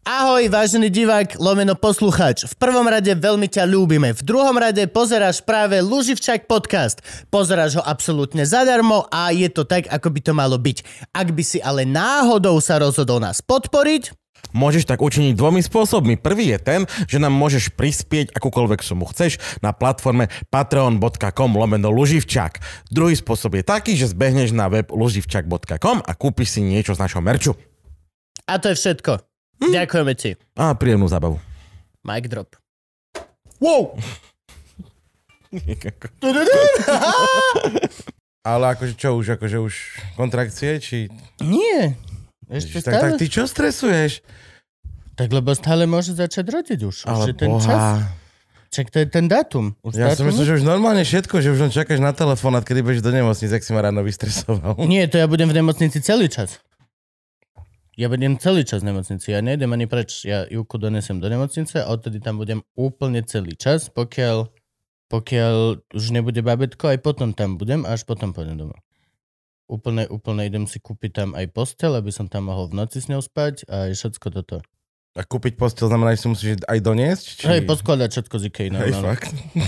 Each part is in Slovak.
Ahoj, vážený divák, lomeno poslucháč. V prvom rade veľmi ťa ľúbime. V druhom rade pozeráš práve Luživčák podcast. Pozeráš ho absolútne zadarmo a je to tak, ako by to malo byť. Ak by si ale náhodou sa rozhodol nás podporiť, môžeš tak učiniť dvomi spôsobmi. Prvý je ten, že nám môžeš prispieť akúkoľvek sumu chceš na platforme patreon.com/luživčák. Druhý spôsob je taký, že zbehneš na web luživčák.com a kúpiš si niečo z našho merču. a to je všetko. Ďakujeme ti. A príjemnú zábavu. Mic drop. Wow! Ale akože čo už, kontrakcie, či... Nie. Ešte tak ty čo stresuješ? Tak lebo stále môže začať rodiť už. Ale už je ten čas. Čak to je ten dátum. Ja som myslel, že už normálne všetko, že už len čakáš na telefón, kedy budeš do nemocnice, ak si ma ráno vystresoval. Nie, to ja budem v nemocnici celý čas. Ja budem celý čas v nemocnici. Ja nejdem ani preč. Ja Júku donesem do nemocnice a odtedy tam budem úplne celý čas, pokiaľ už nebude babetko, aj potom tam budem a až potom pôjdem domov. Úplne idem si kúpiť tam aj posteľ, aby som tam mohol v noci s ňou spať a aj všetko toto. A kúpiť posteľ znamená, že si musíš aj doniesť? Či... Hej, poskladať všetko z Ikei. Hej, fakt.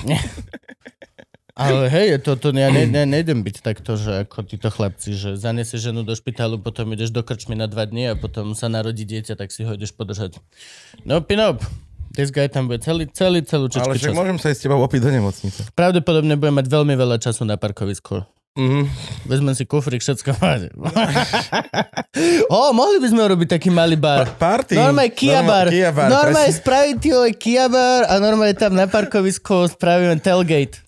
Ale hej, ja nejdem byť takto, že ako títo chlapci, že zanesieš ženu do špitálu, potom ideš do krčmy na 2 dní a potom sa narodí dieťa, tak si ho ideš podržať. No, pinop. This guy tam bude celú čačku čas. Ale však môžem sa ísť s tebou opiť do nemocnice. Pravdepodobne budem mať veľmi veľa času na parkovisku. Vezmem si kufrik, všetko máte. Mohli by sme urobiť taký malý bar. Party. Normálne Kia bar. Normálne spraviť Kia bar a normálne tam na parkovisku spravíme tailgate.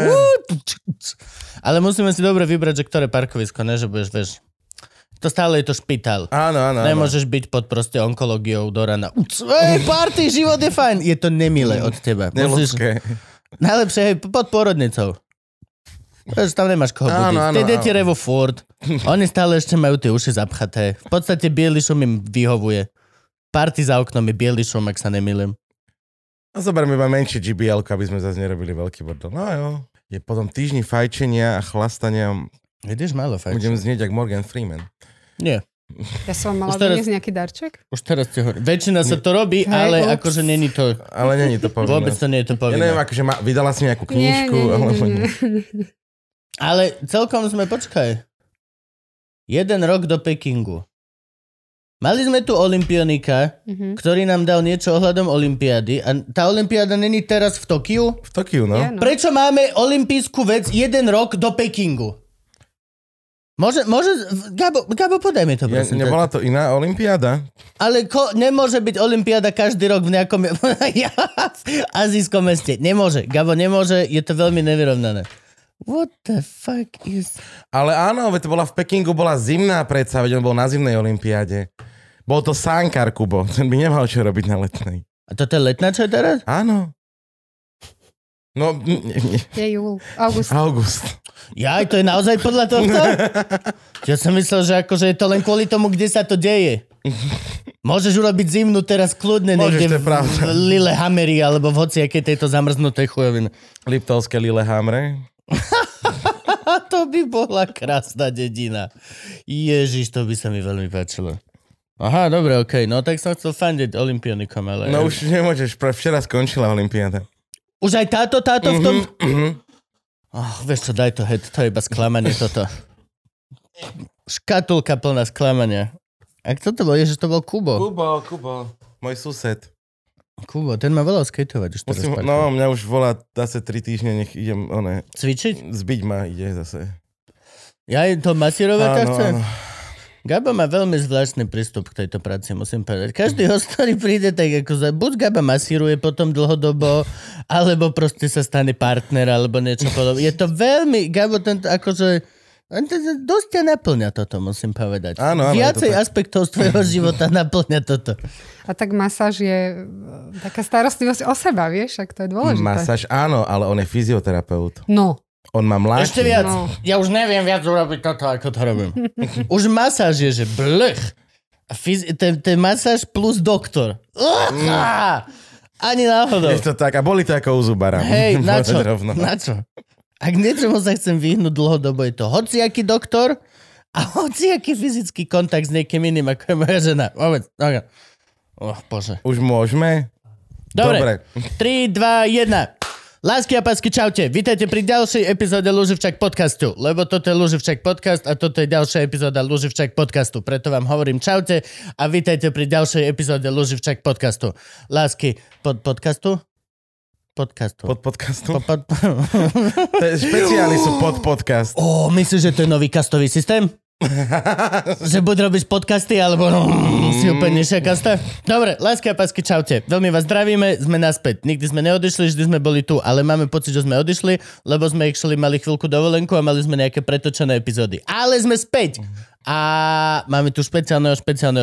Ale musíme si dobre vybrať, že ktoré parkovisko, ne, že budeš, vieš. To stále je to špitál. Áno. Nemôžeš byť pod proste onkológiou do rana. Party, život je fajn. Je to nemilé od teba. Neludské. Najlepšie, hej, pod pôrodnicou. Tam nemáš koho budiť. Tie deti revo furt. Oni stále ešte majú tie uši zapchaté. V podstate biely šum im vyhovuje. Party za oknom je biely šum, ak sa nemýlim. A zoberme iba menšie GBL, aby sme zase nerobili veľký bordel. No jo. Je potom týždni fajčenia a chlastania. Vidíš, málo fajčenia. Budem znieť jak Morgan Freeman. Nie. Ja som mala doniesť nejaký darček? Už teraz ti hovorím. Väčšina sa to robí, ale akože není to... Ale není to povinné. Vôbec to nie je to povinné. Ja neviem, akože vydala si nejakú knižku. Nie. Ale celkom sme, počkaj. 1 rok do Pekingu. Mali sme tu olympionika, ktorý nám dal niečo ohľadom olympiády a tá olympiáda není teraz v Tokiu? V Tokiu, no. Yeah, no. Prečo máme olympijskú vec 1 rok do Pekingu? Môže, Gabo, podaj mi to, prosím. Nebola to iná olympiáda? Ale nemôže byť olympiáda každý rok v nejakom azijskom meste. Nemôže. Gabo, nemôže. Je to veľmi nevyrovnané. What the fuck is... Ale áno, veď to bola v Pekingu, bola zimná predsa, veď on bol na zimnej olympiáde. Bol to sánkar, Kubo. Ten by nemal čo robiť na letnej. A toto je letná, čo je teraz? Áno. No... Je júl. August. Jaj, to je naozaj podľa tohto? Ja som myslel, že akože je to len kvôli tomu, kde sa to deje. Môžeš urobiť zimnú teraz kľudne niekde v Lillehammeri alebo v hociakej tejto zamrznutej chujovine. Liptovské Lillehamre. To by bola krásna dedina. Ježiš, to by sa mi veľmi páčilo. Aha, dobre, okej. No tak som chcel fandiť olympionikom, ale... No už nemôžeš, včera skončila olympiáda. Už aj táto v tom... Vieš čo, daj to, hej, to je iba sklamanie toto. Škatulka plná sklamania. A kto to bol? Ježiš, to bol Kubo. Kubo. Môj sused. Kubo, ten ma volal skateovať už teraz. No, mňa už volá zase 3 týždne, nech idem, cvičiť? Zbiť ma ide zase. Ja to masírovať chce? Áno. Gabo má veľmi zvláštny prístup k tejto práci, musím povedať. Každý host, ktorý príde, tak ako buď Gabo masíruje potom dlhodobo, alebo proste sa stane partner, alebo niečo podobné. Je to veľmi, Gabo, tento akože... Dosť ťa naplňa toto, musím povedať. Áno, viacej aspektov z tvojho života naplňa toto. A tak masáž je taká starostlivosť o seba, vieš, ak to je dôležité. Masáž áno, ale on je fyzioterapeut. No. On má mláky. Ešte viac. No. Ja už neviem viac urobiť toto, ako to robím. Už masáž je, že blech. Ten masáž plus doktor. Ani náhodou. Je to tak, a boli to ako u zubara. Hej, na čo? Ak niečomu sa chcem vyhnúť dlhodobo, je to hociaký doktor a hociaký fyzický kontakt s niekým iným, ako je moja žena. Moment, okay. Bože. Už môžeme? Dobre. 3, 2, 1. Lásky a pásky, čaute. Vítajte pri ďalšej epizóde Luživčak podcastu, lebo toto je Luživčak podcast a toto je ďalšia epizóda Luživčak podcastu. Preto vám hovorím čaute a vítajte pri ďalšej epizóde Luživčak podcastu. Lásky podcastu? Podcastu. Pod podcastu? Špeciály sú pod podcast. Myslíš, že to je nový kastový systém? Že buď robíš podcasty, alebo si úplne nižšia kasta? Dobre, lásky a pásky, čaute. Veľmi vás zdravíme, sme naspäť. Nikdy sme neodišli, vždy sme boli tu, ale máme pocit, že sme odišli, lebo sme mali chvíľku dovolenku a mali sme nejaké pretočené epizódy. Ale sme späť! A máme tu špeciálneho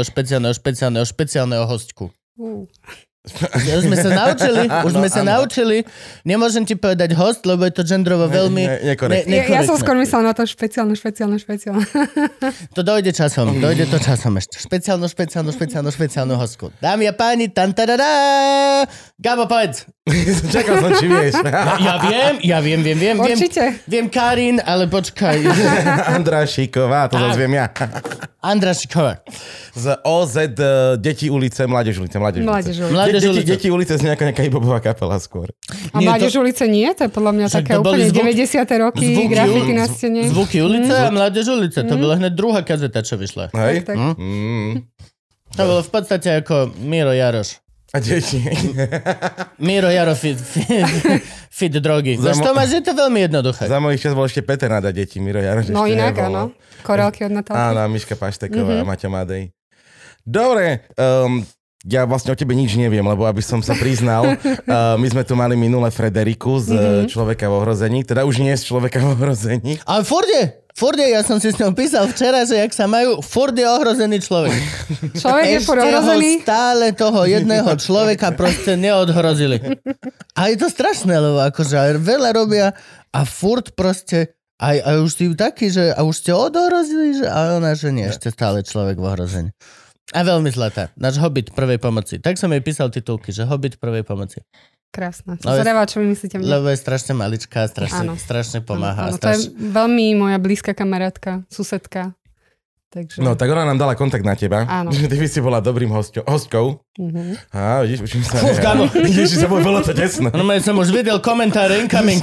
hostku. Už sme sa naučili. Nemôžem ti povedať host, lebo je to genderovo veľmi nekorektné. Ja som skôr myslela na to špeciálne. To dojde časom ešte. Špeciálnu hostku. Dámy a páni, tantadadá! Gabo, povedz. Čakal som, či vieš. Ja viem. Určite. Viem Karin, ale počkaj. Andrášiková, to zase viem ja. Andrášiková. Z OZ Deti ulice, Mládež ulice. Deti ulice z nejaká hip-hopová kapela skôr. A Mládež ulice nie? To je podľa mňa také úplne 90. roky, grafity na stene. Zvuky ulice a Mládež ulice. To bola hneď druhá kazeta, čo vyšla. Hej? Tak. To bolo v podstate ako Miro Jaroš. A deti. Miro Jaro fit drogy. Je to veľmi jednoduché. Za mojich čas bol ešte Peter Nada deti, Miro Jaroš. No inak, áno. Korálky od Natálky. Áno, Miška Pašteková a Maťa Madej. Dobre, ja vlastne o tebe nič neviem, lebo aby som sa priznal, my sme tu mali minule Frederiku z Človeka v ohrození, teda už nie z Človeka v ohrození. Ale furt je, ja som si s ňou písal včera, že jak sa majú, furt je ohrozený človek. Človek je furt ohrozený? Stále toho jedného človeka proste neodhrozili. A je to strašné, lebo akože veľa robia a furt proste, a už si taký, že a už ste odohrozili, že a ona, že nie, ešte stále človek v ohrození. A veľmi zlatá. Náš Hobbit prvej pomoci. Tak som jej písal titulky, že Hobbit prvej pomoci. Krásna. Zrejme, čo mi myslíte mne? Lebo je strašne maličká, strašne pomáha. Áno, to je veľmi moja blízka kamarátka, susedka. Takže... No, tak ona nám dala kontakt na teba. Áno. Že ty by si bola dobrým hostkou. Á, vidíš, učím sa. Vidíš, že sa bolo to tesno. No, som už videl komentáre incoming.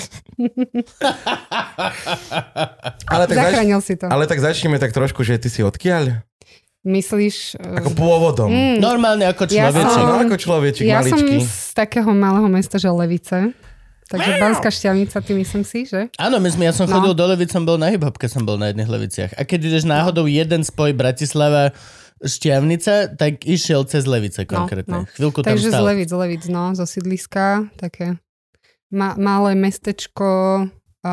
Zachránil si to. Ale tak začneme tak trošku, že ty si odkiaľ? Myslíš... Ako pôvodom. Normálne ako človečik. Ako človečik, ja maličký. Ja som z takého malého mesta, že Levice. Takže Banská Štiavnica, ty myslím si, že? Áno, ja som chodil do Levic, som bol na hip-hopke, som bol na jedných Leviciach. A keď ideš náhodou jeden spoj Bratislava Štiavnica, tak išiel cez Levice konkrétne. Chvíľku tam takže stal. Takže z Levic, zo sídliska, také malé mestečko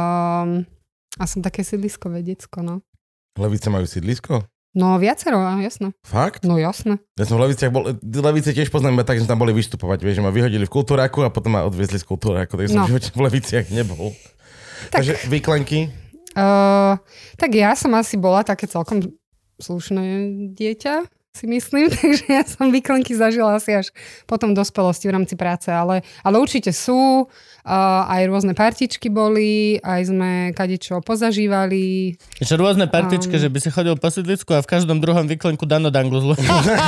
a som také sídliskové decko, no. Levice majú sídlisko? No viacero, jasné. Fakt? No jasné. Ja som v Leviciach bol, Levice tiež poznám, tak, že tam boli vystupovať, vieš, že ma vyhodili v Kultúráku a potom ma odviezli z Kultúráku, tak som v Leviciach nebol. Takže výklenky? Tak ja som asi bola také celkom slušné dieťa, si myslím, takže ja som výklenky zažila asi až potom dospelosti v rámci práce, ale určite sú, aj rôzne partičky boli, aj sme kadečo pozažívali. Ešte rôzne partičky, že by si chodil po sídlisku a v každom druhom výklenku Dano Danglu zlu.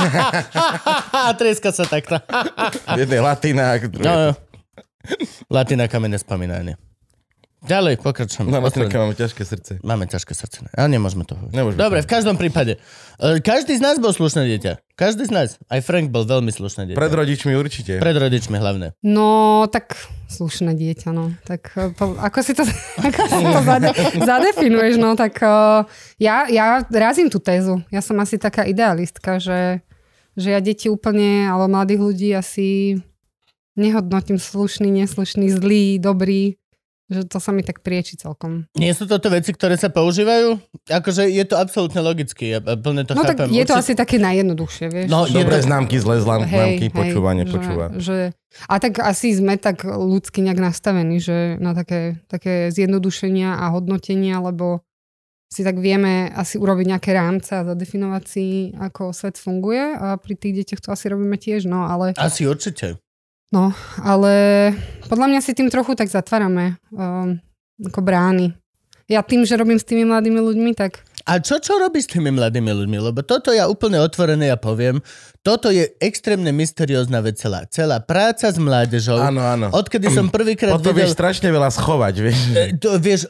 Trieska sa takto. Jednej latinák. No, latináka mi nespomínanie. Ďalej, pokračujeme. No, máme ťažké srdce. Máme ťažké srdce, ale nemôžeme to hovoriť. Dobre, v každom prípade. Každý z nás bol slušné dieťa. Každý z nás. Aj Frank bol veľmi slušné dieťa. Pred rodičmi určite. Pred rodičmi hlavne. No, tak slušné dieťa, no. Tak ako si to zadefinuješ, no, tak ja razím tú tézu. Ja som asi taká idealistka, že ja deti úplne, alebo mladých ľudí asi nehodnotím slušný, neslušný, zlý, dobrý. Že to sa mi tak prieči celkom. Nie sú toto veci, ktoré sa používajú? Akože je to absolútne logicky, ja plne to chápem. Tak je to asi také najjednoduchšie, vieš. No, dobré známky, zlé známky, počúvanie. A tak asi sme tak ľudsky nejak nastavení, že na také zjednodušenia a hodnotenia, lebo si tak vieme asi urobiť nejaké rámce a zadefinovať si, ako svet funguje a pri tých deťoch to asi robíme tiež, no ale... Asi určite. No, ale podľa mňa si tým trochu tak zatvárame ako brány. Ja tým, že robím s tými mladými ľuďmi, tak A čo robíš s tými mladými ľuďmi? Lebo toto ja úplne otvorené poviem. Toto je extrémne mysteriózna vec celá. Celá práca s mládežou. Áno. Odkedy som prvýkrát videl... Vieš strašne veľa schovať, vieš. Vieš,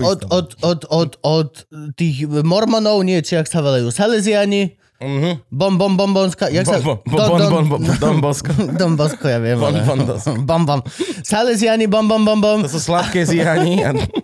od tých mormonov, nie, či ak sa volajú, Salesiani, Bombonská. Dombosko, ja viem. Bom. Salesiani, bom. To sú sladké zjani.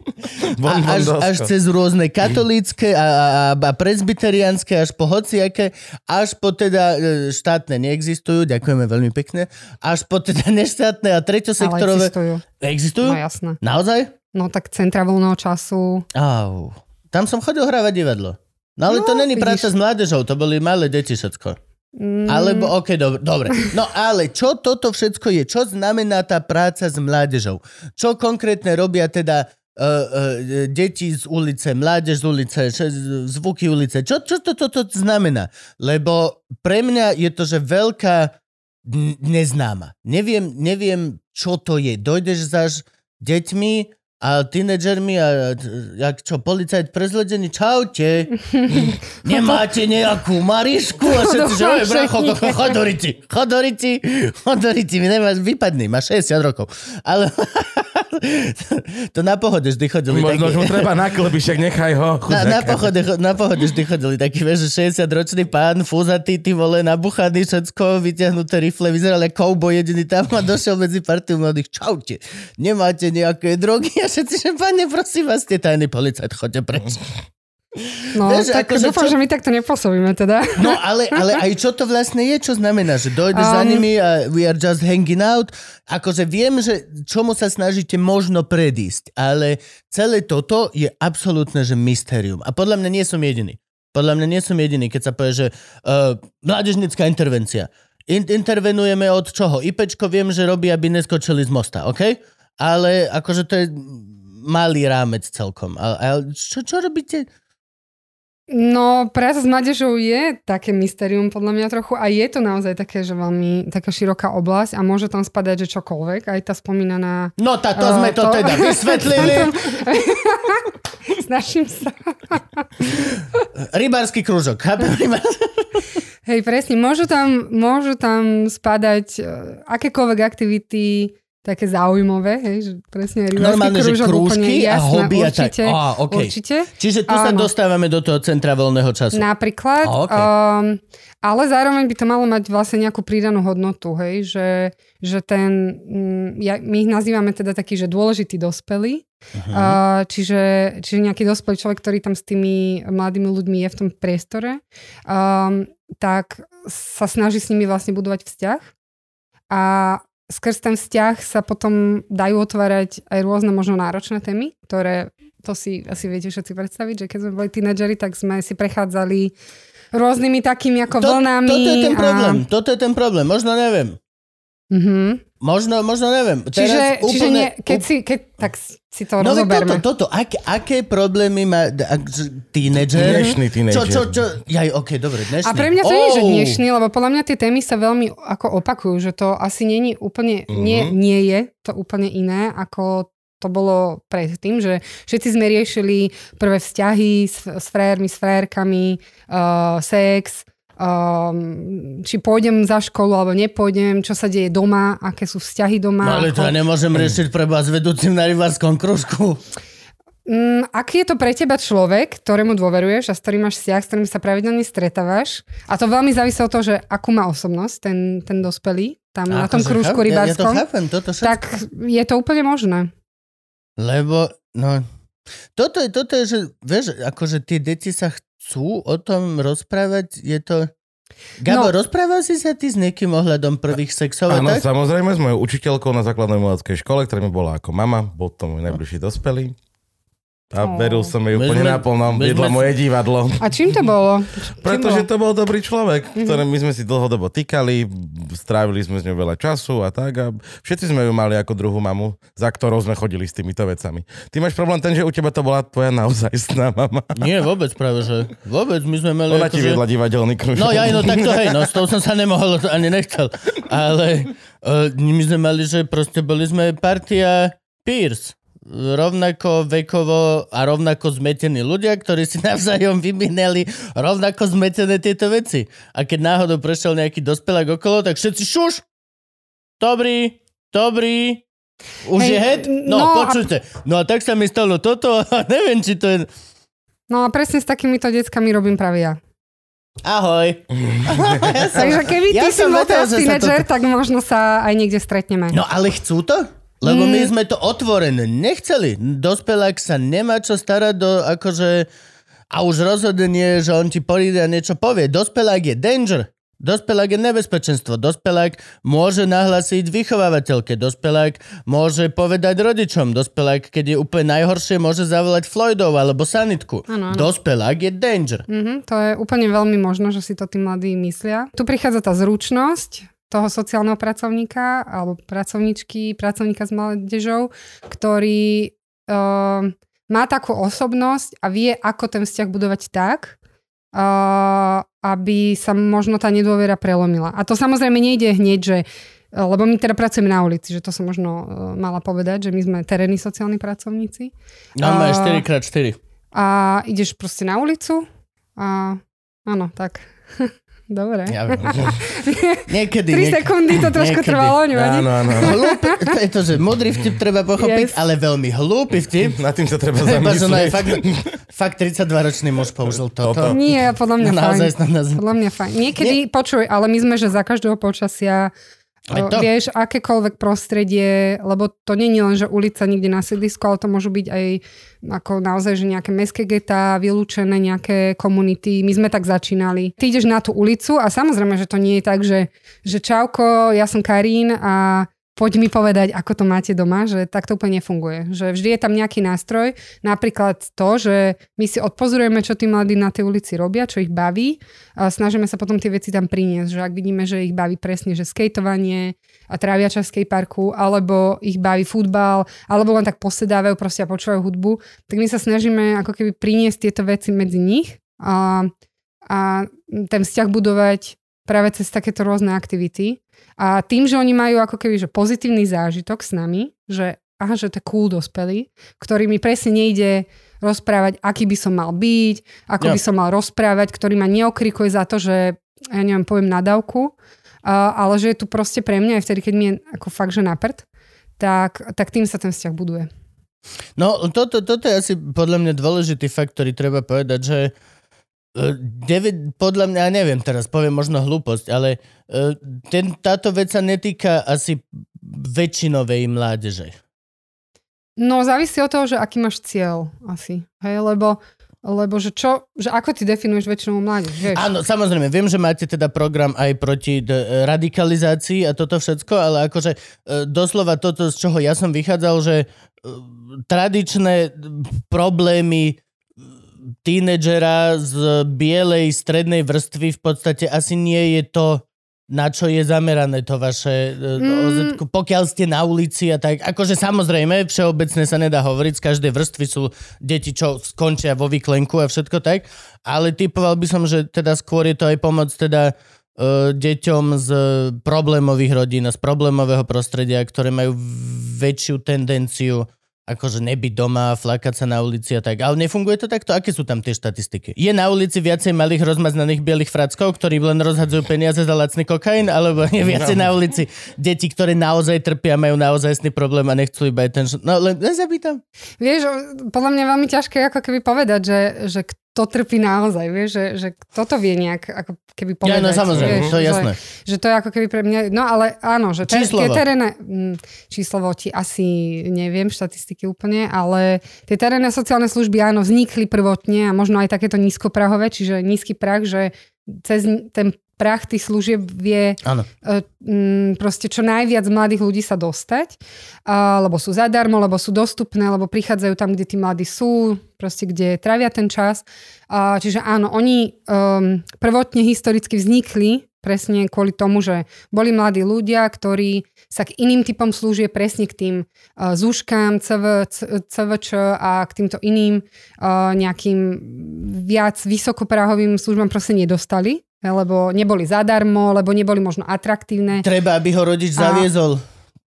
Až cez rôzne katolícke a presbyteriánske, až po hociaké, až po teda štátne neexistujú, ďakujeme veľmi pekne, až po teda neštátne a treťosektorové. Ale existujú? No jasné. Naozaj? No tak centra voľného času. Tam som chodil hrávať divadlo. No ale to není práca s mládežou, to boli malé deti všetko. Alebo, dobre. No ale čo toto všetko je? Čo znamená tá práca s mládežou? Čo konkrétne robia teda deti z ulice, mládež z ulice, zvuky ulice? Čo toto znamená? Lebo pre mňa je to, že veľká neznáma. Neviem, čo to je. Dojdeš zaž deťmi a tínedžermi a jak čo, policajt prezledený, čaute, nemáte nejakú Marišku? A všetci, že bracho, chodoriti, my nemáš, vypadni, máš 60 rokov. Ale to na pohode vždy chodili možno takí... Možno treba na klebi, však nechaj ho. Na pohode vždy chodili taký, vieš, 60-ročný pán, fúzatý, ty vole, nabuchaný, všetko, vyťahnuté rifle, vyzeral ako cowboy jediný tam a došiel medzi partiu mladých, čaute, nemáte nejaké drogy? A všetci, že pane, prosím vás, ste tajný policajt, choďte preč. No, vieš, tak dúfam, že my takto nepôsobíme teda. No, ale aj čo to vlastne je, čo znamená, že dojdeš za nimi a we are just hanging out. Akože viem, že čomu sa snažíte možno predísť, ale celé toto je absolútne, že mystérium. A podľa mňa nie som jediný. Keď sa povie, že mládežnická intervencia. Intervenujeme od čoho? IPčko viem, že robí, aby neskočili z mosta, OK? Ale akože to je malý rámec celkom. Ale čo robíte? No, práca s mládežou je také mystérium podľa mňa trochu a je to naozaj také, že veľmi taká široká oblasť a môže tam spadať, že čokoľvek, aj tá spomínaná... No, to sme to teda vysvetlili. Snažím sa. Rybársky krúžok. Hej, presne, môžu tam spadať akékoľvek aktivity také zaujímavé, hej, že presne rybársky krúžok úplne a jasné, hobby určite, okay. Určite. Čiže tu sa dostávame do toho centra voľného času. Napríklad, ale zároveň by to malo mať vlastne nejakú pridanú hodnotu, hej, že ten, my ich nazývame teda taký, že dôležitý dospelý, čiže nejaký dospelý človek, ktorý tam s tými mladými ľuďmi je v tom priestore, tak sa snaží s nimi vlastne budovať vzťah a skrz ten vzťah sa potom dajú otvárať aj rôzne možno náročné témy, ktoré, to si asi viete všetci predstaviť, že keď sme boli tínedžeri, tak sme si prechádzali rôznymi takými ako vlnami. Toto je ten problém, možno neviem. Možno neviem. Čiže keď tak si to rozoberme. Aké problémy má tínedžer? Dnešný tínedžer. Dnešný. A pre mňa to nie je, že dnešný, lebo podľa mňa tie témy sa veľmi ako opakujú, že to asi nie úplne, nie je to úplne iné, ako to bolo predtým, že všetci sme riešili prvé vzťahy s frérmi, s frérkami, sex, či pôjdem za školu alebo nepôjdem, čo sa deje doma, aké sú vzťahy doma. No ale to ja nemôžem riešiť preba s vedúcim na rybárskom krúžku. Aký je to pre teba človek, ktorému dôveruješ a s ktorým máš vzťah, s ktorým sa pravidelne stretávaš? A to veľmi závisí od toho, že akú má osobnosť ten dospelý tam na tom krúžku rybárskom. Ja to chápem, toto všetko. Tak je to úplne možné. Lebo, toto je, že vieš, akože tie deti sa chcú o tom rozprávať, je to... Gabo, rozprával si sa ty s niekým ohľadom prvých sexov? Áno, samozrejme, s mojou učiteľkou na základnej umeleckej škole, ktorá mi bola ako mama, bol to môj najbližší dospelý. A veril som jej úplne naplno, jedla moje divadlo. A čím to bolo? Pretože to bol dobrý človek, ktorým my sme si dlhodobo týkali, strávili sme s ňou veľa času a tak. A všetci sme ju mali ako druhú mamu, za ktorou sme chodili s týmito vecami. Ty máš problém ten, že u teba to bola tvoja naozajstná mama. Nie, vôbec práve, že vôbec my sme mali... Ona ti viedla divadelný kružok. No ja, takto hej, s tou som sa nemohol, ani nechcel. Ale my sme mali, že proste boli sme partia peers. rovnako vekovo a rovnako zmetení ľudia, ktorí si navzájom vyminali rovnako zmetené tieto veci. A keď náhodou prešiel nejaký dospelák okolo, tak všetci šuš! Dobrý. Už je head? No, počujte. No a tak sa mi stalo toto a neviem, či to je... No a presne s takýmito deckami robím práve ja. Ahoj. Takže keby ty si bol teraz tínedžer, tak možno sa aj niekde stretneme. No ale chcú to? Lebo my sme to otvorené nechceli. Dospelák sa nemá čo starať do akože... A už rozhodne, že on ti príde a niečo povie. Dospelák je danger. Dospelák je nebezpečenstvo. Dospelák môže nahlásiť vychovávateľke. Dospelák môže povedať rodičom. Dospelák, keď je úplne najhoršie, môže zavolať Floydov alebo sanitku. Ano. Dospelák je danger. To je úplne veľmi možno, že si to tí mladí myslia. Tu prichádza tá zručnosť toho sociálneho pracovníka alebo pracovníka s mládežou, ktorý má takú osobnosť a vie, ako ten vzťah budovať tak, aby sa možno tá nedôvera prelomila. A to samozrejme nejde hneď, že lebo my teda pracujeme na ulici, že to som možno mala povedať, že my sme terénni sociálni pracovníci. No, máš 4x4. A ideš proste na ulicu a áno, tak... Dobre. Ja niekedy. 3 sekundy to trošku trvalo, nevadí? Áno. To je to, že múdry vtip treba pochopiť, ale veľmi hlúpy vtip. Na tým sa treba zamyslieť. Fakt 32-ročný muž použil toto. Nie, podľa mňa fajn. Podľa mňa fajn. Niekedy, počuj, ale my sme, že za každého počasia vieš, akékoľvek prostredie, lebo to nie je len, že ulica niekde na sídlisku, ale to môžu byť aj ako naozaj, že nejaké mestské getá, vylúčené nejaké komunity. My sme tak začínali. Ty ideš na tú ulicu a samozrejme, že to nie je tak, že čauko, ja som Karín a poď mi povedať, ako to máte doma, že tak to úplne nefunguje. Že vždy je tam nejaký nástroj, napríklad to, že my si odpozorujeme, čo tí mladí na tej ulici robia, čo ich baví a snažíme sa potom tie veci tam priniesť, že ak vidíme, že ich baví presne, že skejtovanie a trávia čas v skateparku, alebo ich baví futbal, alebo len tak posedávajú proste a počúvajú hudbu, tak my sa snažíme ako keby priniesť tieto veci medzi nich a ten vzťah budovať práve cez takéto rôzne aktivity. A tým, že oni majú ako keby že pozitívny zážitok s nami, že aha, že to je cool dospelý, ktorý mi presne nejde rozprávať, aký by som mal byť, ako by som mal rozprávať, ktorý ma neokrikuje za to, že ja neviem, poviem nadávku, ale že je tu proste pre mňa aj vtedy, keď mi je ako fakt, že na prd, tak tým sa ten vzťah buduje. No, toto je asi podľa mňa dôležitý fakt, ktorý treba povedať, že podľa mňa, ja neviem teraz, poviem možno hlúposť, ale táto vec sa netýka asi väčšinovej mládeže. No, závisí od toho, že aký máš cieľ asi. Hej, lebo že ako ty definuješ väčšinovú mládež, vieš? Áno, samozrejme, viem, že máte teda program aj proti radikalizácii a toto všetko, ale akože doslova toto, z čoho ja som vychádzal, že tradičné problémy tínedžera z bielej strednej vrstvy v podstate asi nie je to, na čo je zamerané to vaše pokiaľ ste na ulici a tak. Akože samozrejme, všeobecne sa nedá hovoriť, z každej vrstvy sú deti, čo skončia vo výklenku a všetko tak, ale typoval by som, že teda skôr je to aj pomoc teda deťom z problémových rodín a z problémového prostredia, ktoré majú väčšiu tendenciu akože nebyť doma, flakať sa na ulici a tak. Ale nefunguje to takto? Aké sú tam tie štatistiky? Je na ulici viacej malých rozmaznaných bielých frackov, ktorí len rozhadzujú peniaze za lacný kokain, alebo je viacej na ulici deti, ktoré naozaj trpia, majú naozajstný problém a nechcú iba attention? No len zabítam. Vieš, podľa mňa veľmi ťažké ako keby povedať, že kto trpí naozaj, vieš, že kto to vie nejak ako keby povedať. Ja, no samozrejme, vieš, to je jasné. Že to je ako keby pre mňa, no ale áno, že tie terénne, číslovo ti asi neviem, štatistiky úplne, ale tie terénne sociálne služby áno, vznikli prvotne a možno aj takéto nízkoprahové, čiže nízky prah, že cez ten prach tých služieb vie proste čo najviac mladých ľudí sa dostať, lebo sú zadarmo, lebo sú dostupné, lebo prichádzajú tam, kde tí mladí sú, proste kde trávia ten čas. Čiže áno, oni prvotne historicky vznikli presne kvôli tomu, že boli mladí ľudia, ktorí sa k iným typom služieb, presne k tým zúškám, CVČ a k týmto iným nejakým viac vysokoprahovým službám proste nedostali, lebo neboli zadarmo, lebo neboli možno atraktívne. Treba, aby ho rodič zaviezol.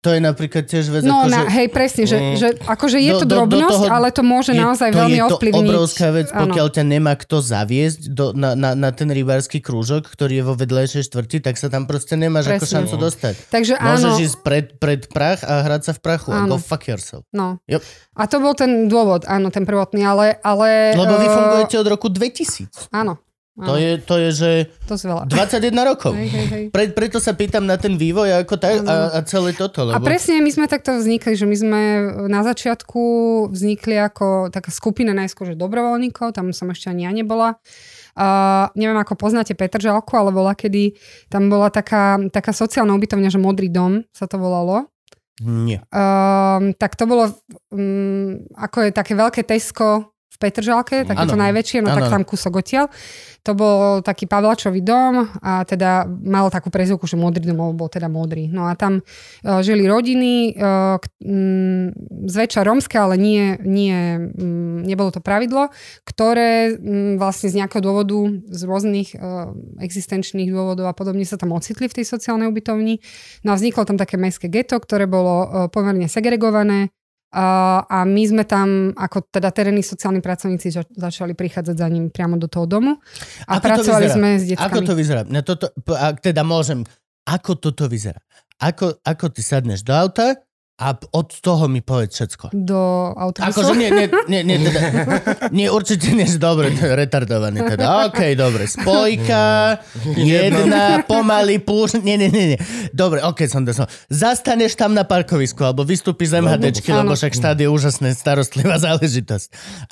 To je napríklad tiež vec, no, akože... hej, presne, že akože je to drobnosť, ale to môže naozaj veľmi ovplyvniť. To je to obrovská vec, pokiaľ ťa nemá kto zaviesť na ten rybársky krúžok, ktorý je vo vedľajšej štvrti, tak sa tam proste nemáš ako šancu dostať. Takže môžeš ísť pred prach a hrať sa v prachu a go fuck yourself. No. Yep. A to bol ten dôvod, áno, ten prvotný, ale... Lebo vy fungujete od roku 2000. Áno. To je, že 21 rokov. Hej. Preto sa pýtam na ten vývoj ako tak a celé toto. Lebo... A presne my sme takto vznikli, že my sme na začiatku vznikli ako taká skupina najskôr, že dobrovoľníkov, tam som ešte ani ja nebola. Neviem, ako poznáte Petržalku, ale bola kedy, tam bola taká sociálna ubytovňa, že Modrý dom sa to volalo. Nie. Tak to bolo ako je také veľké Tesco v Petržalke, takéto najväčšie, no tak tam kúsok odtiaľ. To bol taký Pavlačový dom a teda mal takú prezivku, že Modrý dom bol teda modrý. No a tam žili rodiny, zväčša rómske, ale nebolo to pravidlo, ktoré vlastne z nejakého dôvodu, z rôznych existenčných dôvodov a podobne sa tam ocitli v tej sociálnej ubytovni. No a vzniklo tam také mestské geto, ktoré bolo pomerne segregované. A my sme tam, ako teda terénni sociálni pracovníci začali prichádzať za ním priamo do toho domu a pracovali sme s deckami. Ako to vyzerá? Teda môžem. Ako toto vyzerá? Ako ty sadneš do auta a od toho mi povedz všetko. Do autobusu? Akože nie, určite nie je dobre, retardovaný teda. OK, dobre, spojka, jedna, pomaly, púš, nie. Dobre, OK, som. Zastaneš tam na parkovisku, alebo vystúpiš z MHDčky, lebo však štát je úžasné, starostlivá záležitosť.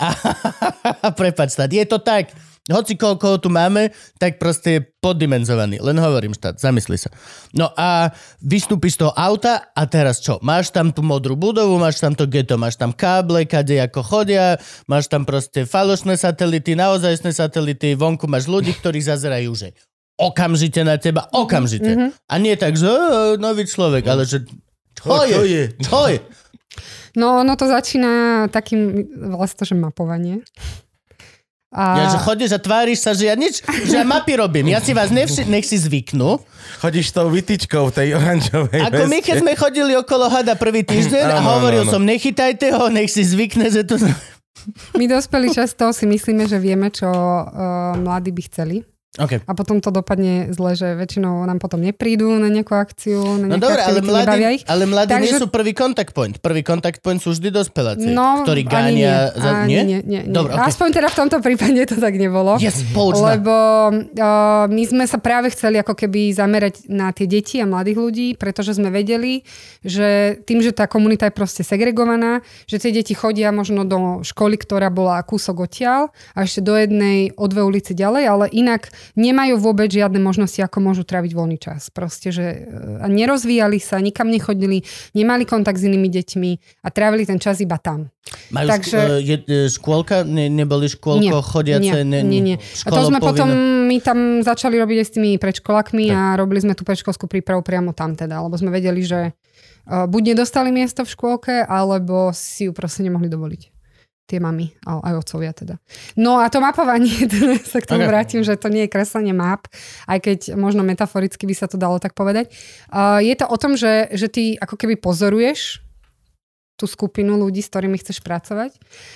Prepáč, štát, je to tak. Hoci koľko tu máme, tak proste je poddimenzovaný. Len hovorím štát, zamysli sa. No a vystúpiš z toho auta a teraz čo? Máš tam tú modrú budovu, máš tam to geto, máš tam káble, kade ako chodia, máš tam proste falošné satelity, naozajstné satelity, vonku máš ľudí, ktorí zazerajú, že okamžite na teba, okamžite. Mm-hmm. A nie tak, že nový človek, ale že čo je? No, ono to začína takým, vlastne to, že mapovanie. Ja, že chodíš a tváriš sa, že ja nič, že ja mapy robím. Ja si vás nech si zvyknú. Chodíš tou vytičkou v tej oranžovej Ako my, keď sme chodili okolo hada prvý týždeň a hovoril som, nechytajte ho, nech si zvykne, že to... My dospelí často si myslíme, že vieme, čo mladí by chceli. Okay. A potom to dopadne zle, že väčšinou nám potom neprídu na nejakú akciu, na nejaké aktivity, nebavia ich. Ale mladí takže... nie sú prvý contact point. Prvý contact point sú vždy dospeláci, ktorí gánia... Nie. Dobre, okay. Aspoň teda v tomto prípade to tak nebolo. Lebo my sme sa práve chceli ako keby zamerať na tie deti a mladých ľudí, pretože sme vedeli, že tým, že tá komunita je proste segregovaná, že tie deti chodia možno do školy, ktorá bola kúsok odtiaľ a ešte do jednej o 2 ulice ďalej, ale inak nemajú vôbec žiadne možnosti, ako môžu tráviť voľný čas. Proste, že nerozvíjali sa, nikam nechodili, nemali kontakt s inými deťmi a trávili ten čas iba tam. Majú škôlka? Neboli škôlko chodiace? Nie. A to sme potom, my tam začali robiť aj s tými predškolákmi a robili sme tú predškolskú prípravu priamo tam teda, lebo sme vedeli, že buď nedostali miesto v škôlke, alebo si ju proste nemohli dovoliť. Tie mami, aj otcovia teda. No a to mapovanie, sa k tomu vrátim, že to nie je kreslenie map, aj keď možno metaforicky by sa to dalo tak povedať. Je to o tom, že ty ako keby pozoruješ tú skupinu ľudí, s ktorými chceš pracovať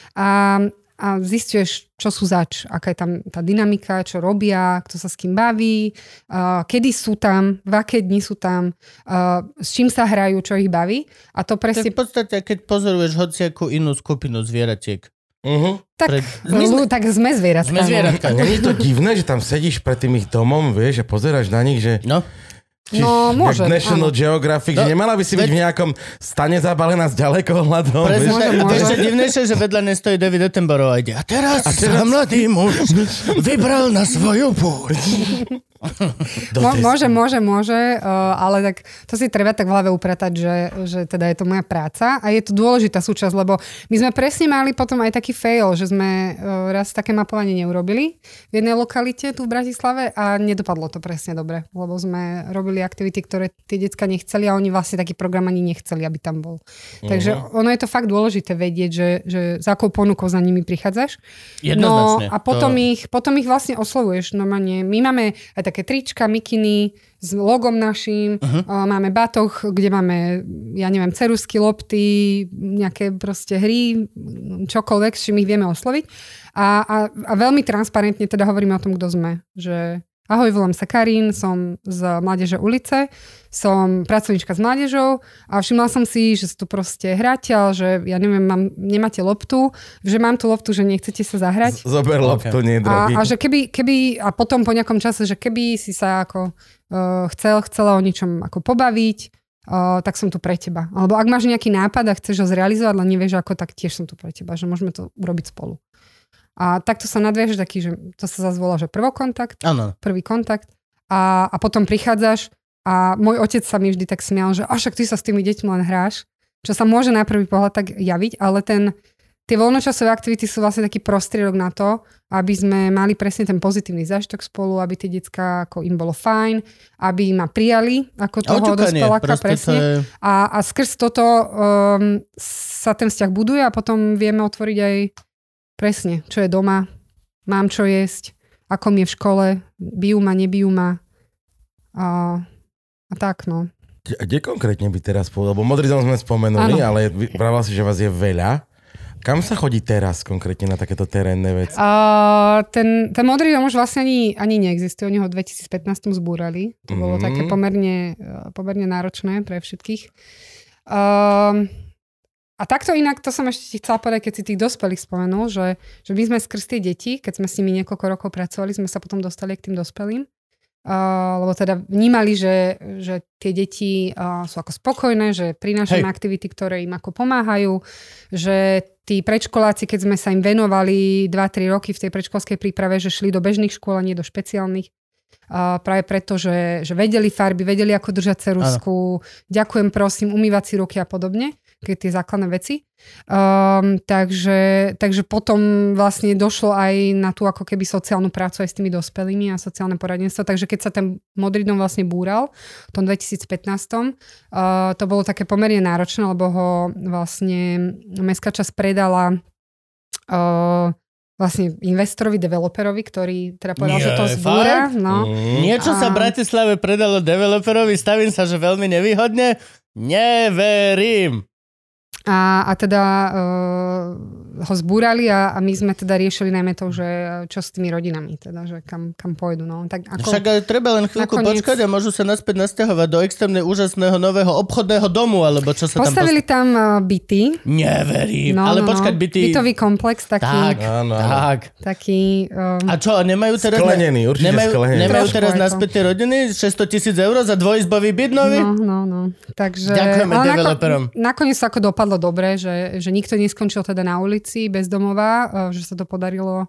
a zistuješ, čo sú zač, aká je tam tá dynamika, čo robia, kto sa s kým baví, kedy sú tam, v aké dni sú tam, s čím sa hrajú, čo ich baví. A to presne... V podstate, keď pozoruješ hociakú inú skupinu zvieratiek. Tak sme zvieratka. Nie je to divné, že tam sedíš pred tým ich domom, vieš, a pozeráš na nich, že... No, môže. National Geographic, že nemala by si byť v nejakom stane zabalená s ďalekohľadom. Vieš, že divnejšie, že vedľa nestojí David Attenborough a ide. A teraz sa mladý muž vybral na svoju púť. Môže, ale tak to si treba tak v hlave upratať, že teda je to moja práca a je to dôležitá súčasť, lebo my sme presne mali potom aj taký fail, že sme raz také mapovanie neurobili v jednej lokalite tu v Bratislave a nedopadlo to presne dobre, lebo sme robili aktivity, ktoré tie decka nechceli a oni vlastne taký program ani nechceli, aby tam bol. Takže ono je to fakt dôležité vedieť, že za akou ponukou za nimi prichádzaš. Jednoznačne. No a potom ich vlastne oslovuješ normálne. My máme také trička, mikiny s logom naším, máme batoh, kde máme, ja neviem, ceruzky, lopty, nejaké proste hry, čokoľvek, s čím ich vieme osloviť. A veľmi transparentne teda hovoríme o tom, kto sme. Že ahoj, volám sa Karin, som z Mládeže ulice, som pracovníčka s mládežou a všimla som si, že tu proste hráte, že ja neviem, nemáte loptu, že mám tú loptu, že nechcete sa zahrať. Zober loptu, nie drahý. A že keby, a potom po nejakom čase, že keby si sa ako chcela o ničom ako pobaviť, tak som tu pre teba. Alebo ak máš nejaký nápad a chceš ho zrealizovať, len nevieš ako, tak tiež som tu pre teba, že môžeme to urobiť spolu. A takto sa nadviaže taký, že to sa zase volá, že prvokontakt, prvý kontakt a potom prichádzaš a môj otec sa mi vždy tak smial, že však ty sa s tými deťmi len hráš, čo sa môže na prvý pohľad tak javiť, ale tie voľnočasové aktivity sú vlastne taký prostriedok na to, aby sme mali presne ten pozitívny zážitok spolu, aby tie decká, ako im bolo fajn, aby ma prijali ako toho dospeláka presne. A skrz toto sa ten vzťah buduje a potom vieme otvoriť aj presne, čo je doma, mám čo jesť, ako mi je v škole, bijú ma, nebijú ma a tak, no. Kde konkrétne by teraz povedal? Lebo Modrý dom sme spomenuli, ale pravila si, že vás je veľa. Kam sa chodí teraz konkrétne na takéto terénne veci? Ten Modrý dom už vlastne ani neexistuje. Oni ho v 2015 zbúrali. To bolo také pomerne náročné pre všetkých. A takto inak, to som ešte ti chcela povedať, keď si tých dospelých spomenul, že my sme skrz tie deti, keď sme s nimi niekoľko rokov pracovali, sme sa potom dostali k tým dospelým. Lebo teda vnímali, že tie deti sú ako spokojné, že prinášame aktivity, ktoré im ako pomáhajú, že tí predškoláci, keď sme sa im venovali 2-3 roky v tej predškolskej príprave, že šli do bežných škôl a nie do špeciálnych. Práve preto, že vedeli farby, vedeli ako držať ceruzku, ďakujem prosím, umývať si ruky a podobne, keď tie základné veci. Takže potom vlastne došlo aj na tú ako keby sociálnu prácu aj s tými dospelými a sociálne poradenstvo. Takže keď sa ten Modrý dom vlastne búral v tom 2015, to bolo také pomerne náročné, lebo ho vlastne mestská časť predala vlastne investorovi, developerovi, ktorý teda povedal, že to zbúra. No. Niečo sa v Bratislave predalo developerovi, stavím sa, že veľmi nevýhodne. Neverím. A teda ho zbúrali a my sme teda riešili najmä to, že čo s tými rodinami, teda, že kam pôjdu. No. Tak ako, však ale treba len chvíľku počkať a môžu sa naspäť nasťahovať do extrémne úžasného nového obchodného domu, alebo čo sa postavili tam byty. Neverím, ale počkať byty. Bytový komplex taký. Tak. Taký. A čo, nemajú teraz... Sklenený, určite sklenený. Nemajú teraz naspäť tie rodiny? 600,000 eur za dvojizbový byt nový? No. Takže... Ďakujeme developerom. Nakoniec sa ako dopadlo dobre, že nikto neskončil teda na ulici bezdomová, že sa to podarilo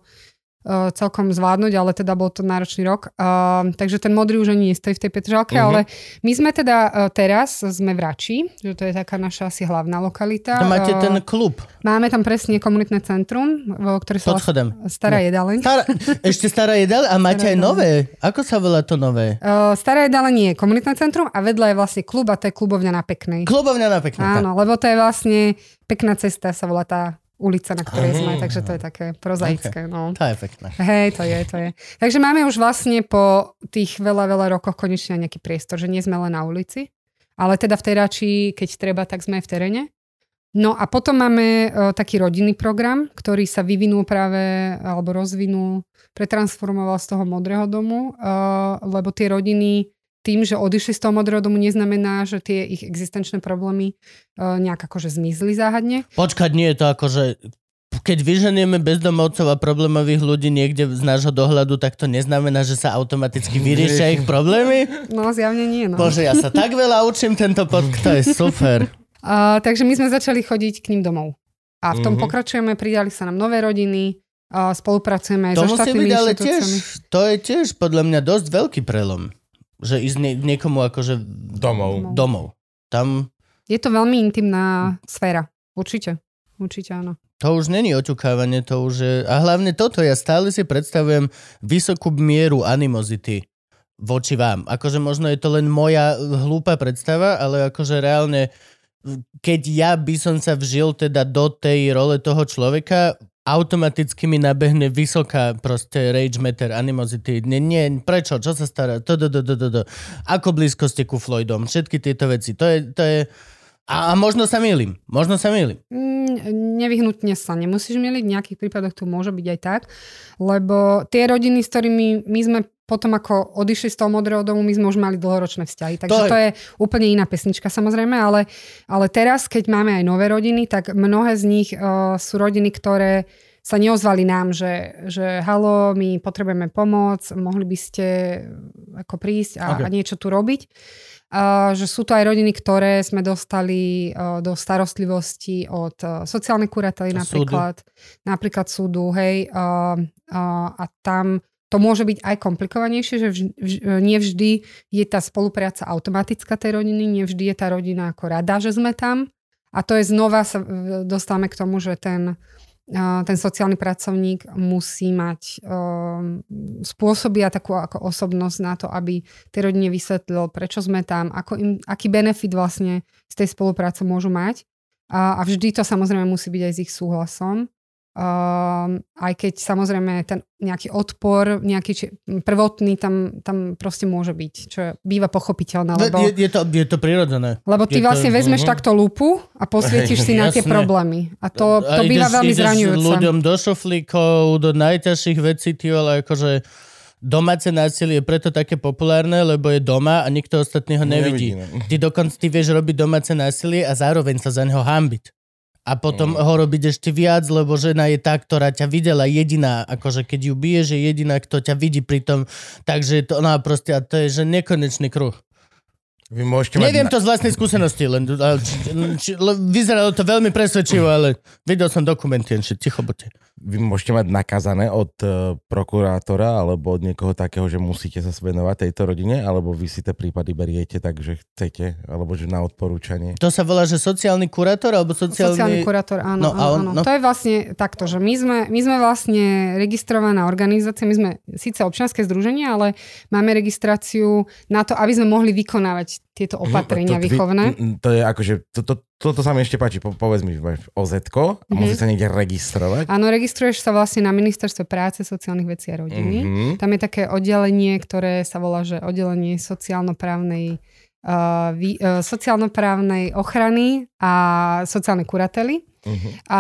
celkom zvládnuť, ale teda bol to náročný rok. Takže ten Modrý už ani nestojí v tej Petržalke, ale my sme teda teraz sme v Rači, že to je taká naša asi hlavná lokalita. A máte ten klub. Máme tam presne komunitné centrum, ktoré sa Stará jedáleň. Ešte Stará jedáleň? A máte aj nové? Ako sa volá to nové? Stará jedáleň nie je komunitné centrum a vedľa je vlastne klub a to je klubovňa na Peknej. Klubovňa na Peknej. Áno, lebo to je vlastne Pekná cesta, sa volá tá ulica, na ktorej sme, takže to je také prozaické. Okay. No. To je pekné. Hej, to je. Takže máme už vlastne po tých veľa rokoch konečne nejaký priestor, že nie sme len na ulici, ale teda v tej Rači, keď treba, tak sme aj v teréne. No a potom máme taký rodinný program, ktorý sa vyvinul práve, alebo rozvinul, pretransformoval z toho Modrého domu, lebo tie rodiny tým, že odišli z toho Modrého domu, neznamená, že tie ich existenčné problémy nejak akože zmizli záhadne. Počkať, nie je to akože, keď vyženieme bezdomovcov a problémových ľudí niekde z nášho dohľadu, tak to neznamená, že sa automaticky vyriešia ich problémy? No, zjavne nie, no. Bože, ja sa tak veľa učím tento podcast, to je super. Takže my sme začali chodiť k ním domov. A v tom pokračujeme, pridali sa nám nové rodiny, spolupracujeme aj so štátnymi inštitúciami. To je tiež podľa mňa dosť veľký prelom. Že ísť niekomu akože domov. Tam... Je to veľmi intimná sféra. Určite áno. To už není oťukávanie, to už je... A hlavne toto, ja stále si predstavujem vysokú mieru animozity voči vám. Akože možno je to len moja hlúpa predstava, ale akože reálne, keď ja by som sa vžil teda do tej role toho človeka, automaticky mi nabehne vysoká proste rage meter, animosity. Nie, prečo? Čo sa stará? Ako blízko ste ku Floydom? Všetky tieto veci. To je... A možno sa mýlim. Nevyhnutne sa nemusíš myliť. V nejakých prípadoch to môže byť aj tak. Lebo tie rodiny, s ktorými my sme potom ako odišli z toho Modrého domu, my sme už mali dlhoročné vzťahy. Takže to je úplne iná pesnička samozrejme, ale teraz, keď máme aj nové rodiny, tak mnohé z nich sú rodiny, ktoré sa neozvali nám, že halo, my potrebujeme pomoc, mohli by ste ako prísť a niečo tu robiť. Že sú to aj rodiny, ktoré sme dostali do starostlivosti od sociálnej kurately napríklad súdu, hej, a tam to môže byť aj komplikovanejšie, že nevždy je tá spolupráca automatická tej rodiny, nevždy je tá rodina ako rada, že sme tam. A to je znova sa dostávame k tomu, že ten sociálny pracovník musí mať spôsoby a takú ako osobnosť na to, aby tej rodine vysvetlil, prečo sme tam, aký benefit vlastne z tej spolupráce môžu mať. A vždy to samozrejme musí byť aj s ich súhlasom. Aj keď samozrejme ten nejaký odpor, nejaký prvotný tam proste môže byť, čo býva pochopiteľné. Lebo, je to prirodzené. Lebo ty vlastne vezmeš takto lupu a posvietiš si na tie problémy. A to býva veľmi zraňujúce. Ľuďom do šuflíkov, do najťažších vecí, ale akože domáce násilie je preto také populárne, lebo je doma a nikto ostatný ho nevidí. Ty vieš robiť domáce násilie a zároveň sa za neho hanbiť. A potom ho robiť ešte viac, lebo žena je tá, ktorá ťa videla jediná, akože keď ju bije, že jediná, kto ťa vidí pri tom, takže to, no a proste, a to je, že nekonečný kruh. Vy môžete Neviem to z vlastnej skúsenosti, len vyzeralo to veľmi presvedčivo, ale videl som dokumenty, ticho buďte. Vy môžete mať nakázané od prokurátora alebo od niekoho takého, že musíte sa venovať tejto rodine, alebo vy si tie prípady beriete tak, že chcete, alebo že na odporúčanie? To sa volá, že sociálny kurátor, alebo sociálny kurátor, áno, áno. To je vlastne takto, že my sme vlastne registrovaná organizácia, my sme síce občianske združenie, ale máme registráciu na to, aby sme mohli vykonávať tieto opatrenia výchovné. To je akože, toto sa mi ešte páči, povedz mi, OZ-ko a musí sa niekde registrovať? Áno, registruješ sa vlastne na Ministerstve práce, sociálnych vecí a rodiny. Tam je také oddelenie, ktoré sa volá, že oddelenie sociálno-právnej ochrany a sociálnej kurately. A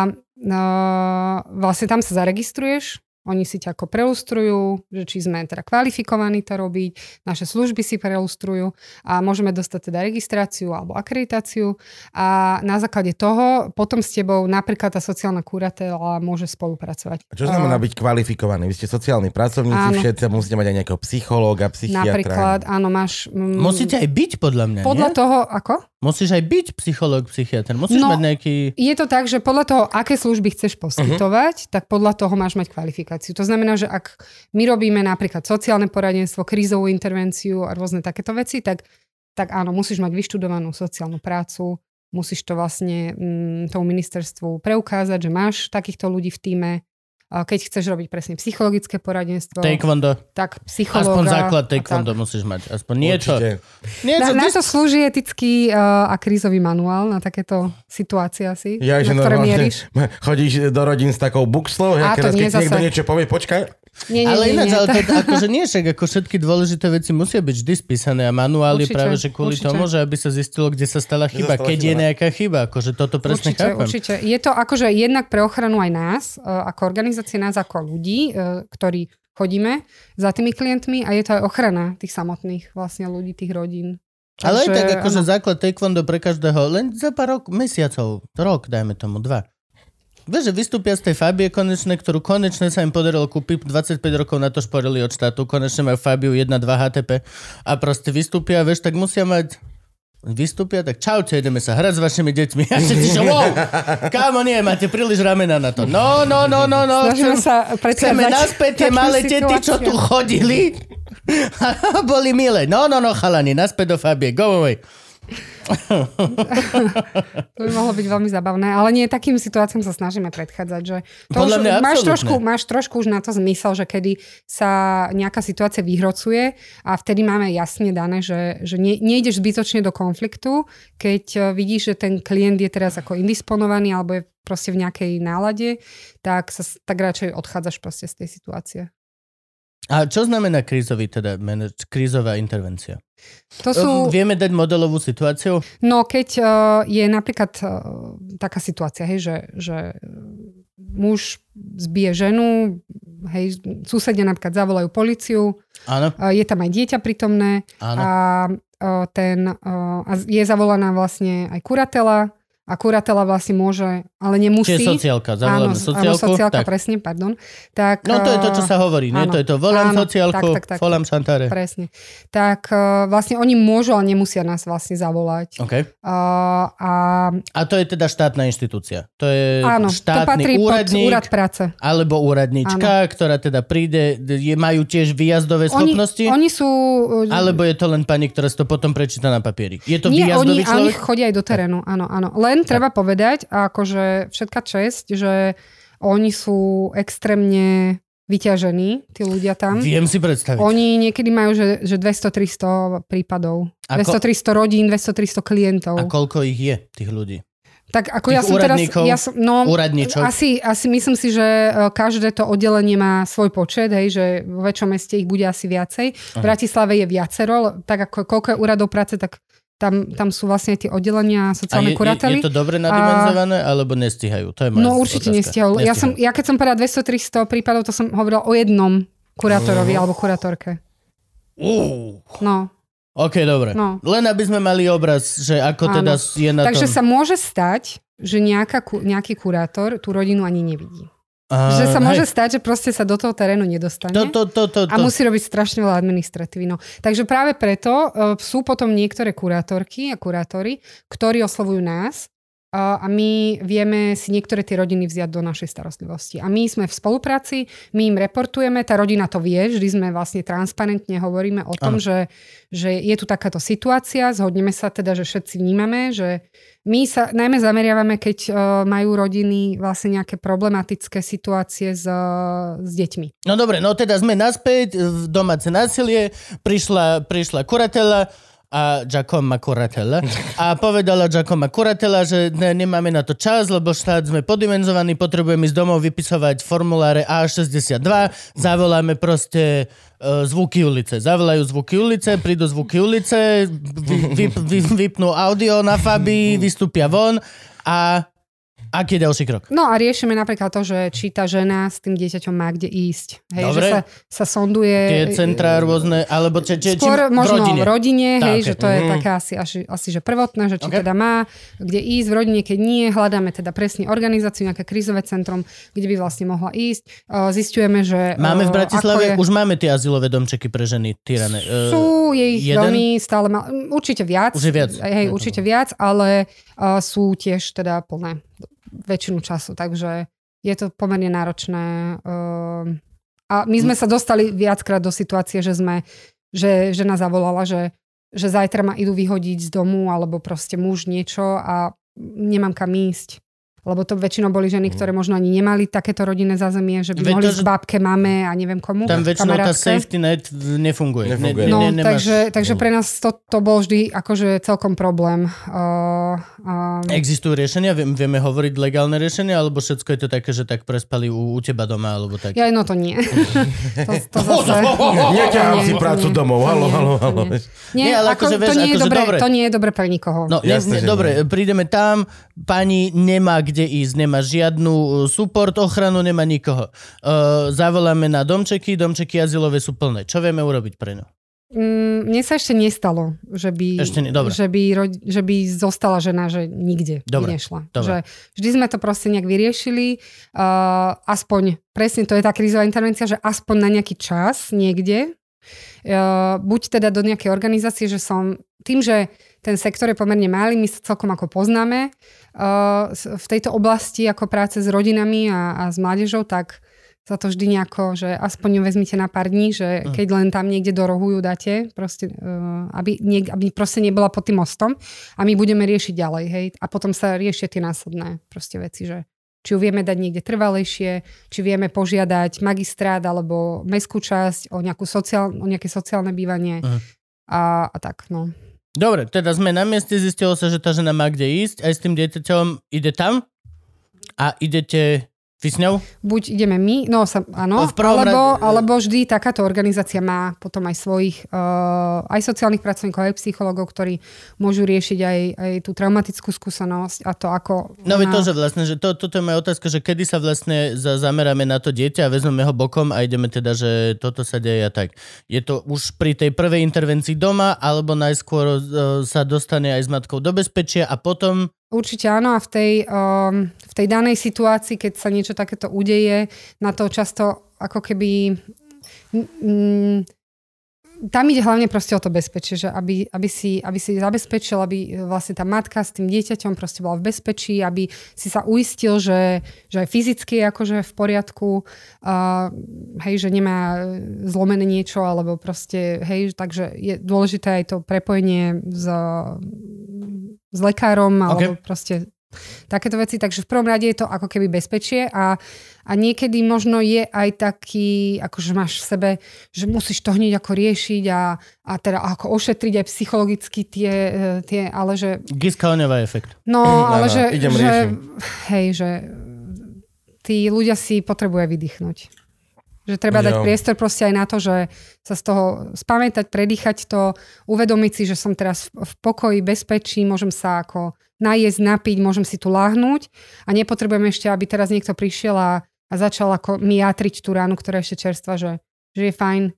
vlastne tam sa zaregistruješ. Oni si ťa ako prelustrujú, že či sme teda kvalifikovaní to robiť, naše služby si prelustrujú a môžeme dostať teda registráciu alebo akreditáciu a na základe toho potom s tebou napríklad tá sociálna kuratela môže spolupracovať. A čo znamená byť kvalifikovaný? Vy ste sociálni pracovníci, všetci musíte mať aj nejakého psychológa, psychiatra. Napríklad, áno, máš... Musíte aj byť podľa mňa, podľa nie? toho, ako? Musíš aj byť psychológ, psychiatr. Musíš mať nejaký... Je to tak, že podľa toho, aké služby chceš poskytovať, tak podľa toho máš mať kvalifikáciu. To znamená, že ak my robíme napríklad sociálne poradenstvo, krízovú intervenciu a rôzne takéto veci, tak áno, musíš mať vyštudovanú sociálnu prácu, musíš to vlastne tomu ministerstvu preukázať, že máš takýchto ľudí v tíme. Keď chceš robiť presne psychologické poradenstvo, taekwondo, tak psychológa. Aspoň základ taekwondo musíš mať. Aspoň niečo. Na to slúži etický a krízový manuál na takéto situácie asi, na ktoré mieríš. Chodíš do rodín s takou buxlou, keď niekto niečo povie, počkaj. Ale ináč, ale to akože nie však, ako všetky dôležité veci musia byť vždy spísané a manuály práve, že kvôli tomu, že aby sa zistilo, kde sa stala chyba, keď je nejaká chyba, akože toto presne chápem. Určite. Je to akože jednak pre ochranu aj nás, ako organizácie, nás ako ľudí, ktorí chodíme za tými klientmi a je to aj ochrana tých samotných vlastne ľudí, tých rodín. Ale aj tak akože základ taekwondo pre každého, len za pár mesiacov, rok, dajme tomu 2. Vieš, že vystúpia z tej Fabie konečne, ktorú konečne sa im podarilo kúpiť, 25 rokov na to šporili od štátu, konečne majú Fabiu 1-2 HTP a proste vystúpia, vieš, tak musia mať vystúpia, tak čaute, ideme sa hrať s vašimi deťmi. A všetci, že wow, kámo nie, máte príliš ramena na to. No. Chceme naspäť tie malé tety, čo tu chodili a boli milé. No, chalani, naspäť do Fabie, go away. To by mohlo byť veľmi zábavné, ale nie, takým situáciám sa snažíme predchádzať, že to Podľa mňa máš trošku už na to zmysel, že kedy sa nejaká situácia vyhrocuje a vtedy máme jasne dané, že nejdeš zbytočne do konfliktu, keď vidíš, že ten klient je teraz ako indisponovaný alebo je proste v nejakej nálade, tak radšej odchádzaš proste z tej situácie. A čo znamená krízová intervencia? To sú... Vieme dať modelovú situáciu? No, keď je napríklad taká situácia, hej, že muž zbije ženu, hej, susedia napríklad zavolajú políciu, áno. Je tam aj dieťa prítomné a je zavolaná vlastne aj kuratela. A kuratela vlastne môže, ale nemusí. Čiže sociálka, zavoláme sociálku. Áno, sociálka, tak. presne, pardon. Tak, no to je to, čo sa hovorí, nie? To je to, volám sociálku, volám šantáre. Presne. Tak vlastne oni môžu, ale nemusia nás vlastne zavolať. Okay. A to je teda štátna inštitúcia. To je štátny úradník. Úrad práce. Alebo úradníčka, ktorá teda príde, majú tiež výjazdové schopnosti? Oni sú... Alebo je to len pani, ktorá si to potom prečíta na papieri? Je to výjazdový človek? Oni chodia aj do terénu, áno. Len treba povedať, akože všetká česť, že oni sú extrémne vyťažení, tí ľudia tam. Viem si predstaviť. Oni niekedy majú, že 200-300 prípadov. 200-300 rodín, 200-300 klientov. A koľko ich je, tých ľudí? Tak ako ja som teraz... úradníčok? Asi myslím si, že každé to oddelenie má svoj počet, hej, že vo väčšom meste ich bude asi viacej. V Bratislave je viacero, tak ako koľko je úradov práce, tak tam sú vlastne tie oddelenia sociálne kurately. Je to dobre nadimenzované, alebo nestíhajú? To je moja určite otázka. nestíhajú. Ja keď som povedala 200-300 prípadov, to som hovorila o jednom kurátorovi alebo kurátorke. No. OK, dobre. No. Len aby sme mali obraz, že ako teda je na tom. Takže sa môže stať, že nejaký kurátor tú rodinu ani nevidí. Že sa môže stať, že proste sa do toho terénu nedostane a musí robiť strašne veľa administratívy. No. Takže práve preto sú potom niektoré kurátorky a kurátori, ktorí oslovujú nás a my vieme si niektoré tie rodiny vziať do našej starostlivosti. A my sme v spolupráci, my im reportujeme, tá rodina to vie, vždy sme vlastne transparentne hovoríme o tom, že je tu takáto situácia, zhodneme sa teda, že všetci vnímame, že my sa najmä zameriavame, keď majú rodiny vlastne nejaké problematické situácie s deťmi. No dobre, no teda sme naspäť v domáce násilie, prišla kuratela a Giacomo Kuratela a povedala Giacomo Kuratela, že nemáme na to čas, lebo štát sme podimenzovaní, potrebujeme ísť domov vypisovať formuláre A62, zavoláme proste zvuky ulice. Zavolajú zvuky ulice, prídu zvuky ulice, vypnú audio na Fabii, vystúpia von a aký je ďalší krok? No a riešime napríklad to, že či tá žena s tým dieťaťom má kde ísť. Hej, že sa sonduje... Tie centrá rôzne, alebo skôr možno v rodine, hej, okay. Že to je také asi že prvotné, že či teda má kde ísť v rodine, keď nie, hľadáme teda presne organizáciu, nejaké krízové centrum, kde by vlastne mohla ísť. Zisťujeme, že... Máme v Bratislave, už máme tie azylové domčeky pre ženy týrané. Sú, je ich veľmi stále určite viac. Už je viac. Hej, určite viac, ale sú tiež teda plné väčšinu času, takže je to pomerne náročné. A my sme sa dostali viackrát do situácie, že žena zavolala, že zajtra ma idú vyhodiť z domu, alebo proste muž niečo a nemám kam ísť. Lebo to väčšinou boli ženy, ktoré možno ani nemali takéto rodinné zázemie, že by mohli s bábke, mame a neviem komu. Tam väčšinou tá safety net nefunguje. No, takže pre nás to bol vždy akože celkom problém. Existujú riešenia? Vieme hovoriť legálne riešenia? Alebo všetko je to také, že tak prespali u teba doma? Alebo tak? Ja, no to nie. to zase... Neťahám si prácu domov. Halo. Nie, ale akože, to nie je dobre pre nikoho. No, dobre, prídeme tam, pani nemá kde ísť, nemá žiadnu support, ochranu, nemá nikoho. Zavoláme na domčeky azylové sú plné. Čo vieme urobiť pre ňu? Mne sa ešte nestalo, že by zostala žena, že nikde by nešla. Že vždy sme to proste nejak vyriešili. Aspoň, presne to je tá krízová intervencia, že aspoň na nejaký čas niekde, buď teda do nejakej organizácie, že som tým, že ten sektor je pomerne malý, my sa celkom ako poznáme v tejto oblasti ako práce s rodinami a s mládežou, tak sa to vždy nejako, že aspoň ju vezmite na pár dní, že keď len tam niekde do rohu ju dáte, proste, aby proste nebola pod tým mostom a my budeme riešiť ďalej, hej. A potom sa riešia tie následné proste veci, že či ju vieme dať niekde trvalejšie, či vieme požiadať magistrát alebo mestskú časť o nejaké sociálne bývanie a tak, no. Dobre, teda sme na mieste, zistilo sa, že tá žena má kde ísť, aj s tým dieťaťom ide tam a idete vy s ňou? Buď ideme my, áno, alebo vždy takáto organizácia má potom aj svojich, aj sociálnych pracovníkov, aj psychológov, ktorí môžu riešiť aj tú traumatickú skúsenosť a to ako... No to, že vlastne, že toto je moja otázka, že kedy sa vlastne zameráme na to dieťa a vezmeme ho bokom a ideme teda, že toto sa deje a tak. Je to už pri tej prvej intervencii doma, alebo najskôr sa dostane aj s matkou do bezpečia a potom... Určite áno a v tej danej situácii, keď sa niečo takéto udeje, na to často ako keby... tam ide hlavne proste o to bezpečie, že aby si zabezpečil, aby vlastne tá matka s tým dieťaťom proste bola v bezpečí, aby si sa uistil, že aj fyzicky je akože v poriadku, hej, že nemá zlomené niečo, alebo proste, hej, takže je dôležité aj to prepojenie s lekárom, alebo proste takéto veci. Takže v prvom rade je to ako keby bezpečie a niekedy možno je aj taký, akože máš v sebe, že musíš to hneď ako riešiť a teda ako ošetriť aj psychologicky tie ale že... Giska-Oňová efekt. No, ale že tí ľudia si potrebujú vydýchnuť. Že treba dať priestor proste aj na to, že sa z toho spamätať, predýchať to, uvedomiť si, že som teraz v pokoji, bezpečí, môžem sa ako najesť, napiť, môžem si tu láhnuť a nepotrebujem ešte, aby teraz niekto prišiel a začal ako mi játriť tú ránu, ktorá je ešte čerstvá, že je fajn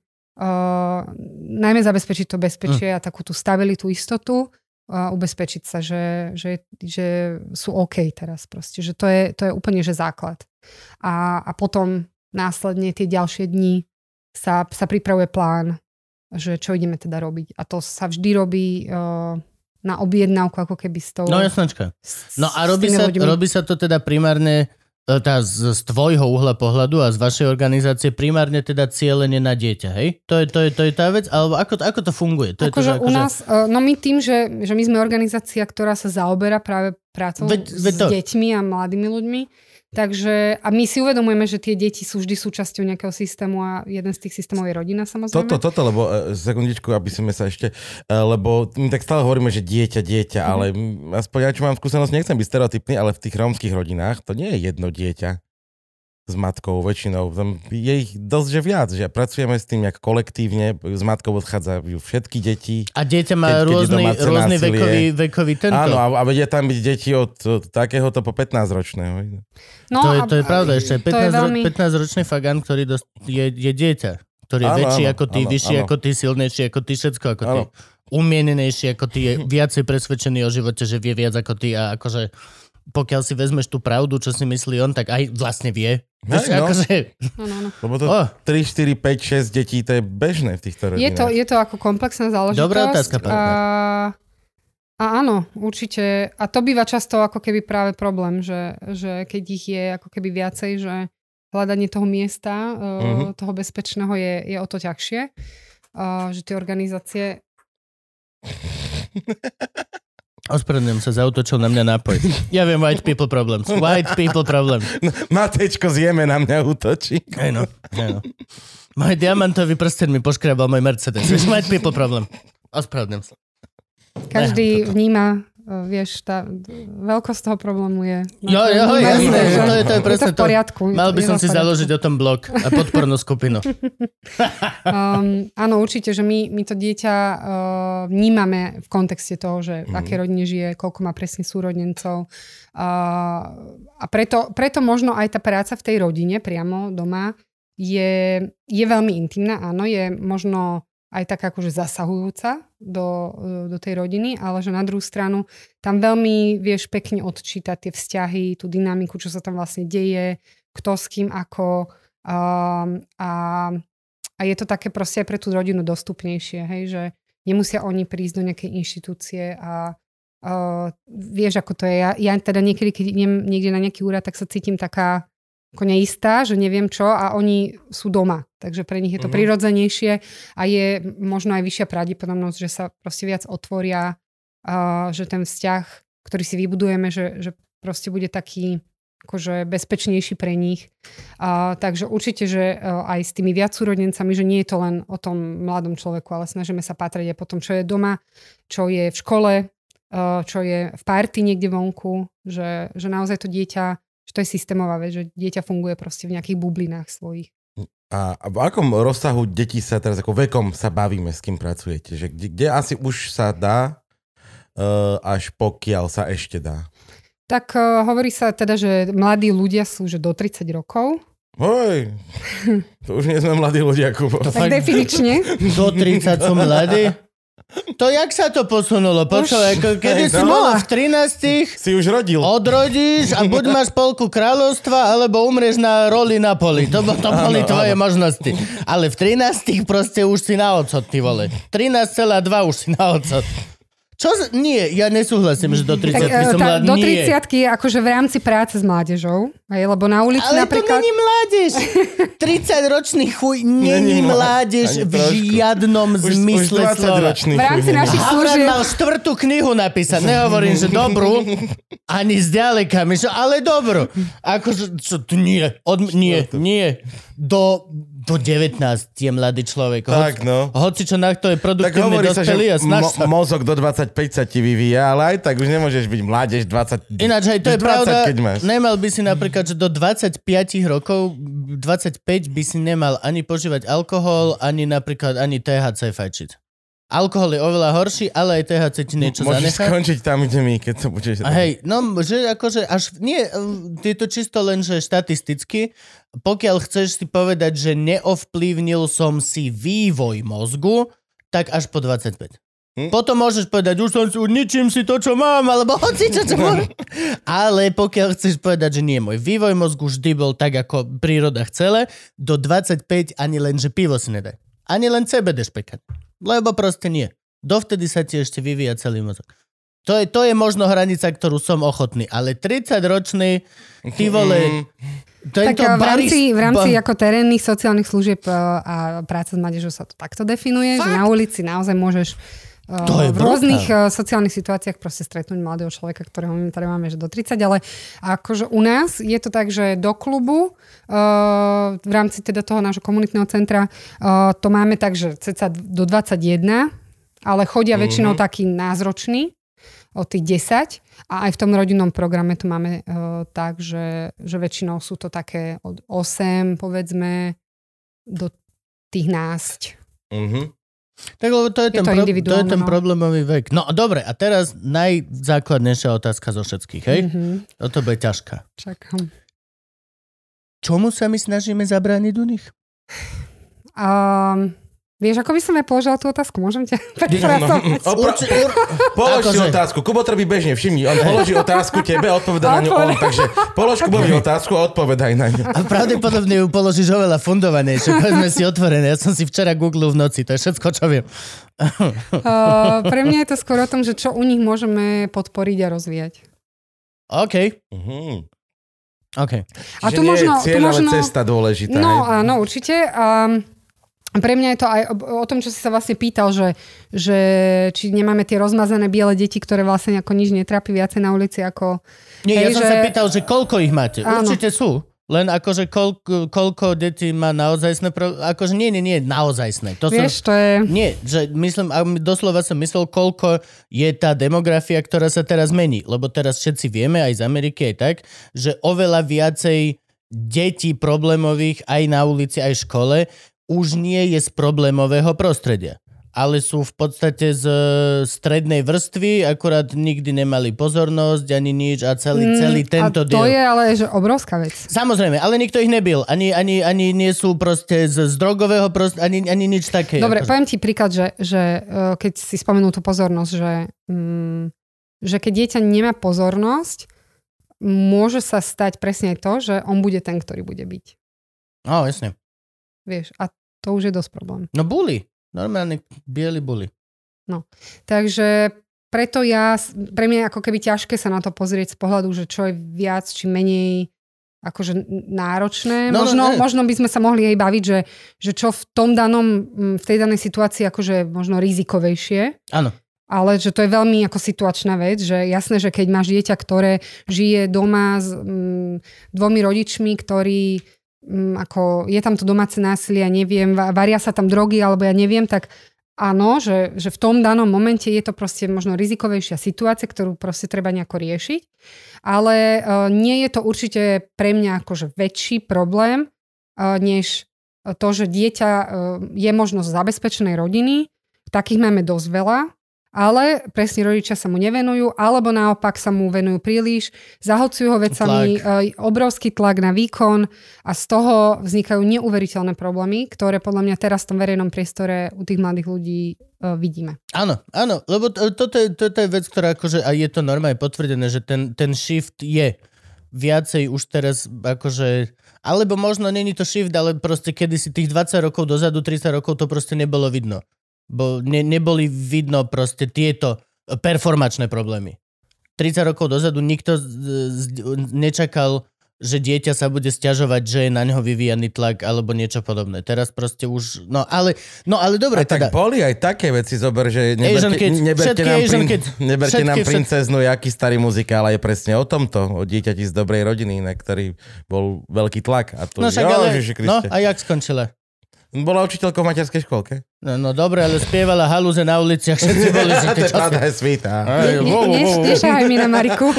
najmä zabezpečiť to bezpečie a takú tú stabilitu, istotu a ubezpečiť sa, že sú OK teraz proste, že to je úplne že základ. A potom následne tie ďalšie dni sa pripravuje plán, že čo ideme teda robiť. A to sa vždy robí na objednávku, ako keby s tou... No jasnačka. No a robí sa to teda primárne z tvojho uhla pohľadu a z vašej organizácie primárne teda cieľenie na dieťa, hej? To je tá vec? Alebo ako to funguje? Akože u nás, no my tým, že my sme organizácia, ktorá sa zaoberá práve prácou s deťmi a mladými ľuďmi, takže, a my si uvedomujeme, že tie deti sú vždy súčasťou nejakého systému a jeden z tých systémov je rodina, samozrejme. Toto, lebo sekundičku, aby sme sa ešte, lebo my tak stále hovoríme, že dieťa, ale aspoň ja, čo mám skúsenosť, nechcem byť stereotypný, ale v tých rómskych rodinách to nie je jedno dieťa s matkou väčšinou. Tam je ich dosť, že viac, že pracujeme s tým nejak kolektívne, s matkou odchádzajú všetky deti. A dieťa má rôzny vekový tento. Áno, a vedia tam byť deti od takéhoto po 15-ročného. No, to je pravda, ešte 15-ročný Fagan, ktorý je dieťa, ktorý je väčší ako ty, vyšší ako ty, silnejší ako ty, všetko ako ty. Umienenejší ako ty, je viacej presvedčený o živote, že vie viac ako ty a akože pokiaľ si vezmeš tú pravdu, čo si myslí on, tak aj vlastne vie. Lebo to 3, 4, 5, 6 detí, to je bežné v týchto rodinách. Je to ako komplexná záležitosť. Dobrá otázka, a áno, určite. A to býva často ako keby práve problém, že keď ich je ako keby viacej, že hľadanie toho miesta, toho bezpečného je o to ťažšie. Že tie organizácie... Ospravedlňujem sa, zautočil na mňa nápoj. Ja viem, white people problems. White people problems. Matečko z Jemena mňa útočí. Áno. Môj diamantový prsten mi poškrabal môj Mercedes. White people problem. Ospravedlňujem sa. Každý vníma, vieš, tá veľkosť toho problému je... Jo, to je presne to. V poriadku. Mal by som si založiť o tom blog a podpornú skupinu. Áno, určite, že my to dieťa vnímame v kontexte toho, že v akej rodine žije, koľko má presne súrodencov. A preto možno aj tá práca v tej rodine priamo doma je veľmi intimná. Áno, je možno aj taká akože zasahujúca do tej rodiny, ale že na druhú stranu tam veľmi vieš pekne odčítať tie vzťahy, tú dynamiku, čo sa tam vlastne deje, kto s kým ako a je to také proste aj pre tú rodinu dostupnejšie, hej, že nemusia oni prísť do nejakej inštitúcie a vieš, ako to je. Ja teda niekedy, keď idem niekde na nejaký úrad, tak sa cítim taká ako neistá, že neviem čo a oni sú doma. Takže pre nich je to prirodzenejšie a je možno aj vyššia pravdepodobnosť, že sa proste viac otvoria, že ten vzťah, ktorý si vybudujeme, že proste bude taký akože bezpečnejší pre nich. Takže určite, že aj s tými viac súrodencami, že nie je to len o tom mladom človeku, ale snažíme sa patrať aj po tom, čo je doma, čo je v škole, čo je v party niekde vonku, že naozaj to dieťa, že to je systémová vec, že dieťa funguje proste v nejakých bublinách svojich. A v akom rozsahu detí sa teraz, ako vekom sa bavíme, s kým pracujete? Že kde asi už sa dá, až pokiaľ sa ešte dá? Tak hovorí sa teda, že mladí ľudia sú že do 30 rokov. Hoj, to už nie sme mladí ľudia, Kubo. Tak definične. Do 30 sú mladí? To jak sa to posunulo? Počúvaj, kedy si bola v 13 si už rodil. Odrodíš a buď máš polku kráľovstva, alebo umrieš na roli na poli. To boli tvoje možnosti. Ale v 13 proste už si na ocot, ty vole. 13,2 už si na ocot. Nie, ja nesúhlasím, že do 30 som mladý. Do 30 je akože v rámci práce s mládežou, lebo na ulici ale napríklad... Ale to není mládež. 30-ročný chuj není mládež v žiadnom zmysle slova. V rámci našich služieb... Havran mal 4. knihu napísať. Nehovorím, že dobrú, ani zďaleka. Ale dobrú. Akože, nie. Do 19 je mladý človek. Tak, no. Hoci čo na to je produktívny dospelý a snaž sa. Mozog do 25 sa ti vyvíja, ale aj tak už nemôžeš byť mládež 20. Ináč, hej, to je 20, pravda. Nemal by si napríklad, že do 25 rokov, 25 by si nemal ani požívať alkohol, ani napríklad ani THC fajčiť. Alkohol je oveľa horší, ale aj THC ti niečo zanechá. Môžeš skončiť tam, kde my, keď to budeš... Hej, no, že akože až... Nie, je to čisto len, že štatisticky. Pokiaľ chceš si povedať, že neovplyvnil som si vývoj mozgu, tak až po 25. Potom môžeš povedať, ničím si to, čo mám, alebo hoci čo mám. Ale pokiaľ chceš povedať, že nie, môj vývoj mozgu vždy bol tak, ako príroda chcela, do 25 ani len, že pivo si nedaj. Ani len CBD špekať. Lebo proste nie. Dovtedy sa ti ešte vyvíja celý mozog. To je možno hranica, ktorú som ochotný. Ale 30-ročný, ty vole... Tak v rámci ako terénnych sociálnych služieb a práce s mládežou sa to takto definuje, že na ulici naozaj môžeš v rôznych sociálnych situáciách proste stretnúť mladého človeka, ktorého momentálne máme že do 30, ale akože u nás je to tak, že do klubu v rámci teda toho nášho komunitného centra to máme tak, že cca do 21, ale chodia väčšinou takí názroční od tých 10 a aj v tom rodinnom programe to máme tak, že väčšinou sú to také od 8 povedzme do tých 11. Tak lebo to je ten problémový vek. No dobre, a teraz najzákladnejšia otázka zo všetkých, hej? Toto bude ťažká. Čakám. Čomu sa my snažíme zabrániť u nich? Vieš, ako by som ja položila tú otázku? Môžem ťa Polož si otázku. Kubo to robí bežne, všimni. On položí otázku tebe a odpovedá na ňu on. Takže polož Kubovi otázku a odpovedaj na ňu. A pravdepodobne ju položíš oveľa fundovanejšie. Poďme si otvorené. Ja som si včera googlil v noci. To je všetko, čo viem. Pre mňa je to skôr o tom, že čo u nich môžeme podporiť a rozvíjať. OK. Okay. A tu možno, ale cesta dôležitá. No, áno, určite. Pre mňa je to aj o tom, čo si sa vlastne pýtal, že či nemáme tie rozmazané biele deti, ktoré vlastne ako nič netrápi viacej na ulici ako... Nie, ja som sa pýtal, že koľko ich máte. Áno. Určite sú. Len akože koľko detí má naozajstné... Akože nie, naozajstné. Vieš, to je... Nie, že myslím, doslova som myslel, koľko je tá demografia, ktorá sa teraz mení. Lebo teraz všetci vieme, aj z Ameriky, aj tak, že oveľa viacej detí problémových aj na ulici, aj v škole už nie je z problémového prostredia. Ale sú v podstate z strednej vrstvy, akurát nikdy nemali pozornosť ani nič a celý tento diel. A to je ale že obrovská vec. Samozrejme, ale nikto ich nebil. Ani nie sú proste z drogového prostredia, ani nič také. Dobre, poviem ti príklad, že keď si spomenul tú pozornosť, že keď dieťa nemá pozornosť, môže sa stať presne to, že on bude ten, ktorý bude byť. Jasne. Vieš, a to už je dosť problém. No bully. Normálne biely bully. No, takže preto pre mňa je ako keby ťažké sa na to pozrieť z pohľadu, že čo je viac, či menej akože náročné. Možno by sme sa mohli aj baviť, že čo v tej danej situácii akože možno rizikovejšie. Áno. Ale že to je veľmi ako situačná vec, že jasné, že keď máš dieťa, ktoré žije doma s 2 rodičmi, ktorí ako je tam to domáce násilie, ja neviem, varia sa tam drogy, alebo ja neviem, tak áno, že v tom danom momente je to proste možno rizikovejšia situácia, ktorú proste treba nejako riešiť, ale nie je to určite pre mňa akože väčší problém, než to, že dieťa je možnosť zabezpečenej rodiny, takých máme dosť veľa, ale presne rodičia sa mu nevenujú, alebo naopak sa mu venujú príliš, zahlcujú ho vecami, obrovský tlak na výkon a z toho vznikajú neuveriteľné problémy, ktoré podľa mňa teraz v tom verejnom priestore u tých mladých ľudí vidíme. Áno, lebo toto je vec, ktorá akože, a je to normálne potvrdené, že ten shift je viacej už teraz akože, alebo možno není to shift, ale proste kedysi tých 20 rokov dozadu, 30 rokov to proste nebolo vidno. Bo neboli vidno proste tieto performačné problémy. 30 rokov dozadu nikto nečakal, že dieťa sa bude sťažovať, že je na ňo vyvíjaný tlak alebo niečo podobné. Teraz proste už... No ale dobre. A tak boli aj také veci, zober, že neberte nám princeznu, jaký starý muzikál, je presne o tomto, o dieťati z dobrej rodiny, na ktorý bol veľký tlak. A to, a jak skončila? Bola učiteľkou v materskej škole. No dobre, ale spievala halúze na uliciach, všetci boli, že to je pravda, je svita. Nešahaj mi na Mariku.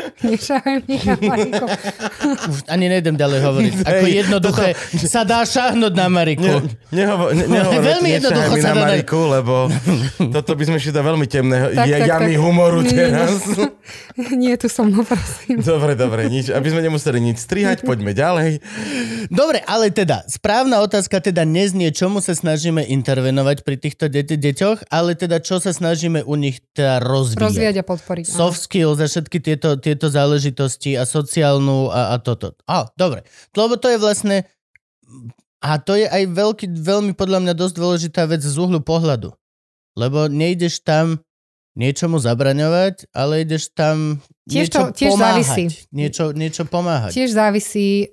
Ani nejdem ďalej hovoriť. Ako jednoduché sa dá šáhnuť na Mariku. Veľmi jednoducho sa dá na Mariku, lebo toto by sme šli do veľmi temného jamy humoru teraz. Nie, tu som mnou, prosím. Dobre, nič. Aby sme nemuseli nič strihať, poďme ďalej. Dobre, ale teda, správna otázka teda neznie, čomu sa snažíme intervenovať pri týchto deťoch, ale teda čo sa snažíme u nich teda rozvíjať. Rozvíjať a podporiť. Soft skills a všetky tieto záležitosti a sociálnu a toto. Dobre. Lebo to je vlastne, a to je aj veľmi podľa mňa dosť dôležitá vec z uhlu pohľadu. Lebo nejdeš tam niečomu zabraňovať, ale ideš tam niečo pomáhať. Niečo pomáhať. Tiež závisí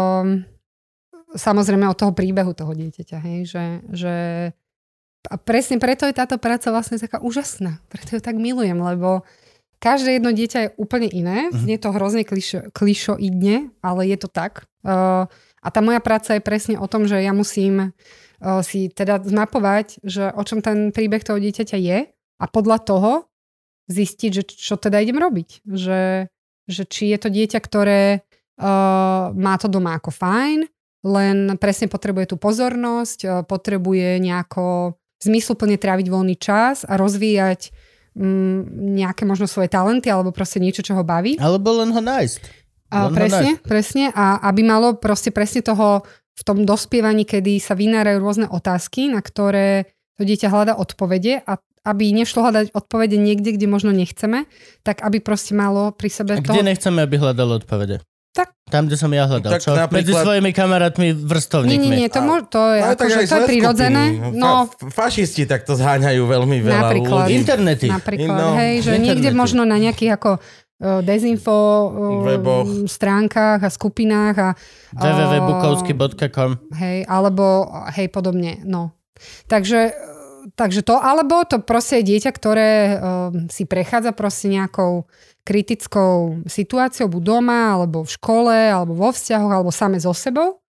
samozrejme od toho príbehu toho dieťaťa, hej, že a presne preto je táto práca vlastne taká úžasná. Preto ju tak milujem, lebo každé jedno dieťa je úplne iné. Je to hrozne klišoidne, ale je to tak. A tá moja práca je presne o tom, že ja musím si teda zmapovať, že o čom ten príbeh toho dieťaťa je a podľa toho zistiť, že čo teda idem robiť. Že či je to dieťa, ktoré má to doma ako fajn, len presne potrebuje tú pozornosť, potrebuje nejako zmysluplne tráviť voľný čas a rozvíjať nejaké možno svoje talenty alebo proste niečo, čo ho baví. Alebo len ho nájsť. Presne. A aby malo proste presne toho v tom dospievaní, kedy sa vynárajú rôzne otázky, na ktoré to dieťa hľadá odpovede a aby nešlo hľadať odpovede niekde, kde možno nechceme, tak aby proste malo pri sebe to... Kde nechceme, aby hľadalo odpovede? Tak. Tam, kde som ja hľadal, čo? Medzi svojimi kamarátmi vrstovníkmi. Nie, to je, akože, to je prirodzené. No, fašisti takto zháňajú veľmi veľa ľudí. Internety. Napríklad, že niekde možno na nejakých ako dezinfo stránkach a skupinách a www.bukovsky.com alebo podobne, no. Takže to, alebo to proste je dieťa, ktoré si prechádza proste nejakou kritickou situáciou, buď doma, alebo v škole, alebo vo vzťahoch, alebo same so sebou.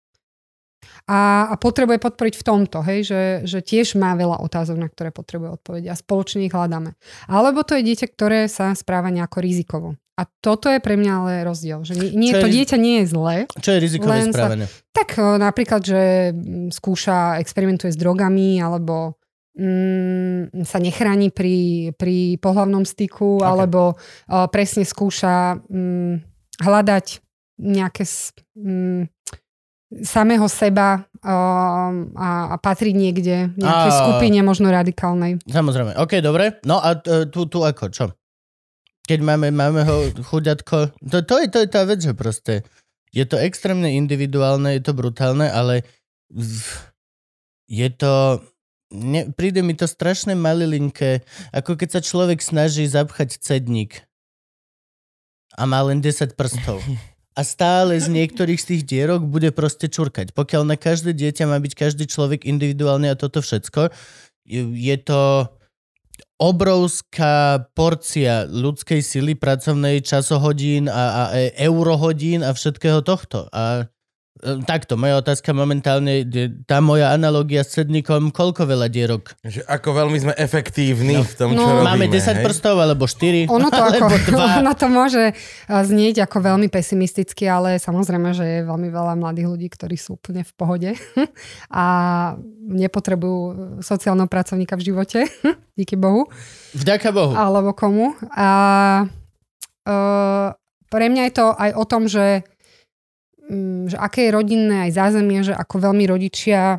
A potrebuje podporiť v tomto, že tiež má veľa otázok, na ktoré potrebuje odpovedať a spoločne ich hľadáme. Alebo to je dieťa, ktoré sa správa nejako rizikovo. A toto je pre mňa ale rozdiel. Že dieťa nie je zlé. Čo je rizikové správanie? Tak napríklad, že experimentuje s drogami, alebo sa nechráni pri pohlavnom styku, alebo presne skúša hľadať nejaké samého seba a patriť niekde nejakej skupine možno radikálnej. Samozrejme. OK, dobre. No a tu ako, čo? Keď máme ho chuďatko, to je tá vec, že proste je to extrémne individuálne, je to brutálne, ale je to... príde mi to strašne malilinké, ako keď sa človek snaží zapchať cedník a má len 10 prstov. a stále z niektorých z tých dierok bude proste čurkať. Pokiaľ na každé dieťa má byť každý človek individuálne a toto všetko, je to obrovská porcia ľudskej sily, pracovnej, časohodín a eurohodín a všetkého tohto. A takto, moja otázka momentálne, tá moja analogia s sedníkom, koľko veľa dierok? Že ako veľmi sme efektívni v tom, čo robíme. Máme 10 prstov, alebo 4, ono to alebo 2. Ono to môže znieť ako veľmi pesimisticky, ale samozrejme, že je veľmi veľa mladých ľudí, ktorí sú úplne v pohode a nepotrebujú sociálneho pracovníka v živote. Díky Bohu. Vďaka Bohu. Alebo komu. A pre mňa je to aj o tom, že aké je rodinné aj zázemie, že ako veľmi rodičia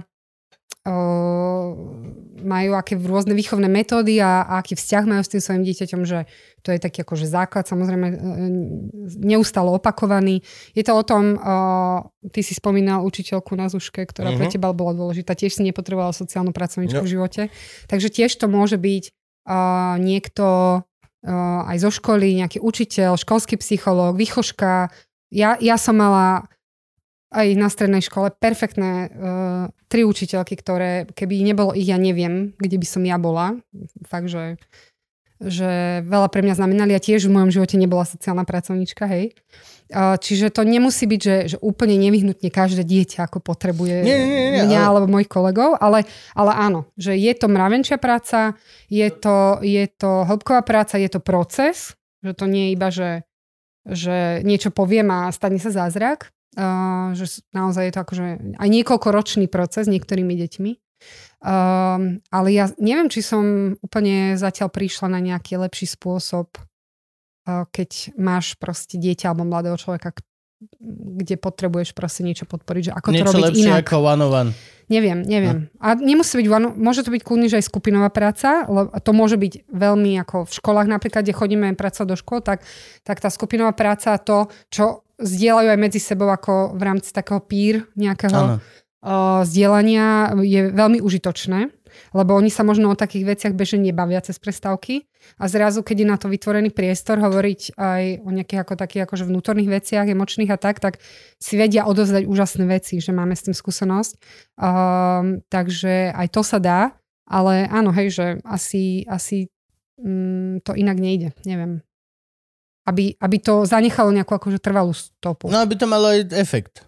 majú aké rôzne výchovné metódy a aký vzťah majú s tým svojim dieťaťom, že to je taký akože základ, samozrejme neustále opakovaný. Je to o tom, ty si spomínal učiteľku na Zuške, ktorá pre teba bola dôležitá, tiež si nepotrebovala sociálnu pracovničku v živote. Takže tiež to môže byť niekto aj zo školy, nejaký učiteľ, školský psychológ, výchožka. Ja som mala aj na strednej škole perfektné 3 učiteľky, ktoré, keby nebolo ich, ja neviem, kde by som ja bola. Fakt, že veľa pre mňa znamenali a tiež v mojom živote nebola sociálna pracovníčka, hej. Čiže to nemusí byť, že úplne nevyhnutne každé dieťa ako potrebuje mňa alebo mojich kolegov, ale áno, že je to mravenčia práca, je to hĺbková práca, je to proces, že to nie je iba, že niečo poviem a stane sa zázrak, že naozaj je to akože aj niekoľkoročný proces s niektorými deťmi. Ale ja neviem, či som úplne zatiaľ prišla na nejaký lepší spôsob, keď máš proste dieťa alebo mladého človeka, kde potrebuješ proste niečo podporiť, že ako niečo to robiť inak. Niečo lepšie ako one-on-one. Neviem. A nemusí byť môže to byť kľudne, že aj skupinová práca, lebo to môže byť veľmi ako v školách napríklad, kde chodíme pracovať do škôl, tak tá skupinová práca, to, čo zdieľajú aj medzi sebou ako v rámci takého peer nejakého zdieľania je veľmi užitočné, lebo oni sa možno o takých veciach bežne nebavia cez prestávky a zrazu, keď je na to vytvorený priestor hovoriť aj o nejakých ako takých akože vnútorných veciach, emočných a tak si vedia odovzdať úžasné veci, že máme s tým skúsenosť. Takže aj to sa dá, ale áno, hej, že asi to inak nejde, neviem. Aby to zanechalo nejakú akože trvalú stopu. No, aby to malo aj efekt.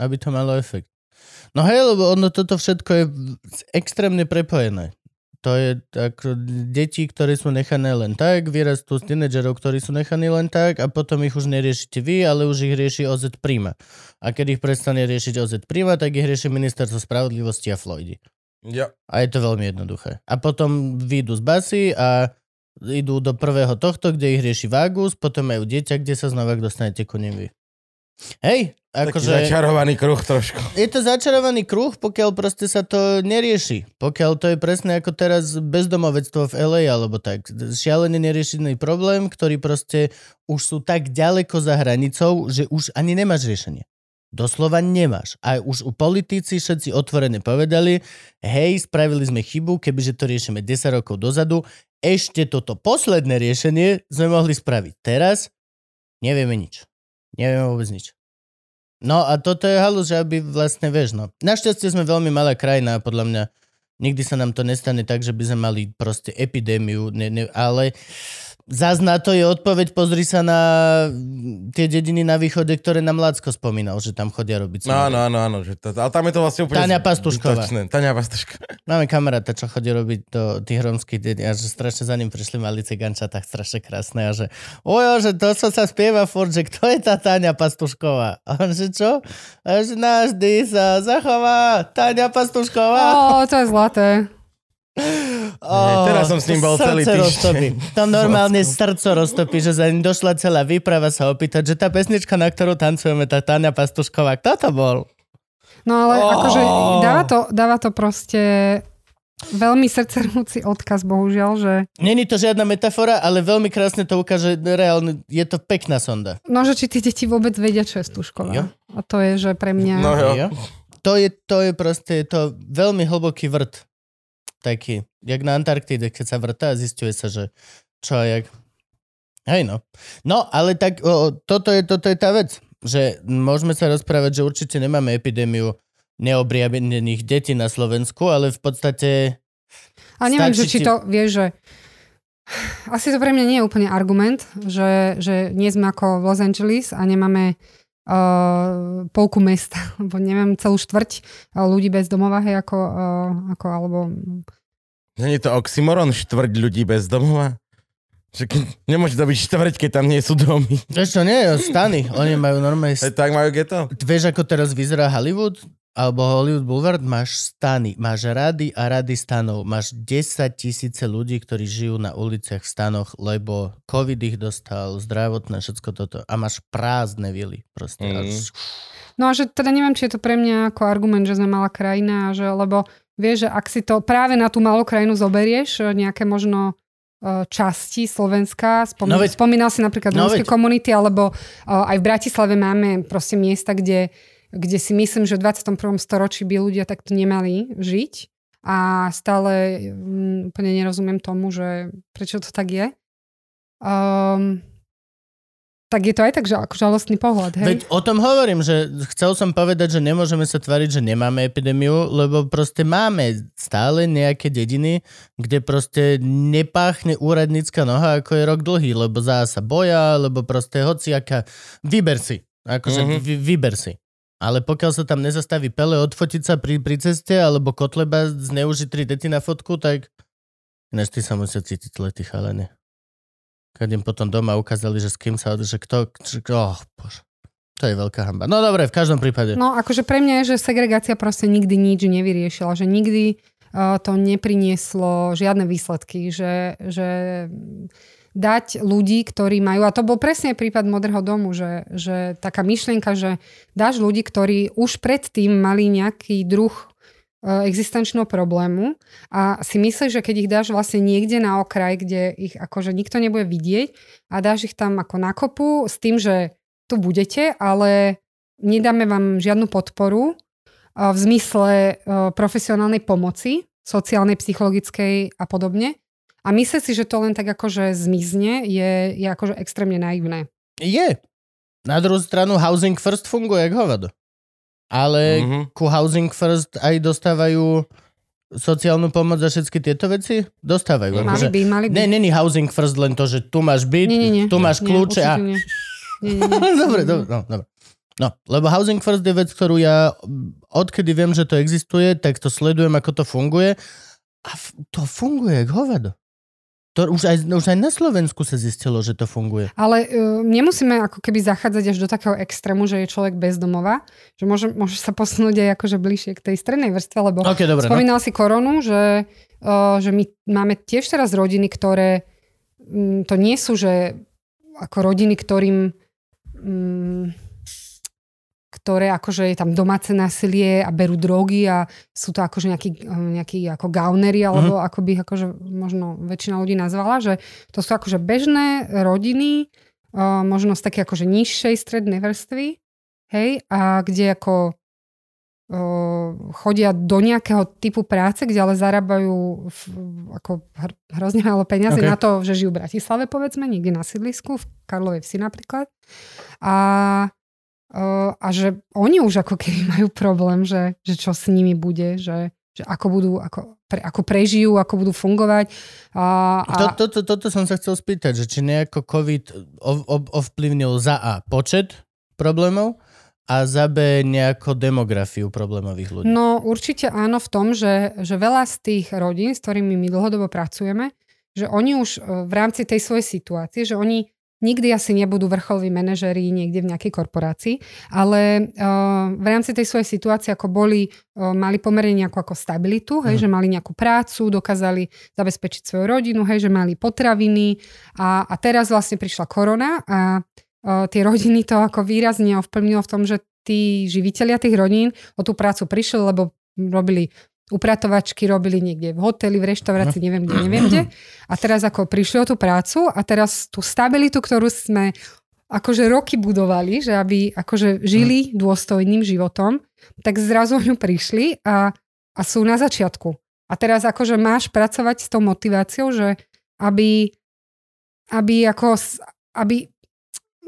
No hej, lebo toto všetko je extrémne prepojené. To je ako deti, ktoré sú nechané len tak, vyrastú z tínedžerov, ktorí sú nechaní len tak a potom ich už neriešite vy, ale už ich rieši OZ Prima. A keď ich prestane riešiť OZ Prima, tak ich rieši Ministerstvo spravodlivosti a Floydy. Ja. A je to veľmi jednoduché. A potom vyjdú z basy a idú do prvého tohto, kde ich rieši Vágus, potom majú dieťa, kde sa znova dostanete ku nim vy. Hej, akože... Taký začarovaný kruh trošku. Je to začarovaný kruh, pokiaľ proste sa to nerieši. Pokiaľ to je presne ako teraz bezdomovectvo v LA, alebo tak. Šialený neriešený problém, ktorý proste už sú tak ďaleko za hranicou, že už ani nemáš riešenie. Doslova nemáš. A už u politici všetci otvorene povedali, hej, spravili sme chybu, kebyže to riešime 10 rokov dozadu, ešte toto posledné riešenie sme mohli spraviť. Teraz nevieme nič. Nevieme vôbec nič. No a toto je halus, že aby vlastne vieš, no. Našťastie sme veľmi malá krajina a podľa mňa nikdy sa nám to nestane tak, že by sme mali proste epidémiu, ale zás na to je odpoveď, pozri sa na tie dediny na východe, ktoré nám Lácko spomínal, že tam chodia robiť. Áno, ale tam je to vlastne úplne... Táňa Pastušková. Táňa Pastušková. Máme kamaráta, čo chodí robiť do tých rómskych dedín a že strašne za ním prišli malí cigančatá, strašne krásne a že že to sa spieva furt, že kto je tá Táňa Pastušková? A on že čo? A že navždy sa zachová Táňa Pastušková. To je zlaté. Teraz som s ním bol celý týždeň. To normálne srdco roztopí, že za ním došla celá výprava sa opýtať, že tá pesnička, na ktorú tancujeme, tá Táňa Pastušková, kto to bol? No ale akože dáva to proste veľmi srdcervúci odkaz, bohužiaľ, že... Není to žiadna metafora, ale veľmi krásne to ukáže, reálne, je to pekná sonda. No, že či tie deti vôbec vedia, čo je Stužková. Jo. A to je, že pre mňa... No jo. To je proste, to veľmi hlboký vrt. Taký, jak na Antarktíde, keď sa vrtá a zisťuje sa, že čo a jak. Hej no. No, ale tak toto je tá vec. že môžeme sa rozprávať, že určite nemáme epidémiu neobriabených detí na Slovensku, ale v podstate... A neviem, že či to vieš, že asi to pre mňa nie je úplne argument, že nie sme ako v Los Angeles a nemáme polku mesta, alebo neviem, celú štvrť ľudí bez domova, hej, ako alebo... Nie je to oxymoron, štvrť ľudí bez domova? Nemôže to byť štvrť, keď tam nie sú domy. Vieš čo, nie, stany. Oni majú normálne... Tak majú geto? Vieš, ako teraz vyzerá Hollywood? Alebo Hollywood Boulevard? Máš stany. Máš rady a rady stanov. Máš 10 000 ľudí, ktorí žijú na uliciach v stanoch, lebo COVID ich dostal, zdravotné, všetko toto. A máš prázdne vily. Proste. No a že teda neviem, či je to pre mňa ako argument, že sme malá krajina, že, lebo vieš, že ak si to práve na tú malú krajinu zoberieš, nejaké možno časti Slovenska, spomínal si napríklad rómske komunity, alebo aj v Bratislave máme proste miesta, kde si myslím, že v 21. storočí by ľudia takto nemali žiť a stále úplne nerozumiem tomu, že prečo to tak je. Tak je to aj tak, že ako žalostný pohľad, hej? Veď o tom hovorím, že chcel som povedať, že nemôžeme sa tvariť, že nemáme epidémiu, lebo proste máme stále nejaké dediny, kde proste nepáchne úradnícka noha, ako je rok dlhý, lebo sa boja, lebo proste hociaká... Vyber si. Akože vyber si. Ale pokiaľ sa tam nezastaví Pele odfotiť sa pri ceste, alebo Kotleba zneužiť 3 deti na fotku, tak ináč ty sa musia cítiť letý chalene. Keď im potom doma ukázali, že s kým sa... Že kto... Bože. To je veľká hanba. No dobre, v každom prípade. No akože pre mňa je, že segregácia proste nikdy nič nevyriešila. Že nikdy to neprinieslo žiadne výsledky. Že dať ľudí, ktorí majú... A to bol presne prípad Modrého domu, že taká myšlienka, že dáš ľudí, ktorí už predtým mali nejaký druh existenčného problému a si myslíš, že keď ich dáš vlastne niekde na okraj, kde ich akože nikto nebude vidieť a dáš ich tam ako na kopu s tým, že tu budete, ale nedáme vám žiadnu podporu v zmysle profesionálnej pomoci, sociálnej, psychologickej a podobne. A myslieť si, že to len tak akože zmizne, je akože extrémne naivné. Je. Na druhú stranu Housing First funguje jak hovado. Ale ku Housing First aj dostávajú sociálnu pomoc za všetky tieto veci? Dostávajú. Mali by. Není Housing First len to, že tu máš byt, tu máš kľúče a... Nie. Dobre. No, lebo Housing First je vec, ktorú ja odkedy viem, že to existuje, tak to sledujem, ako to funguje. A to funguje jak hovado. To už aj na Slovensku sa zistilo, že to funguje. Ale nemusíme ako keby zachádzať až do takého extrému, že je človek bez domova, že môže sa posunúť aj akože bližšie k tej strednej vrstve, lebo spomínal si koronu, že my máme tiež teraz rodiny, ktoré to nie sú, že ako rodiny, ktoré akože je tam domáce násilie a berú drogy a sú to akože nejakí ako gaunery, alebo ako by akože možno väčšina ľudí nazvala, že to sú akože bežné rodiny, možno z také akože nižšej strednej vrstvy, hej, a kde ako chodia do nejakého typu práce, kde ale zarábajú ako hrozne málo peniazy na to, že žijú v Bratislave, povedzme, niekde na sídlisku, v Karlovej Vsi napríklad. A že oni už ako keby majú problém, že čo s nimi bude, že ako budú, ako prežijú, ako budú fungovať. Toto som sa chcel spýtať, že či nejako COVID ovplyvnil za A počet problémov a za B nejako demografiu problémových ľudí. No určite áno v tom, že veľa z tých rodín, s ktorými my dlhodobo pracujeme, že oni už v rámci tej svojej situácie, že oni nikdy asi nebudú vrcholoví manažeri niekde v nejakej korporácii, ale v rámci tej svojej situácie, ako mali pomerne nejakú ako stabilitu, hej, že mali nejakú prácu, dokázali zabezpečiť svoju rodinu, hej, že mali potraviny a teraz vlastne prišla korona a tie rodiny to ako výrazne ovplyvnilo v tom, že tí živitelia tých rodín o tú prácu prišli, lebo robili upratovačky, robili niekde v hoteli, v reštaurácii, neviem kde. A teraz ako prišli o tú prácu a teraz tú stabilitu, ktorú sme akože roky budovali, že aby akože žili dôstojným životom, tak zrazu ňu prišli a sú na začiatku. A teraz akože máš pracovať s tou motiváciou, že aby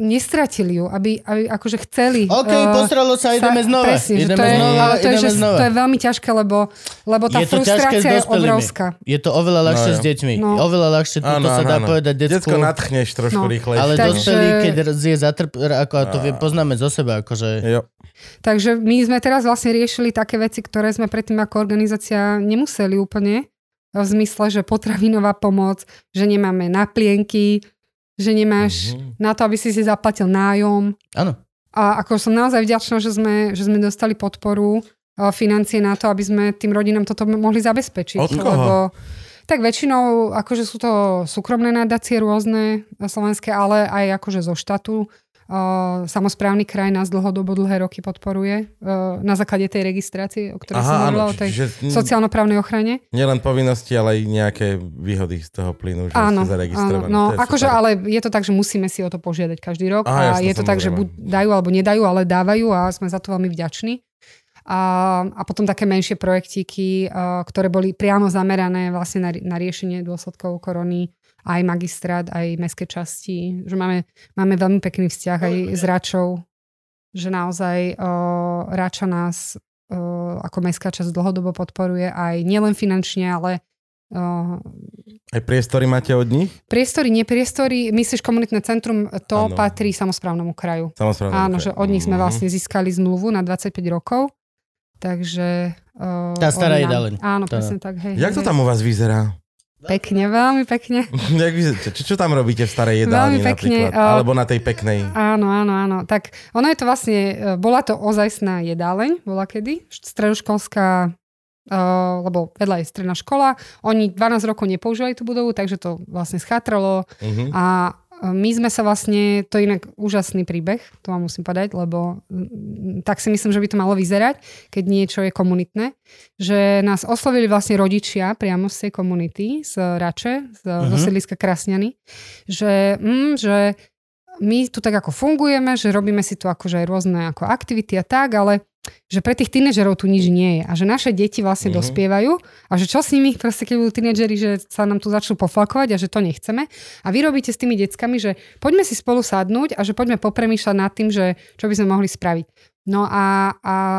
nestratili ju, aby akože chceli. OK, posralo sa, ideme znova. Presne, to je veľmi ťažké, lebo tá frustrácia je obrovská. Je to oveľa ľahšie s deťmi. Oveľa ľahšie to sa dá povedať decku. Decko natchneš trošku rýchlejšie. Ale dospelí, keď je ako to poznáme zo seba. Akože... Takže my sme teraz vlastne riešili také veci, ktoré sme predtým ako organizácia nemuseli úplne. V zmysle, že potravinová pomoc, že nemáme naplienky, že nemáš na to, aby si zaplatil nájom. Áno. A ako som naozaj vďačná, že sme dostali podporu, financie na to, aby sme tým rodinám toto mohli zabezpečiť. Od koho? Lebo, tak väčšinou akože sú to súkromné nadácie rôzne slovenské, ale aj akože zo štátu. Samosprávny kraj nás dlhé roky podporuje na základe tej registrácie, o ktorej som hovorila, o tej sociálno-právnej ochrane. Nielen povinnosti, ale aj nejaké výhody z toho plynú, že ste zaregistrovaní. Áno, akože, ale je to tak, že musíme si o to požiadať každý rok a je to tak, že buď dajú alebo nedajú, ale dávajú a sme za to veľmi vďační. A potom také menšie projektíky, ktoré boli priamo zamerané vlastne na riešenie dôsledkov korony, aj magistrát, aj mestské časti, že máme veľmi pekný vzťah aj s Račou, že naozaj Rača nás ako mestská časť dlhodobo podporuje aj nielen finančne, ale aj priestory máte od nich? Priestory, myslíš komunitné centrum, to patrí samosprávnemu kraju. Áno, že od nich sme vlastne získali zmluvu na 25 rokov, takže... Tá stará jedáleň. Áno, presne tak. Hej, jak to tam u vás vyzerá? Pekne, veľmi pekne. Čo tam robíte v starej jedálni napríklad? Alebo na tej peknej? Áno. Tak ono je to vlastne, bola to ozajstná jedáleň, bola kedy, stredoškolská, lebo vedľa je stredná škola. Oni 12 rokov nepoužívali tú budovu, takže to vlastne schátralo. A my sme sa vlastne, to je inak úžasný príbeh, to vám musím povedať, lebo tak si myslím, že by to malo vyzerať, keď niečo je komunitné, že nás oslovili vlastne rodičia priamo z tej komunity, z Rače, zo sídliska Krasňany, že my tu tak ako fungujeme, že robíme si tu akože aj rôzne ako aktivity a tak, ale že pre tých tínedžerov tu nič nie je a že naše deti vlastne dospievajú a že čo s nimi, proste keď budú tínedžeri, že sa nám tu začnú pofalkovať a že to nechceme a vy robíte s tými deckami, že poďme si spolu sadnúť a že poďme popremýšľať nad tým, že čo by sme mohli spraviť. No a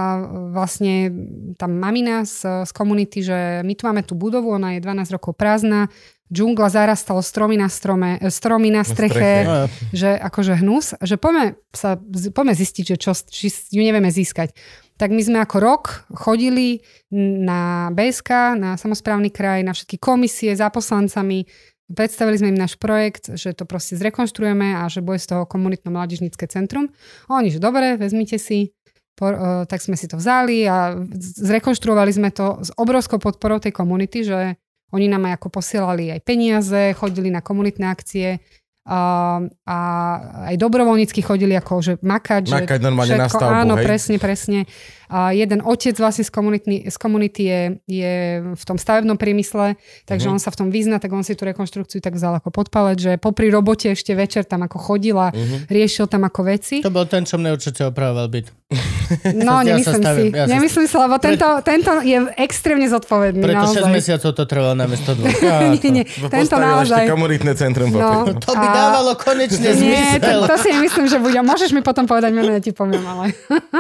vlastne tam mamina z komunity, že my tu máme tú budovu, ona je 12 rokov prázdna, džungla zarastalo stromy na streche, že akože hnus, že poďme zistiť, že či ju nevieme získať. Tak my sme ako rok chodili na BSK, na samosprávny kraj, na všetky komisie za poslancami, predstavili sme im náš projekt, že to proste zrekonštruujeme a že bude z toho komunitno-mládežnícke centrum. A oni, že dobre, vezmite si. Tak sme si to vzali a zrekonštruovali sme to s obrovskou podporou tej komunity, že oni nám aj ako posielali aj peniaze, chodili na komunitné akcie a aj dobrovoľnícky chodili ako že makať normálne všetko, na stavbu, áno, hej? presne. A jeden otec vlastne z komunity je v tom stavebnom priemysle, takže on sa v tom vyzná, tak on si tú rekonštrukciu tak vzal ako podpaleť, že popri robote ešte večer tam ako chodil a riešil tam ako veci. To bol ten, čo mne určite opravoval byt. No, nemyslím si, lebo tento je extrémne zodpovedný. Preto naozaj. 6 mesiacov to trvalo namiesto 2. Nie, tento naozaj. Ešte komunitné centrum. No, to by dávalo konečne zmysel. zmysel. To si nemyslím, že bude. Môžeš mi potom povedať meno, ja ti poviem, ale...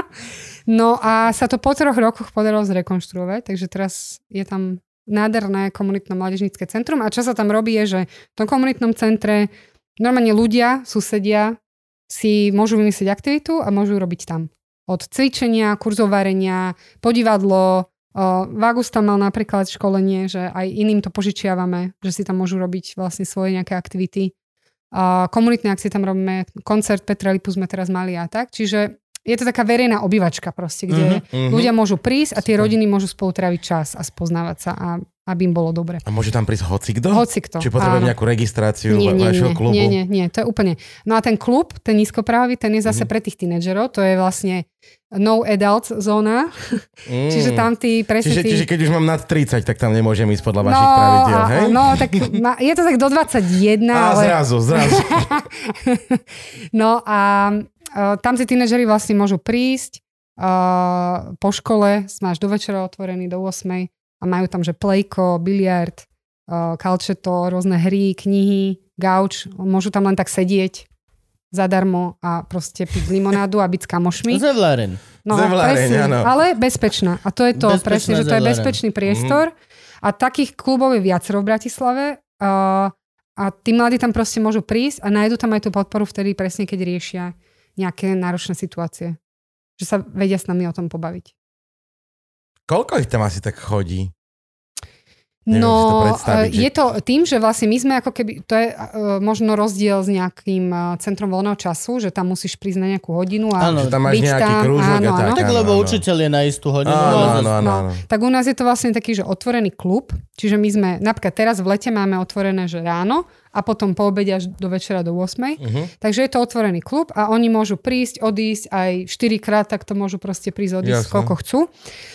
No a sa to po 3 rokoch podarilo zrekonštruovať, takže teraz je tam nádherné komunitno-mládežnícke centrum a čo sa tam robí je, že v tom komunitnom centre normálne ľudia, susedia si môžu vymyslieť aktivitu a môžu robiť tam. Od cvičenia, kurzov varenia, podivadlo, Vagus tam mal napríklad školenie, že aj iným to požičiavame, že si tam môžu robiť vlastne svoje nejaké aktivity. Komunitné akcie tam robíme, koncert Petra Lipu sme teraz mali a tak, čiže je to taká verejná obývačka proste, kde ľudia môžu prísť a tie rodiny môžu spolu tráviť čas a spoznávať sa a aby im bolo dobre. A môže tam prísť hocikto? Hocikto. Či potrebujem nejakú registráciu vašeho klubu? Nie, to je úplne. No a ten klub, ten nízkoprávový, ten je zase pre tých tínedžerov, to je vlastne no adult zóna. Čiže tam tí presne Čiže keď už mám nad 30, tak tam nemôžem ísť podľa vašich pravidiel, hej? No, tak je to tak do 21. Ale... Zrazu. No a tam si tínedžeri vlastne môžu prísť po škole, máš do večera otvorený, do 8 a majú tam, že plejko, biliard, kalčeto, rôzne hry, knihy, gauč, môžu tam len tak sedieť zadarmo a proste piť limonádu a byť s kamošmi. Zevláreň. No, Zevláreň, presne, áno. ale bezpečná. A to je to, Bezpečná presne, že to je zevláreň. bezpečný priestor. A takých klubov je viacero v Bratislave. A tí mladí tam proste môžu prísť a nájdu tam aj tú podporu vtedy presne, keď riešia nejaké náročné situácie. Že sa vedia s nami o tom pobaviť. Koľko ich tam asi tak chodí? Neviem si to No, predstaviť, že- je to tým, že vlastne my sme ako keby, to je možno rozdiel s nejakým centrom voľného času, že tam musíš prísť na nejakú hodinu a Áno, Že tam máš byť nejaký tam, krúžok áno, a tak. áno. Tak áno, lebo áno. učiteľ je na istú hodinu. Áno, áno. Tak u nás je to vlastne taký, že otvorený klub, čiže my sme, napríklad teraz v lete máme otvorené, že ráno a potom po obede až do večera do 8. Takže je to otvorený klub a oni môžu prísť, odísť aj 4-krát, tak to môžu proste prísť, odísť, Jasné. koľko chcú.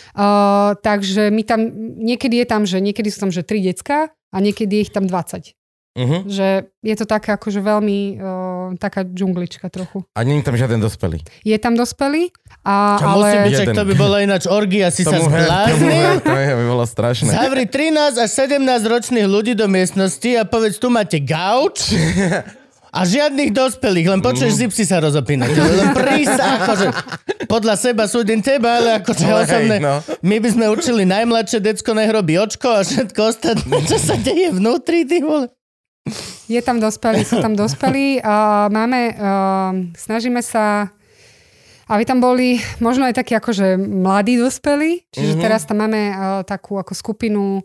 Takže my tam, niekedy sú tam, že 3 decká a niekedy je ich tam 20. Že je to také akože veľmi taká džunglička trochu. A nie je tam žiaden dospelý. Je tam dospelý, Čo musí byť, ale... čak to by bolo ináč orgia, si sa Tomu zbláznil. to by bolo strašné. Zavri 13 až 17 ročných ľudí do miestnosti a povedz, tu máte gauč a žiadnych dospelých, len počuješ zipsy sa rozopínať. Len prísa, akože podľa seba súdim teba, ale akože Ale hej, osobné. no. My by sme učili najmladšie decko, nech robí očko a všetko ostatné, čo sa deje vnútri, ty vole. Je tam dospelí, sú tam dospelí a snažíme sa, aby tam boli možno aj takí akože mladí dospelí, čiže teraz tam máme takú ako skupinu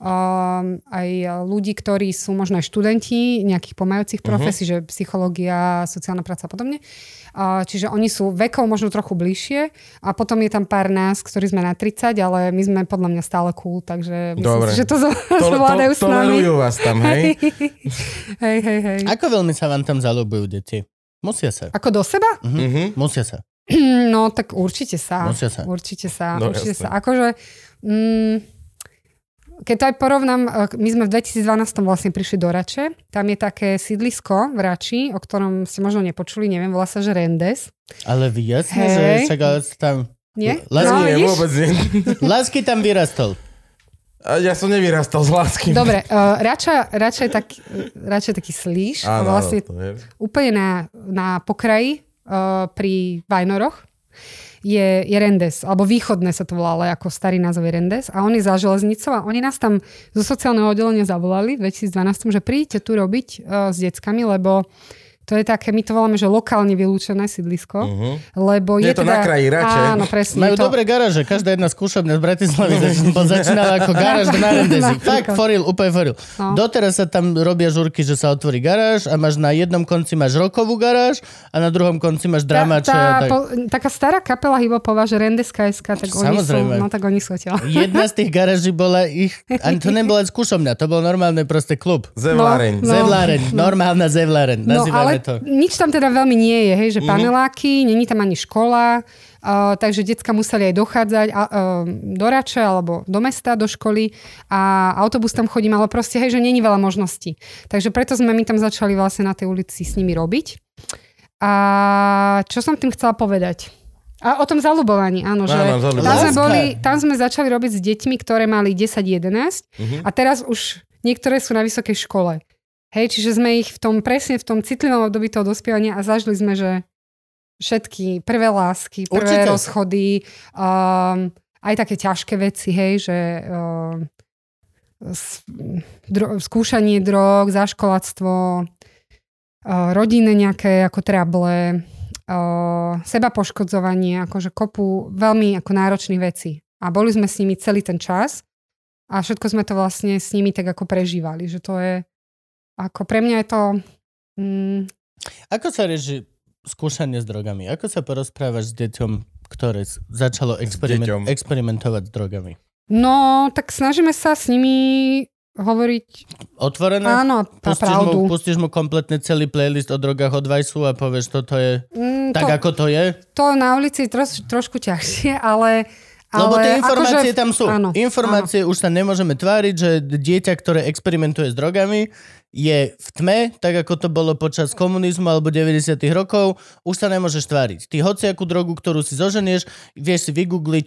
aj ľudí, ktorí sú možno aj študenti nejakých pomáhajúcich profesí, že psychológia, sociálna práca a podobne. Čiže oni sú vekov možno trochu bližšie a potom je tam pár nás, ktorí sme na 30, ale my sme podľa mňa stále cool, takže myslím Dobre. si, že to zvládajú s nami. Tolerujú vás tam, hej? Hej. Ako veľmi sa vám tam zaľubujú deti? Musia sa. Ako do seba? Musia sa. No, tak určite sa. Musia sa. Určite sa. No, Určite jasné. sa. Akože, keď to aj porovnám, my sme v 2012 vlastne prišli do Rače. Tam je také sídlisko v Rači, o ktorom ste možno nepočuli, neviem, volá sa, že Rendes. Ale vy jasne, Hej. že však ale tam... Nie? Lásky, Nie, vidíš? vôbec nie. Lásky tam vyrastol. A ja som nevyrastal z lásky. Dobre, Rača je taký slíš. Áno, Vlastne to je. úplne na pokraji pri Vajnoroch je Rendes, alebo východné sa to volá, ale ako starý názov je Rendes. A on je za železnicou a oni nás tam zo sociálneho oddelenia zavolali v 2012, že príďte tu robiť s deckami, lebo to je také, my to voláme, že lokálne vylúčené sídlisko, lebo Je je to teda... na kraji Rače. Áno, presne. Majú je to... dobré garáže. Každá jedna skúšobňa z Bratislavy začínala ako garáž na Rendezi. Fakt, úplne foril. No. Doteraz sa tam robia žurky, že sa otvorí garáž a máš na jednom konci máš rokovú garáž a na druhom konci máš dramače. a tak. Taká stará kapela hiphopová, že Rendes KSK, tak Samozrejme. oni sú odtiaľ. Jedna z tých garáží bola ich... Ani to nebola skúšobňa, to bol normálne proste klub. Zevláreň. No. Zevláreň, normálna zevláreň. No Nazývame ale to. nič tam teda veľmi nie je, hej, že paneláky, není tam ani škola, takže decka museli aj dochádzať do Rače alebo do mesta, do školy a autobus tam chodím, ale proste, hej, že není veľa možností. Takže preto sme my tam začali vlastne na tej ulici s nimi robiť. A čo som tým chcela povedať? A o tom zaľubovaní, áno, že zaľubovaní. tam sme začali robiť s deťmi, ktoré mali 10-11 a teraz už niektoré sú na vysokej škole. Hej, čiže sme ich presne v tom citlivom období toho dospievania a zažili sme, že všetky prvé lásky, prvé rozchody, aj také ťažké veci, hej, že skúšanie drog, zaškoláctvo, rodinné nejaké ako trable, sebapoškodzovanie, akože kopu veľmi ako náročných vecí. A boli sme s nimi celý ten čas a všetko sme to vlastne s nimi tak ako prežívali, že to je ako pre mňa je to... Ako sa rieši skúšanie s drogami? Ako sa porozprávaš s deťom, ktoré začalo experimentovať s drogami? No, tak snažíme sa s nimi hovoriť... Otvorené? Áno, pravdu. Pustíš mu kompletne celý playlist o drogách od Vajsu a povieš, toto je tak, ako to je? To na ulici trošku ťažšie, ale... Lebo tie informácie akože, tam sú. Áno, informácie už sa nemôžeme tváriť, že dieťa, ktoré experimentuje s drogami, je v tme, tak ako to bolo počas komunizmu alebo 90. rokov, už sa nemôžeš tváriť. Ty hociakú drogu, ktorú si zoženieš, vieš si vygoogliť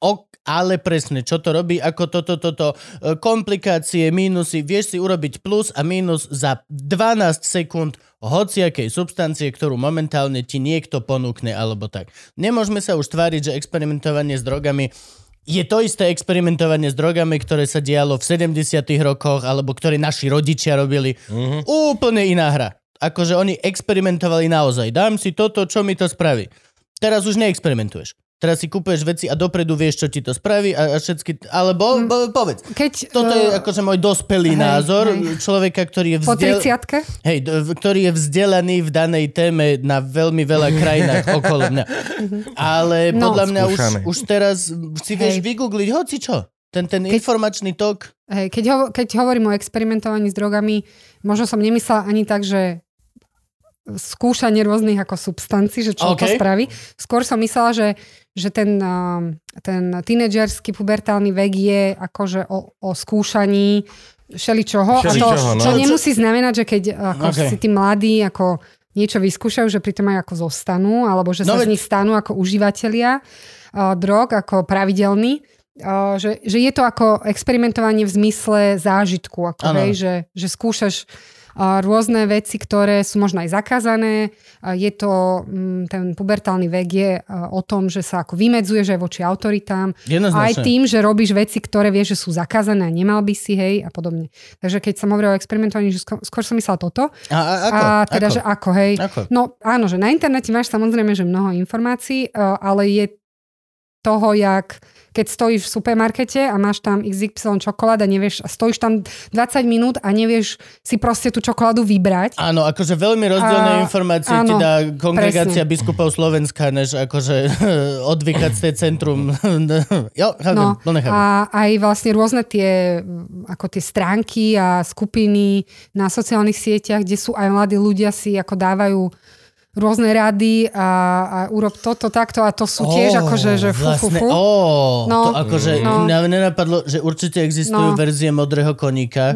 ale presne, čo to robí, ako toto, komplikácie, mínusy, vieš si urobiť plus a mínus za 12 sekúnd hociakej substancie, ktorú momentálne ti niekto ponúkne, alebo tak. Nemôžeme sa už tváriť, že experimentovanie s drogami je to isté experimentovanie s drogami, ktoré sa dialo v 70. rokoch, alebo ktoré naši rodičia robili. Úplne iná hra. Akože oni experimentovali naozaj. Dám si toto, čo mi to spraví. Teraz už neexperimentuješ. Teraz si kúpuješ veci a dopredu vieš, čo ti to spraví a všetky... Alebo povedz. Toto je akože môj dospelý názor človeka, ktorý je po 30-ke? Ktorý je vzdelaný v danej téme na veľmi veľa krajinách okolo mňa. Ale podľa mňa už teraz si vieš vygoogliť hoci čo. Ten informačný tok. Keď hovorím o experimentovaní s drogami, možno som nemyslela ani tak, že skúšanie rôznych ako substancií, že čo to spraví. Skôr som myslela, že ten tínedžerský pubertálny vek je akože o skúšaní všeličoho. Čo nemusí znamenať, že keď si tí mladí ako niečo vyskúšajú, že pritom aj ako zostanú, alebo že sa z nich stanú ako užívateľia drog, ako pravidelní. Že je to ako experimentovanie v zmysle zážitku. Že skúšaš rôzne veci, ktoré sú možno aj zakázané. Je to, ten pubertálny vek je o tom, že sa ako vymedzuješ aj voči autoritám. Aj tým, že robíš veci, ktoré vieš, že sú zakázané a nemal by si, hej, a podobne. Takže keď som hovorila o experimentovaní, že skôr som myslela toto. Že ako, hej. Ako? No áno, že na internete máš samozrejme, že mnoho informácií, ale je toho, keď stojíš v supermarkete a máš tam XY čokolád a nevieš, a stojíš tam 20 minút a nevieš si proste tú čokoládu vybrať. Áno, akože veľmi rozdielne informácie ti dá Kongregácia biskupov Slovenska, než akože odvykať z tej centrum. A aj vlastne rôzne tie stránky a skupiny na sociálnych sieťach, kde sú aj mladí ľudia si ako dávajú rôzne rady a urob toto, takto a to sú tiež akože, že vlastne, to akože mňa nenapadlo, že určite existujú verzie modrého koníka.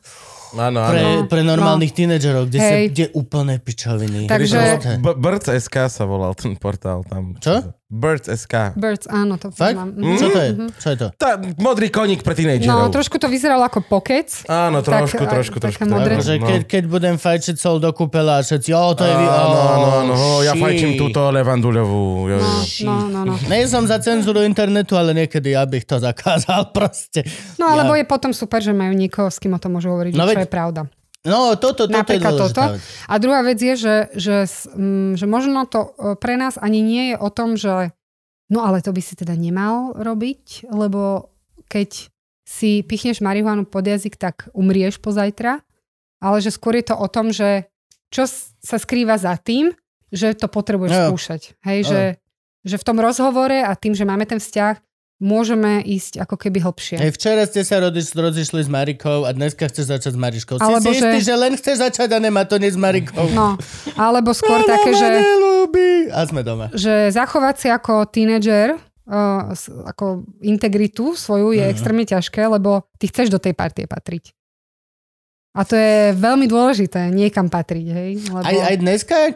Pre normálnych tínedžerov, kde úplne pičoviny. Takže Birds.sk sa volal ten portál tam. Čo? Birds.sk. Birds, áno, to poznám. Čo to je? Čo je to? Modrý koník pre tínedžerov. No, trošku to vyzeralo ako Pokec. Áno, trošku. Keď budem fajčiť sol do kúpela a všetci, to je áno, ja fajčím túto levanduľovú. No. Nie som za cenzúru internetu, ale niekedy ja bych to zakázal proste. No, alebo je potom super, že majú niekoho, s kým o tom môžu hovoriť, čo je pravda. No, toto je dôležitá vec. A druhá vec je, že možno to pre nás ani nie je o tom, že no ale to by si teda nemal robiť, lebo keď si pichneš marihuanu pod jazyk, tak umrieš pozajtra, ale že skôr je to o tom, že čo sa skrýva za tým, že to potrebuješ skúšať. Hej, že v tom rozhovore a tým, že máme ten vzťah, môžeme ísť ako keby hlbšie. Včera ste sa rozišli s Marikou a dneska chceš začať s Mariškou. Si istý, že len chceš začať a nemá to nie s Marikou. No, alebo skôr také, že a sme doma. Že zachovať si ako tínedžer ako integritu svoju je extrémne ťažké, lebo ty chceš do tej partie patriť. A to je veľmi dôležité, niekam patriť, hej? Lebo... Aj dneska,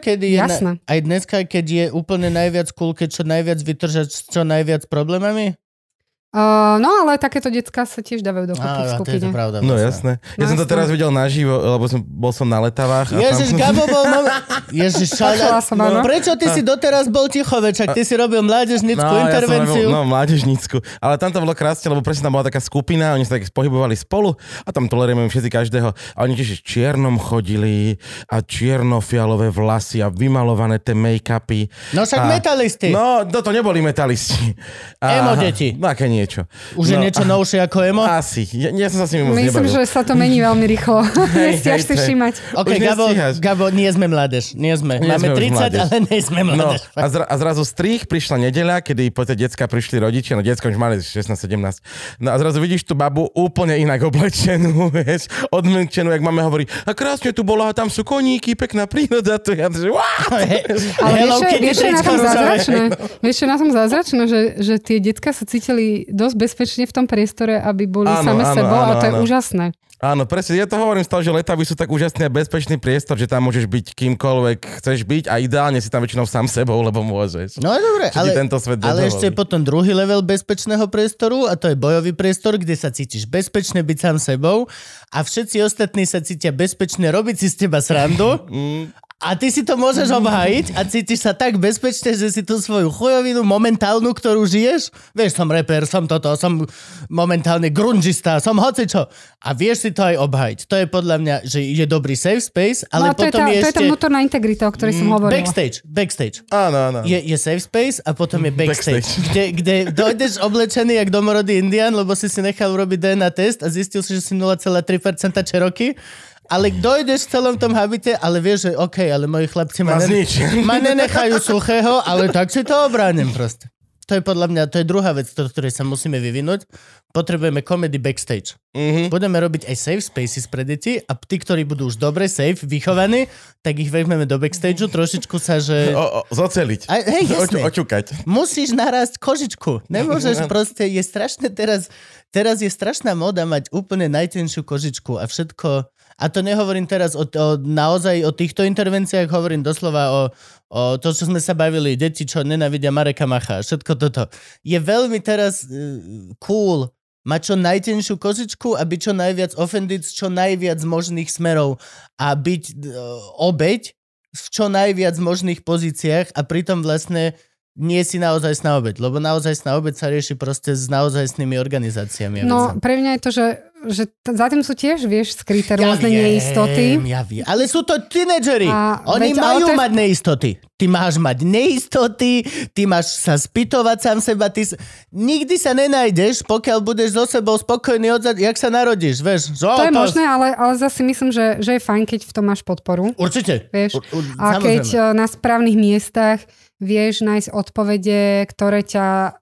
keď je úplne najviac cool, keď čo najviac vytržať s čo najviac problémami? No, ale takéto decká sa tiež dávajú dokopy v skupine. To je pravda. No jasné. Ja som to teraz videl naživo, lebo bol som na letavách. Ježiš, Gabo bol... Ježiš, prečo ty si doteraz bol ticho, večak? Ty si robil mládežnickú intervenciu. Mládežnickú. Ale tam to bolo krásne, lebo presne tam bola taká skupina, oni sa tak pohybovali spolu a tam tolerujeme všetci každého. A oni tiež čiernom chodili a čierno-fialové vlasy a vymalované tie make-upy. No však metalisti. No, to neboli metalisti. Emo deti. No aké niečo. Už je niečo novšie ako emo? Asi. Ja som sa s nimi moc nebavil. Myslím, že sa to mení veľmi rýchlo. Nestiaž si všímať. Ok, Gabo, nie sme mládež. Nie sme. Máme 30, ale nie sme mládež. No, a zrazu strých prišla nedeľa, kedy po tie decka prišli rodičia, no decka už mali 16-17. No a zrazu vidíš tú babu úplne inak oblečenú, vieš, odmlčenú, jak mama hovorí, a krásne tu bola, a tam sú koníky, pekná príroda. Tu ja, že vieš, čo na tom zázračné, že tie decka sa cítili dosť bezpečne v tom priestore, aby boli same sebou a to je úžasné. Áno, presne, ja to hovorím stále, že letavy sú tak úžasný a bezpečný priestor, že tam môžeš byť kýmkoľvek chceš byť a ideálne si tam väčšinou sám sebou, lebo môžeš. No dobre, ale ešte je potom druhý level bezpečného priestoru a to je bojový priestor, kde sa cítiš bezpečne byť sám sebou a všetci ostatní sa cítia bezpečne robiť si z teba srandu. A ty si to môžeš obhájiť a cítiš sa tak bezpečne, že si tú svoju chujovinu momentálnu, ktorú žiješ, vieš, som reper, som toto, som momentálne grungista, som hocičo. A vieš si to aj obhájiť. To je podľa mňa, že je dobrý safe space, ale potom je ešte... To je tá vnútorná integrita, o ktorej som hovorila. Backstage. Áno. Je safe space a potom je backstage. Kde dojdeš oblečený jak domorodý Indian, lebo si nechal urobiť DNA test a zistil si, že si 0,3% Cherokee. Ale dojdeš v celom tom habite, ale vieš, že OK, ale moji chlapci ma nenechajú suchého, ale tak si to obránim proste. To je podľa mňa, to je druhá vec, ktorej sa musíme vyvinúť. Potrebujeme comedy backstage. Budeme robiť aj safe spaces pre deti a tí, ktorí budú už dobre, safe, vychovaní, tak ich vezmeme do backstageu, trošičku sa, že... Zoceliť. Hej, jasne. Oťukať. Musíš narásť kožičku. Nemôžeš proste, je strašné teraz je strašná móda mať úplne najtenšiu kožičku a všetko... A to nehovorím teraz naozaj o týchto intervenciách, hovorím doslova o to, čo sme sa bavili, deti, čo nenávidia Mareka Macha, všetko toto. Je veľmi teraz cool mať čo najtenšiu kožičku a byť čo najviac offended z čo najviac možných smerov a byť obeť v čo najviac možných pozíciách a pritom vlastne nie si naozajstná obeť, lebo naozajstná obeť sa rieši proste s naozajstnými organizáciami. No, pre mňa je to, že za tým sú tiež, vieš, skryté rôzne neistoty. Ja viem, ale sú to tínedžeri. Oni majú mať neistoty. Ty máš mať neistoty, ty máš sa spýtovať sám seba, nikdy sa nenájdeš, pokiaľ budeš so sebou spokojný jak sa narodíš, vieš. To je možné, ale zase myslím, že je fajn, keď v tom máš podporu. Určite. Vieš? A keď na správnych miestach vieš nájsť odpovede, ktoré ťa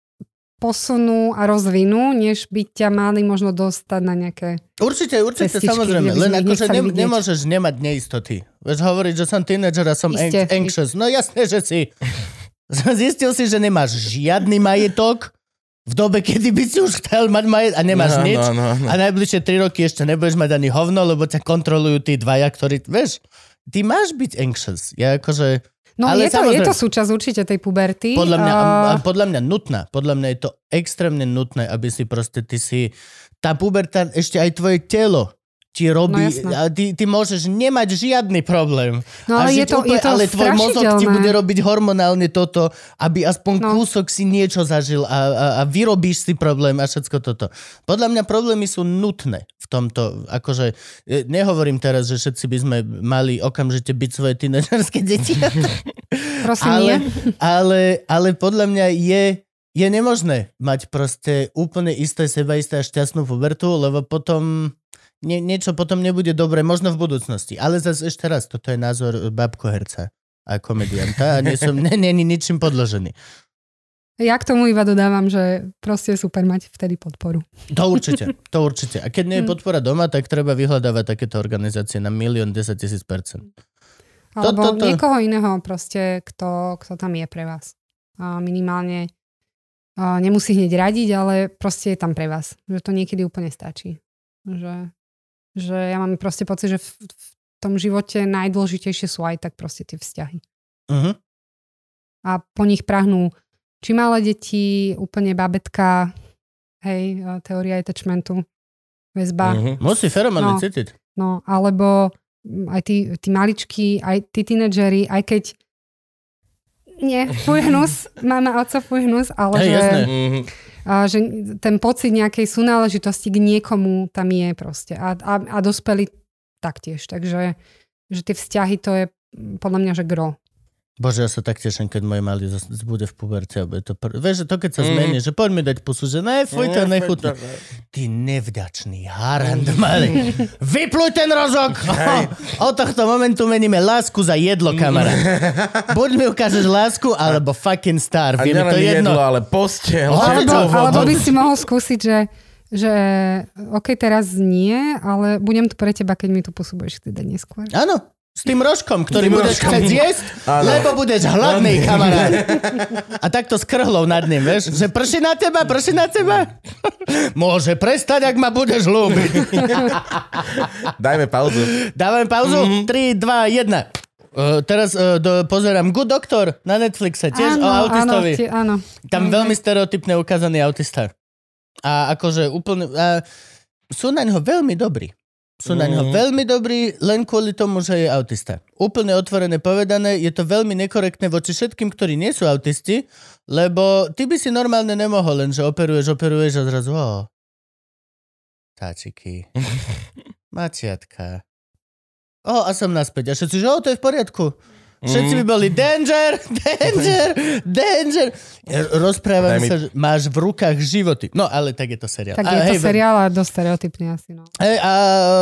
posunú a rozvinú, než by ťa mali možno dostať na nejaké Určite, samozrejme. Len akože nemôžeš nemať neistoty. Vieš hovoriť, že som teenager a som anxious. No jasné, že si. Zistil si, že nemáš žiadny majetok v dobe, kedy by si už chcel mať majetok a nemáš nič. No. A najbližšie 3 roky ešte nebudeš mať ani hovno, lebo ťa kontrolujú tí dvaja, ktorí... Vieš, ty máš byť anxious. Ja akože... No ale je to súčasť určite tej puberty. Podľa mňa nutná. Podľa mňa je to extrémne nutné, aby si proste tá puberta, ešte aj tvoje telo ti robí, a ty môžeš nemať žiadny problém. No ale je to ale tvoj mozog ti bude robiť hormonálne toto, aby aspoň kúsok si niečo zažil a vyrobíš si problém a všetko toto. Podľa mňa problémy sú nutné v tomto. Akože nehovorím teraz, že všetci by sme mali okamžite byť svoje tínedžerské deti. Prosím, ale podľa mňa je nemožné mať proste úplne isté sebaisté a šťastnú pubertu, lebo potom niečo potom nebude dobre, možno v budúcnosti. Ale zase ešte raz, toto je názor babkoherca a komedianta a nie ničím podložený. Ja k tomu iba dodávam, že proste je super mať vtedy podporu. To určite. A keď nie je podpora doma, tak treba vyhľadávať takéto organizácie na 1 10 000%. Alebo niekoho iného proste, kto tam je pre vás. Minimálne nemusí hneď radiť, ale proste je tam pre vás. Že to niekedy úplne stačí. Že ja mám proste pocit, že v tom živote najdôležitejšie sú aj tak proste tie vzťahy. Uh-huh. A po nich prahnú či malé deti, úplne babetka, hej, teória attachmentu, väzba. Uh-huh. Musí feromálne cítiť. No, alebo aj tí maličky, aj tí tínedžeri, aj keď fuj hnus, mama, oco, fuj hnus, ale že ten pocit nejakej súnáležitosti k niekomu tam je proste. A dospeli taktiež. Takže že tie vzťahy, to je podľa mňa, že gro. Bože, ja sa tak teším, keď môj malý bude v puberte. Vieš, že to keď sa zmení, že poď mi dať pusu, že fuj, to nechutné. Ty nevďačný harant malý. Vypluj ten rozok! Od tohto momentu meníme lásku za jedlo, kamarát. Buď mi ukážeš lásku, alebo fucking star. A nielen jedlo, ale posteľ. Alebo by si mohol skúsiť, že OK, teraz nie, ale budem tu pre teba, keď mi tú pusu budeš chcieť dať neskôr. Áno. S tým rožkom, ktorý budeš chcieť zjesť, lebo budeš hladný, kamarát. A takto s krhlou nad ním, vieš? Že prší na teba. Môže prestať, ak ma budeš ľúbiť. Dajme pauzu. Dávame pauzu? 3, 2, 1. Teraz pozerám Good Doctor na Netflixe, tiež o autistovi. Áno. Tam veľmi stereotypne ukázaný autista. A akože úplne... sú na ňo veľmi dobrí. Len kvôli tomu, že je autista. Úplne otvorené povedané, je to veľmi nekorektné voči všetkým, ktorí nie sú autisti, lebo ty by si normálne nemohol, len že operuješ a zrazu táčiky, mačiatka. A som naspäť. A všetci, že to je v poriadku. Všetci by boli danger. Rozprávame sa, že máš v rukách životy. No, ale tak je to seriál. Tak je to seriál a dosť stereotypný asi, no. A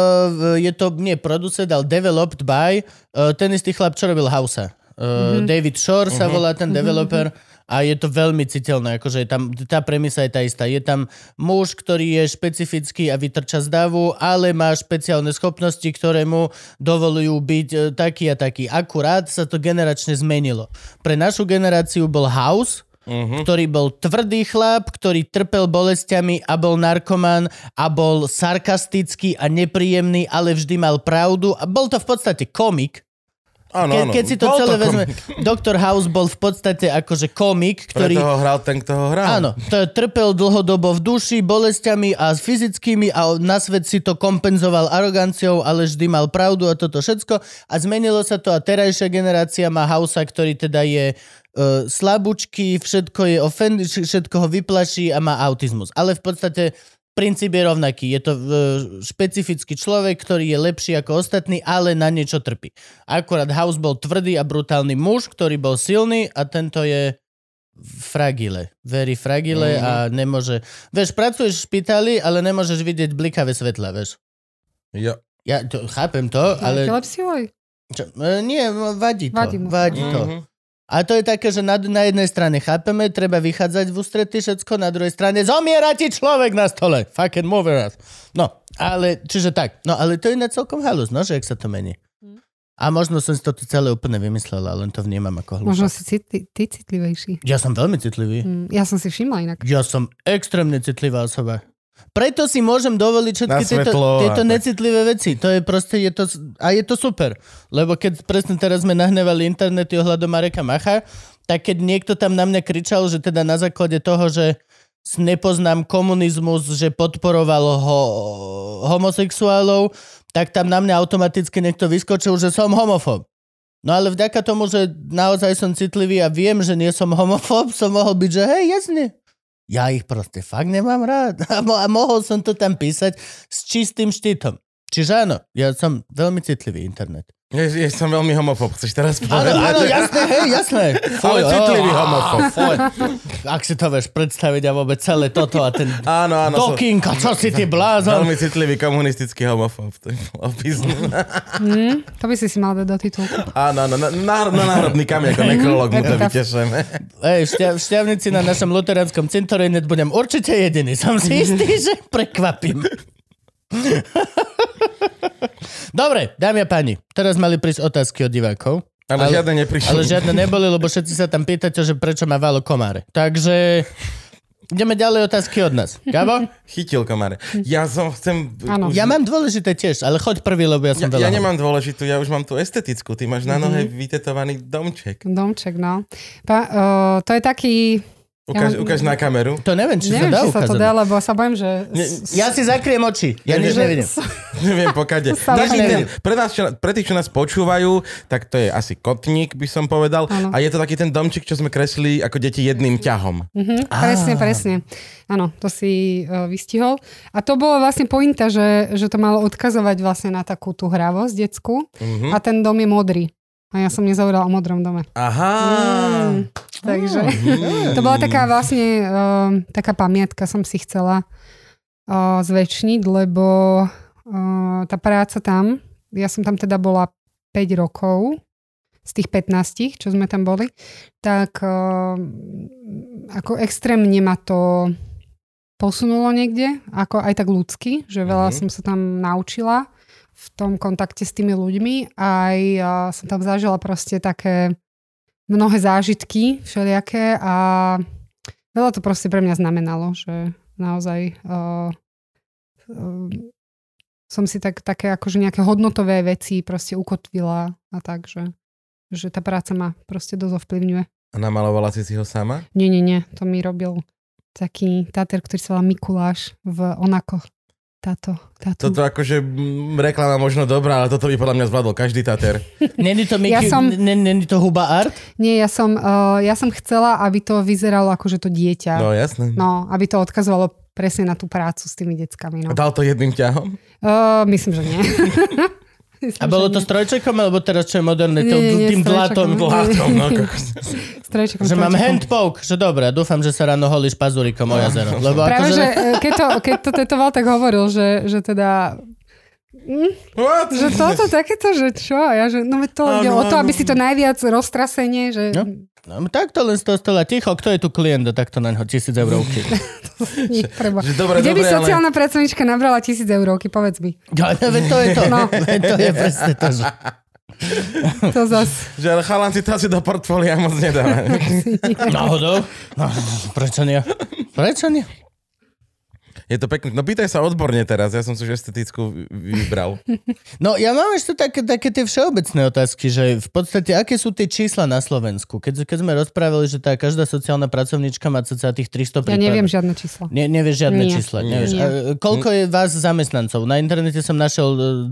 je to, nie producent, ale developed by ten istý chlap, čo robil Housea. David Shore sa volá ten developer. A je to veľmi citeľné, akože tam, tá premisa je tá istá. Je tam muž, ktorý je špecifický a vytrča z davu, ale má špeciálne schopnosti, ktoré mu dovolujú byť taký a taký. Akurát sa to generačne zmenilo. Pre našu generáciu bol House, ktorý bol tvrdý chlap, ktorý trpel bolestiami a bol narkoman a bol sarkastický a nepríjemný, ale vždy mal pravdu. A bol to v podstate komik. Áno. Keď si to celé vezme, Dr. House bol v podstate akože komik, ktorý... Preto ho hral ten, kto ho hral. Áno, trpel dlhodobo v duši, bolestiami a fyzickými a na svet si to kompenzoval aroganciou, ale vždy mal pravdu a toto všetko. A zmenilo sa to a terajšia generácia má Housea, ktorý teda je slabúčky, všetko ho vyplaší a má autizmus. Ale v podstate... princíp je rovnaký. Je to špecifický človek, ktorý je lepší ako ostatní, ale na niečo trpí. Akurát House bol tvrdý a brutálny muž, ktorý bol silný a tento je fragile. Very fragile a nemôže... Vieš, pracuješ v špitáli, ale nemôžeš vidieť blikavé svetla, vieš. Jo. Ja chápem to, ale... Epilepsiu? Nie, vadí to. A to je také, že na jednej strane chápeme, treba vychádzať v ústretí všetko, na druhej strane zomiera ti človek na stole. Fucking move us. No, ale, čiže tak. No, ale to je na celkom halus, no, že jak sa to mení. A možno som si to celé úplne vymyslela, len to vnímam ako hlušak. Možno si ty citlivejší. Ja som veľmi citlivý. Ja som si všimla inak. Ja som extrémne citlivá osoba. Preto si môžem dovoliť všetky tieto necitlivé veci. To je proste, je to super. Lebo keď presne teraz sme nahnevali internety ohľadom Mareka Macha, tak keď niekto tam na mňa kričal, že teda na základe toho, že nepoznám komunizmus, že podporoval homosexuálov, tak tam na mňa automaticky niekto vyskočil, že som homofób. No ale vďaka tomu, že naozaj som citlivý a viem, že nie som homofób, som mohol byť, že hej, jasne. Ja ich proste fakt nemám rád. A mohol som to tam písať s čistým štítom. Čiže áno, ja som veľmi citlivý internet. Ja som veľmi homofób, chceš teraz povedať? Áno, jasné. Ale citlivý homofób. Ak si to vieš predstaviť a vôbec celé toto a ten áno, dokinka, čo si ty blázon? Veľmi citlivý komunistický homofób. To je opis. To by si mal dať do titulku. Áno, na národný kameň, ako nekrolog mu to vytešeme. V Šťavnici na našom luteránskom cintoríne budem určite jediný. Som si istý, že prekvapím. Dobre, dámy a páni, teraz mali prísť otázky od divákov. Ale žiadne neprišli. Ale žiadne neboli, lebo všetci sa tam pýtate, že prečo má Valo komáre. Takže ideme ďalej otázky od nás. Gabo? Chytil komáre. Ja mám dôležité tiež, ale choď prvý, lebo ja som veľa. Ja nemám dôležitú, ja už mám tú estetickú. Ty máš na nohe vytetovaný domček. Domček, no. To je taký... Ukáž na kameru. To neviem, či sa dá ukázať. to dá, lebo sa bojím, že... Ja si zakriem oči. Ja nič nevidím. Neviem, pokade. Pre tých, čo nás počúvajú, tak to je asi kotník, by som povedal. Ano. A je to taký ten domček, čo sme kreslili ako deti jedným ťahom. Presne. Áno, to si vystihol. A to bolo vlastne pointa, že to malo odkazovať vlastne na takú tú hravosť detskú. A ten dom je modrý. A ja som nezaujala o modrom dome. Aha. Takže to bola taká vlastne taká pamiatka som si chcela zväčšniť, lebo tá práca tam, ja som tam teda bola 5 rokov z tých 15, čo sme tam boli, tak ako extrémne ma to posunulo niekde, ako aj tak ľudsky, že veľa som sa tam naučila v tom kontakte s tými ľuďmi. Aj som tam zažila proste také mnohé zážitky všelijaké a veľa to proste pre mňa znamenalo, že naozaj som si také akože nejaké hodnotové veci proste ukotvila a tak, že tá práca ma proste dosť ovplyvňuje. A namalovala si ho sama? Nie. To mi robil taký táter, ktorý sa volá Mikuláš v Onako. Táto. Toto akože reklama možno dobrá, ale toto by podľa mňa zvládol každý táter. Není to není to Huba Art? Nie, ja som chcela, aby to vyzeralo ako, že to dieťa. No, jasné. No, aby to odkazovalo presne na tú prácu s tými deckami. No. Dal to jedným ťahom? Myslím, že nie. A bolo to strojčekom, alebo teraz čo je moderné, tým dlátom? No. Strojčekom. Že mám handpoke, že dobré, dúfam, že sa ráno holíš pazúrikom o jazero. Lebo práve, že keď to tetoval, tak hovoril, že teda... Že toto takéto, že čo? Ja, že, no to ide o to, aby si to najviac roztrasenie, že... No, takto len z toho stola. Ticho, kto je tu klient? Takto na ňo 1,000 eurovky. Kde by sociálna pracovníčka nabrala 1,000 eurovky? Povedz mi. To je to. No. To je presne to, že... To zas. Že chalanci to asi do portfólia moc nedáva. Náhodou? No, prečo nie? Je to pekné. No pýtaj sa odborne teraz, ja som si už estetickú vybral. No ja mám ešte také tie všeobecné otázky, že v podstate aké sú tie čísla na Slovensku? Keď sme rozprávali, že tá každá sociálna pracovníčka má cca tých 300 prípadov. Ja neviem žiadne čísla. Nevieš žiadne čísla. Nevieš. Koľko je vás zamestnancov? Na internete som našiel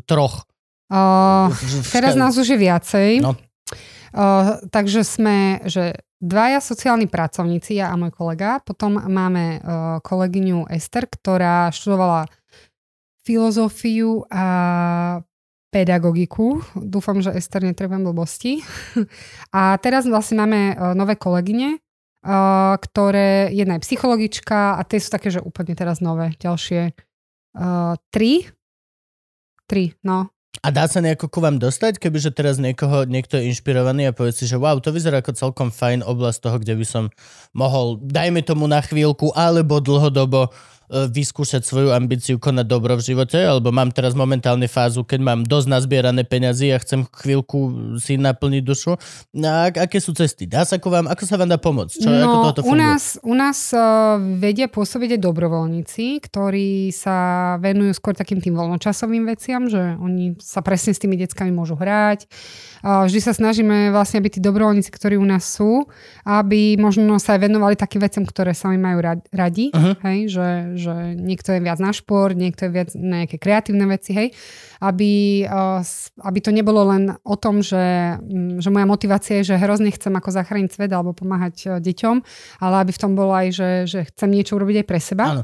3. Teraz nás už je viacej. No. Takže sme, že 2 sociálni pracovníci, ja a môj kolega. Potom máme kolegyňu Ester, ktorá študovala filozofiu a pedagogiku. Dúfam, že Ester netrebám blbosti. A teraz vlastne máme nové kolegyne, ktoré jedna je psychologička a tie sú také, že úplne teraz nové. Ďalšie 3, no. A dá sa nejako ku vám dostať, kebyže teraz niekto je inšpirovaný a povie si, že wow, to vyzerá ako celkom fajn oblasť toho, kde by som mohol, dajme tomu na chvíľku, alebo dlhodobo vyskúšať svoju ambíciu konať dobro v živote, alebo mám teraz momentálne fázu, keď mám dosť nazbierané peňazí a chcem chvíľku si naplniť dušu. A aké sú cesty? Dá sa ku vám, ako sa vám dá pomôcť? Ako toto funguje? U nás vedia pôsobiť aj dobrovoľníci, ktorí sa venujú skôr takým tým voľnočasovým veciam, že oni sa presne s tými deckami môžu hrať. Vždy sa snažíme vlastne, aby tí dobrovoľníci, ktorí u nás sú, aby možno sa aj venovali takým veciam, ktoré sami majú radi, hej, že niekto je viac na šport, niekto je viac na nejaké kreatívne veci, hej, aby to nebolo len o tom, že moja motivácia je, že hrozne chcem ako zachrániť svet alebo pomáhať deťom, ale aby v tom bolo aj, že chcem niečo urobiť aj pre seba. Áno.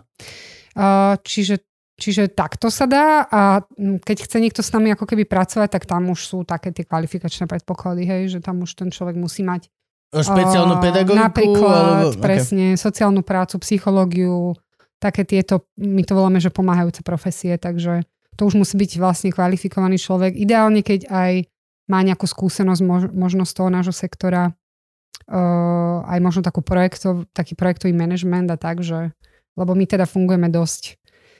Čiže takto sa dá a keď chce niekto s nami ako keby pracovať, tak tam už sú také tie kvalifikačné predpoklady, hej, že tam už ten človek musí mať špeciálnu pedagogiku? Napríklad, presne, sociálnu prácu, psychológiu, také tieto, my to voláme, že pomáhajúce profesie, takže to už musí byť vlastne kvalifikovaný človek. Ideálne, keď aj má nejakú skúsenosť možno z toho nášho sektora, aj možno taký projektový manažment a tak, že, lebo my teda fungujeme dosť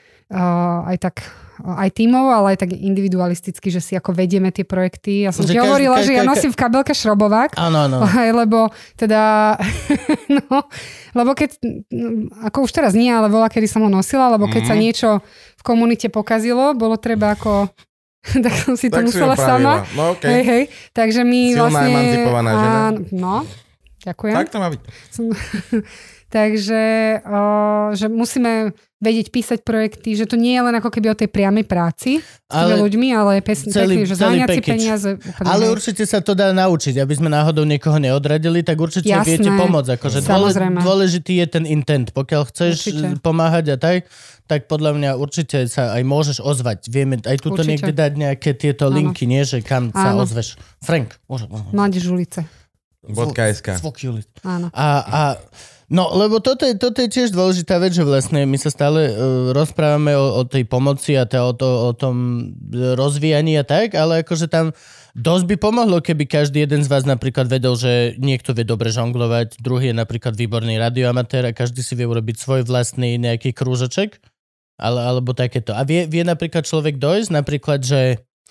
aj tímovo, ale aj tak individualisticky, že si ako vedieme tie projekty. Ja som ti hovorila, že ja nosím v kabelke šrobovák. Áno. Lebo teda lebo keď ako už teraz nie, ale bola, kedy som ho nosila, lebo keď sa niečo v komunite pokazilo, bolo treba ako tak som si to musela sama. No, okay. Hej. Takže my silná vlastne... emancipovaná žena. No, ďakujem. Tak to má byť. Takže že musíme vedieť písať projekty, že to nie je len ako keby o tej priamej práci s tými ľuďmi, ale pekne, že záňať si peniaze. Ale určite sa to dá naučiť, aby sme náhodou niekoho neodradili, tak určite viete pomôcť. Akože dôležitý je ten intent. Pokiaľ chceš pomáhať a tak podľa mňa určite sa aj môžeš ozvať. Vieme aj tuto niekde dať nejaké tieto linky, nie? Že kam sa ozveš. Frank, môžem. Mládež ulice. .sk. Áno. No, lebo toto je tiež dôležitá vec, že vlastne my sa stále rozprávame o tej pomoci a o tom rozvíjaní a tak, ale akože tam dosť by pomohlo, keby každý jeden z vás napríklad vedel, že niekto vie dobre žonglovať, druhý je napríklad výborný radioamatér a každý si vie urobiť svoj vlastný nejaký krúžoček, alebo takéto. A vie napríklad človek dojsť, napríklad, že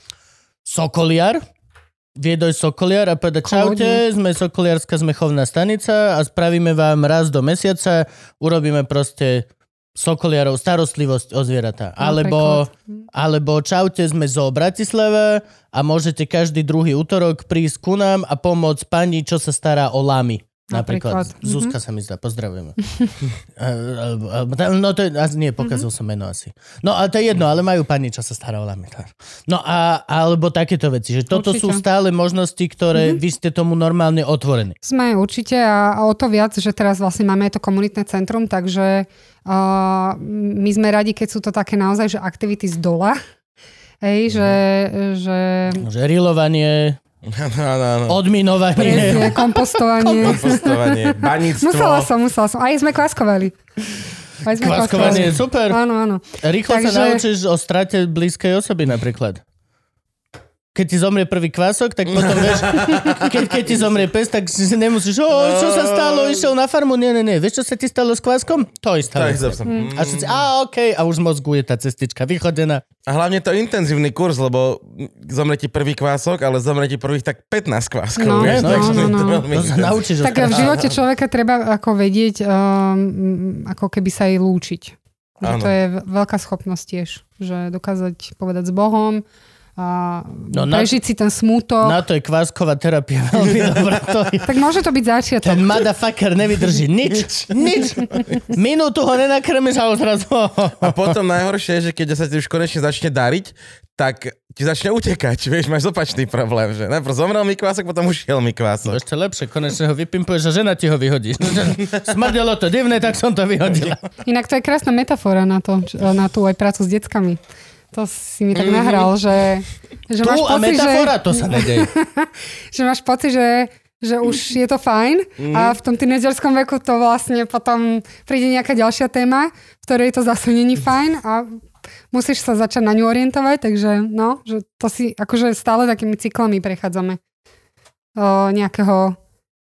sokoliar, vie dojsť sokoliar a povedať, čaute, sme sokoliarská zmechovná stanica a spravíme vám raz do mesiaca, urobíme proste sokoliarov starostlivosť o zvieratá. Alebo čaute, sme zo Bratislava a môžete každý druhý útorok prísť ku nám a pomôcť pani, čo sa stará o lamy. Napríklad. Zuzka sa mi zdá, pozdravujeme. No to je, nie, pokazil som meno asi. No ale to je jedno, ale majú pani, čo sa stará o lamy. No alebo takéto veci, že toto sú stále možnosti, ktoré vy ste tomu normálne otvorení. Sme určite a o to viac, že teraz vlastne máme to komunitné centrum, takže my sme radi, keď sú to také naozaj, že aktivity z dola. Hej, že rilovanie, odminovanie. Presne, kompostovanie. Baníctvo. Musela som. Aj sme kváskovali. Kváskovanie je super. Áno. Rýchlo sa naučíš o strate blízkej osoby napríklad. Keď ti zomrie prvý kvások, tak potom vieš, keď ti zomrie pes, tak si nemusíš, čo sa stalo, išiel na farmu? Nie. Vieš, čo sa ti stalo s kváskom? To isté. A všetci, okej, a už z mozgu je tá cestička vychodená. A hlavne to intenzívny kurz, lebo zomrie ti prvý kvások, ale zomrie ti prvých tak 15 kváskov. No. To sa naučíš. Tak v živote človeka treba ako vedieť, ako keby sa jej lúčiť. To je veľká schopnosť tiež, že dokázať povedať s Bohom, a prežiť si ten smútok. Na to je kvásková terapia veľmi dobrá. Tak môže to byť začiatok. Ten motherfucker nevydrží nič. Minútu ho nenakrmiš a zrazu. A potom najhoršie je, že keď sa ti už konečne začne dariť, tak ti začne utekať. Vieš, máš opačný problém, že najprv zomrel mi kvások, potom ušiel mi kvások. Ešte lepšie, konečne ho vypimpuješ a žena ti ho vyhodí. Smrdelo to divné, tak som to vyhodila. Inak to je krásna metafora na tú aj prácu s deckami. To si mi tak nahral, že máš pocit, metafora, to sa nedeje. Že máš pocit, že už je to fajn a v tom tínedžerskom veku to vlastne potom príde nejaká ďalšia téma, v ktorej to zase není fajn a musíš sa začať na ňu orientovať, takže že to si akože stále takými cyklami prechádzame. Nejakého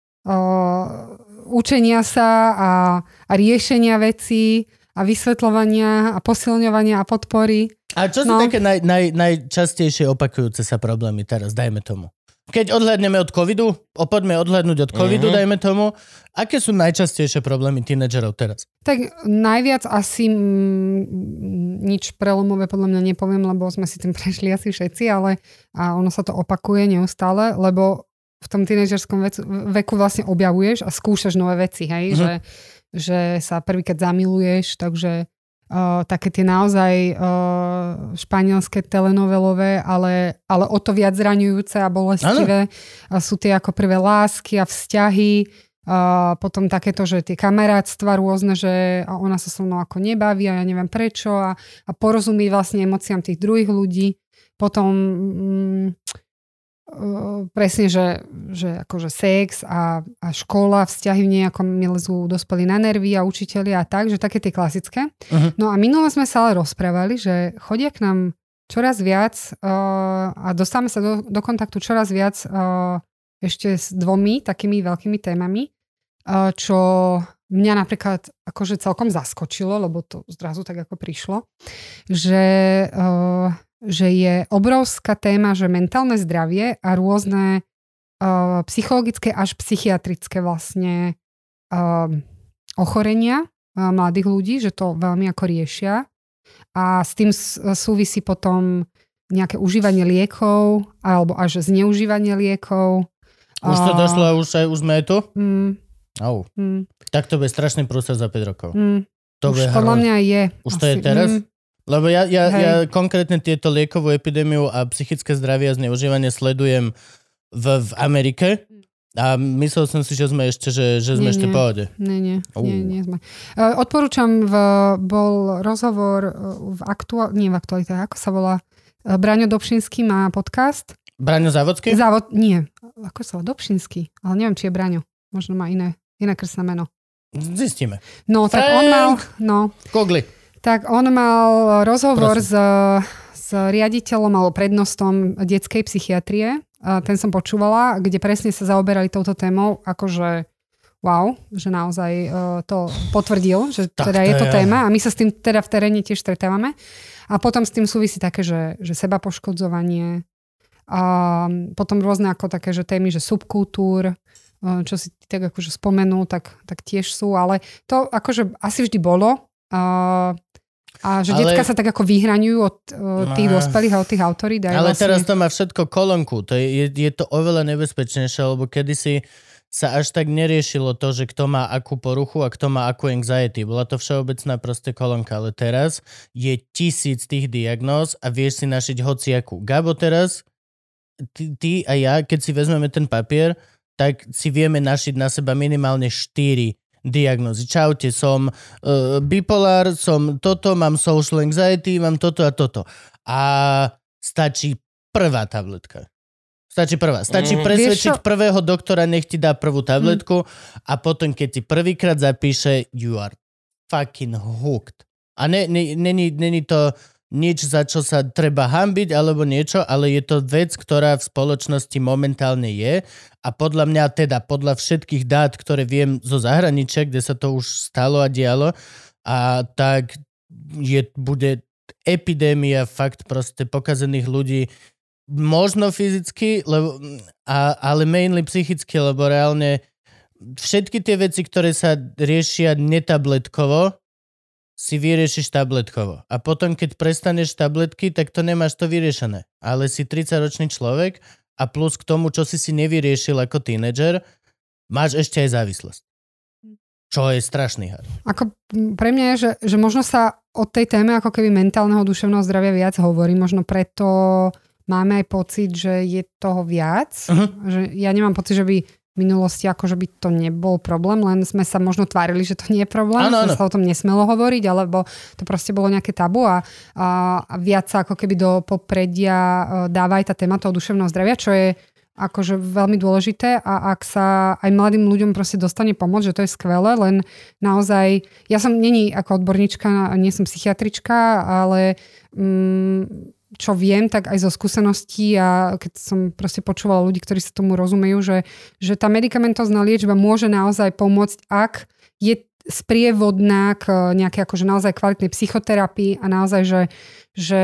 učenia sa a riešenia vecí a vysvetľovania a posilňovania a podpory. A čo sú také najčastejšie opakujúce sa problémy teraz, dajme tomu? Keď odhľadneme od covidu, poďme odhľadnúť od covidu, dajme tomu, aké sú najčastejšie problémy tínedžerov teraz? Tak najviac asi nič prelomové podľa mňa nepoviem, lebo sme si tým prešli asi všetci, ale a ono sa to opakuje neustále, lebo v tom tínedžerskom veku vlastne objavuješ a skúšaš nové veci, hej? Že sa prvýkrát zamiluješ, takže také tie naozaj španielské telenovelové, ale o to viac zraňujúce a bolestivé sú tie ako prvé lásky a vzťahy, potom takéto, že tie kamarátstva rôzne, že ona sa so mnou ako nebaví a ja neviem prečo a porozumieť vlastne emóciám tých druhých ľudí. Potom presne, že akože sex a škola, vzťahy v nejakom mi lezú dospelí na nervy a učitelia a tak, že také tie klasické. No a minule sme sa ale rozprávali, že chodia k nám čoraz viac a dostávame sa do kontaktu čoraz viac ešte s dvomi takými veľkými témami, čo mňa napríklad akože celkom zaskočilo, lebo to zrazu tak ako prišlo, že je obrovská téma, že mentálne zdravie a rôzne psychologické až psychiatrické vlastne ochorenia mladých ľudí, že to veľmi ako riešia. A s tým súvisí potom nejaké užívanie liekov alebo až zneužívanie liekov. Už to došlo a už sme tu? Tak to bude strašný prúser za 5 rokov. Už podľa mňa je. Už to je teraz? Lebo ja konkrétne tieto liekovú epidémiu a psychické zdravie a zneužívanie sledujem v Amerike a myslel som si, že sme ešte, že sme ešte v pohode. Nie sme. Odporúčam, bol rozhovor v aktualitách, ako sa volá, Braňo Dobšinský má podcast. Braňo Závodský? Nie, ako sa volá, Dobšinský, ale neviem, či je Braňo. Možno má iné krstné meno. Zistíme. No, tak on mal... Googli. Tak on mal rozhovor s riaditeľom alebo prednostom detskej psychiatrie. Ten som počúvala, kde presne sa zaoberali touto témou. Akože wow, že naozaj to potvrdil, že tak teda je to téma. A my sa s tým teda v teréne tiež stretávame. A potom s tým súvisí také, že seba poškodzovanie, potom rôzne ako také, že témy, že subkultúr, čo si tak akože spomenul, tak tiež sú, ale to akože asi vždy bolo. A že decka sa tak ako vyhraňujú od tých dospelých a od tých autorít. Ale vlastne... teraz to má všetko kolónku. To je to oveľa nebezpečnejšie, lebo kedysi sa až tak neriešilo to, že kto má akú poruchu a kto má akú anxiety. Bola to všeobecná proste kolónka, ale teraz je 1000 tých diagnóz a vieš si našiť hociakú. Gabo, teraz ty a ja, keď si vezmeme ten papier, tak si vieme našiť na seba minimálne 4 diagnózy. Čaute, som bipolár, som toto, mám social anxiety, mám toto a toto. A stačí prvá tabletka. Stačí presvedčiť prvého doktora, nech ti dá prvú tabletku a potom, keď ti prvýkrát zapíše, you are fucking hooked. A není to nič, za čo sa treba hanbiť alebo niečo, ale je to vec, ktorá v spoločnosti momentálne je a podľa mňa podľa všetkých dát, ktoré viem zo zahraničia, kde sa to už stalo a dialo, a tak bude epidémia fakt proste pokazených ľudí, možno fyzicky, ale mainly psychicky, lebo reálne všetky tie veci, ktoré sa riešia netabletkovo, si vyriešiš tabletkovo. A potom, keď prestaneš tabletky, tak to nemáš to vyriešené. Ale si 30-ročný človek a plus k tomu, čo si nevyriešil ako tínedžer, máš ešte aj závislosť. Čo je strašný had. Ako pre mňa je, že možno sa o tej téme ako keby mentálneho duševného zdravia viac hovorí. Možno preto máme aj pocit, že je toho viac. Že ja nemám pocit, že by v minulosti akože by to nebol problém, len sme sa možno tvárili, že to nie je problém, že sa o tom nesmelo hovoriť, alebo to proste bolo nejaké tabu a viac sa ako keby do popredia dáva aj tá téma toho duševného zdravia, čo je akože veľmi dôležité a ak sa aj mladým ľuďom proste dostane pomoc, že to je skvelé, len naozaj, ja som není ako odborníčka, nie som psychiatrička, ale čo viem, tak aj zo skúseností a keď som proste počúvala ľudí, ktorí sa tomu rozumejú, že tá medikamentozná liečba môže naozaj pomôcť, ak je sprievodná k nejakej akože naozaj kvalitnej psychoterapii a naozaj, že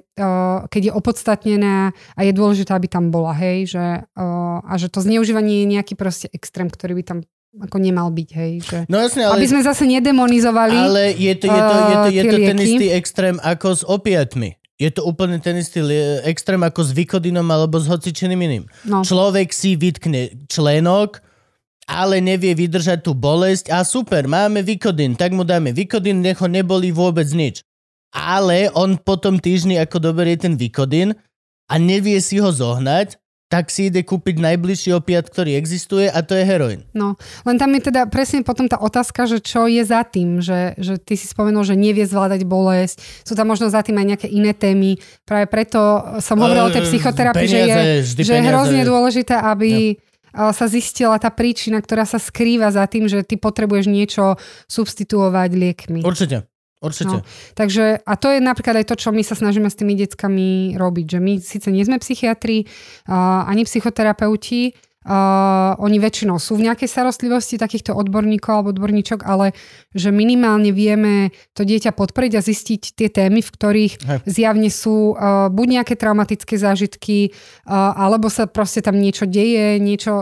keď je opodstatnená a je dôležité, aby tam bola, hej, a že to zneužívanie je nejaký proste extrém, ktorý by tam ako nemal byť, hej. Že... No jasne, ale... Aby sme zase nedemonizovali ale je to ten istý extrém ako s opiatmi. Je to úplne ten istý extrém ako s Vicodinom alebo s hocičeným iným. No. Človek si vytkne členok, ale nevie vydržať tú bolesť a super, máme Vicodin, tak mu dáme Vicodin, nech ho nebolí vôbec nič. Ale on po tom týždni, ako doberie ten Vicodin a nevie si ho zohnať, tak si ide kúpiť najbližší opiat, ktorý existuje a to je heroín. No, len tam je teda presne potom tá otázka, že čo je za tým, že ty si spomenul, že nevie zvládať bolesť, sú tam možno za tým aj nejaké iné témy. Práve preto som hovorila o tej psychoterapii, že je hrozne dôležité, aby sa zistila tá príčina, ktorá sa skrýva za tým, že ty potrebuješ niečo substituovať liekmi. Určite. No, takže, a to je napríklad aj to, čo my sa snažíme s tými deckami robiť, že my síce nie sme psychiatri, ani psychoterapeuti, oni väčšinou sú v nejakej starostlivosti takýchto odborníkov alebo odborníčok, ale že minimálne vieme to dieťa podporiť a zistiť tie témy, v ktorých zjavne sú buď nejaké traumatické zážitky, alebo sa proste tam niečo deje,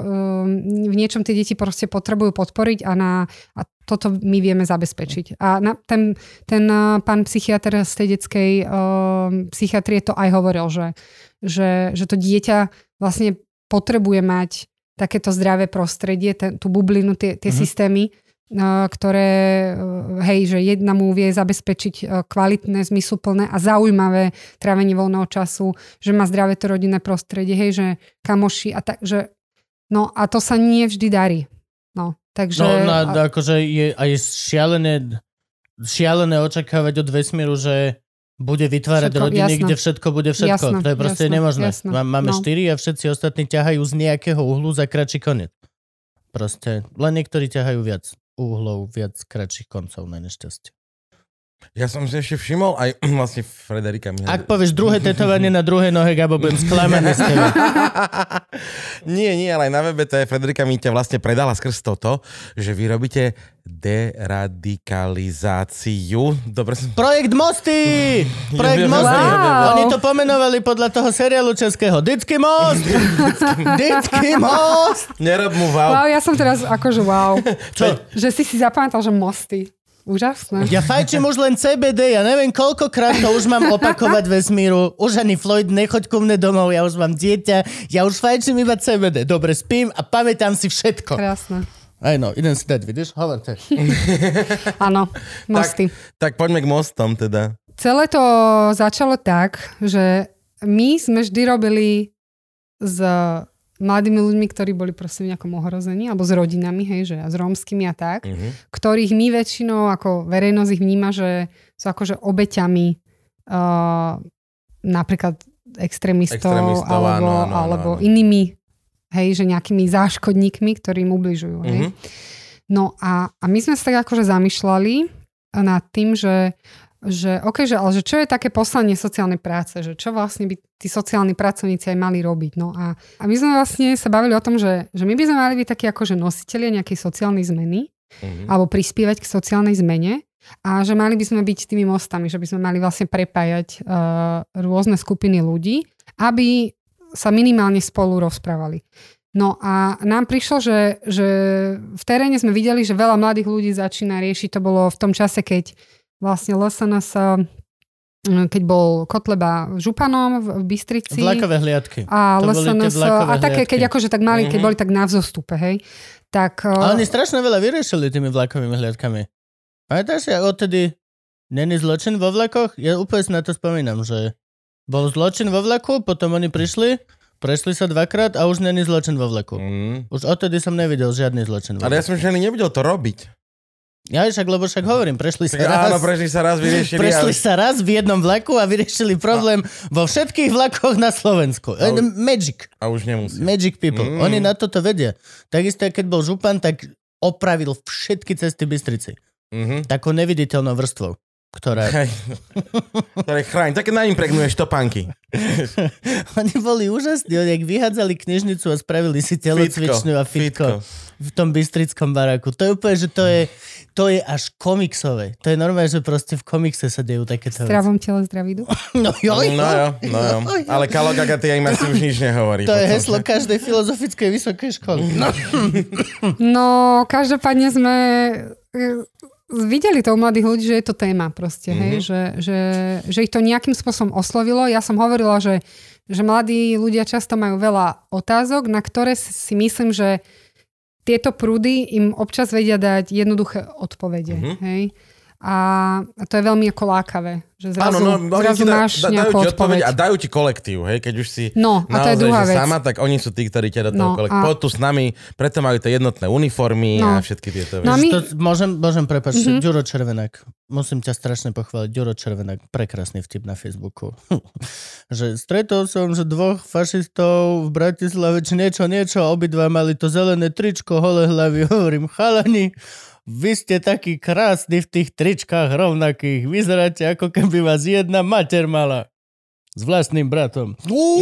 v niečom tie deti proste potrebujú podporiť a toto my vieme zabezpečiť. A ten pán psychiatr z tej detskej psychiatrie to aj hovoril, že to dieťa vlastne potrebuje mať takéto zdravé prostredie, tú bublinu, tie systémy, ktoré, že jedna mu vie zabezpečiť kvalitné, zmysluplné a zaujímavé trávenie voľného času, že má zdravé to rodinné prostredie, že kamoši a tak, že no a to sa nie vždy darí. No, takže... akože je aj šialené očakávať od vesmíru, že bude vytvárať všetko, rodiny, kde všetko bude všetko. To je proste nemožné. Máme 4 a všetci ostatní ťahajú z nejakého uhlu za kratší koniec. Proste len niektorí ťahajú viac uhlov, viac kratších koncov na nešťastie. Ja som si ešte všimol aj vlastne Frederika Mihály. Ak povieš druhé tetovanie na druhej nohe, Gabo, budem sklamaný z teba. Nie, ale aj na webe to je Frederika mi ťa vlastne predala skrz toto, že vy robíte deradikalizáciu. Dobre som... Projekt Mosty! Projekt Mosty! Wow. Oni to pomenovali podľa toho seriálu českého. Dycký most! Dycký most! Nerob mu wow. Wow, ja som teraz akože wow. Čo? Že si zapamätal, že mosty. Úžasné. Ja fajčím už len CBD, ja neviem koľkokrát to už mám opakovať vesmíru. Už ani Floyd, nechoď ku mne domov, ja už mám dieťa, ja už fajčím iba CBD. Dobre spím a pamätám si všetko. Krásne. Aj no, idem si dať, vidíš? Hovorte. Áno, mosty. Tak poďme k mostom teda. Celé to začalo tak, že my sme vždy robili s mladými ľuďmi, ktorí boli proste v nejakom ohrození, alebo s rodinami, hej, že a s rómskymi a tak, ktorých my väčšinou, ako verejnosť ich vníma, že sú akože obeťami napríklad extrémistov alebo inými, hej, že nejakými záškodníkmi, ktorí im ubližujú, hej. No a my sme sa tak akože zamýšľali nad tým, že OK, ale že čo je také poslanie sociálnej práce, že čo vlastne by tí sociálni pracovníci aj mali robiť. No a my sme vlastne sa bavili o tom, že my by sme mali byť takí akože nositelia nejakej sociálnej zmeny alebo prispievať k sociálnej zmene a že mali by sme byť tými mostami, že by sme mali vlastne prepájať rôzne skupiny ľudí, aby sa minimálne spolu rozprávali. No a nám prišlo, že v teréne sme videli, že veľa mladých ľudí začína riešiť, to bolo v tom čase, keď vlastne LSNS, keď bol Kotleba županom v Bystrici. Vlakové hliadky. A LSNS, a také, keď akože tak mali, keď boli tak na vzostupe, hej. Tak, ale oni strašne veľa vyriešili tými vlakovými hliadkami. Pamätáš, ja odtedy není zločin vo vlakoch? Ja úplne si na to spomínam, že bol zločin vo vlaku, potom oni prešli sa dvakrát a už není zločin vo vlaku. Už odtedy som nevidel žiadny zločin vo vlaku. Ale ja som ani nevidel to robiť. Ja lebo však hovorím, prešli sa raz. Áno, prešli sa raz, vyriešili. Prešli sa raz v jednom vlaku a vyriešili problém vo všetkých vlakoch na Slovensku. Magic. A už nemusí. Magic people. Oni na toto vedia. Takisto, keď bol župan, tak opravil všetky cesty Bystrici. Takou neviditeľnou vrstvou, ktorá... Ktoré chráň. Také naimpregnuješ topánky. Oni boli úžasní. Oni vyhádzali knižnicu a spravili si telocvičňu a fitko v tom bystrickom baráku. To je úplne, že to je až komiksové. To je normálne, že proste v komikse sa dejú takéto veci. Zdravom tele, zdravý duch. No jo. Ale Kalo Gagatia im asi už nič nehovorí. To je heslo každej filozofickej vysokej školy. No, každopádne sme videli to u mladých ľudí, že je to téma proste, hej, že ich to nejakým spôsobom oslovilo. Ja som hovorila, že mladí ľudia často majú veľa otázok, na ktoré si myslím, že tieto prúdy im občas vedia dať jednoduché odpovede, hej. A to je veľmi ako lákavé, že zrazu máš nejakú odpoveď. A dajú ti kolektív, hej, keď už si a to je druhá vec. sama, tak oni sú tí, ktorí ťa do toho kolektívu. Poď tu s nami, preto majú tie jednotné uniformy a všetky tieto veci. Môžem prepáčiť, Ďuro Červenák. Musím ťa strašne pochváliť. Ďuro Červenák, prekrásny vtip na Facebooku. Že stretol som, že dvoch fašistov v Bratislave, či niečo, obidva mali to zelené tričko, holé hlavy, hovorím, chalani, vy ste takí krásni v tých tričkách rovnakých. Vyzeráte, ako keby vás jedna mater mala. S vlastným bratom.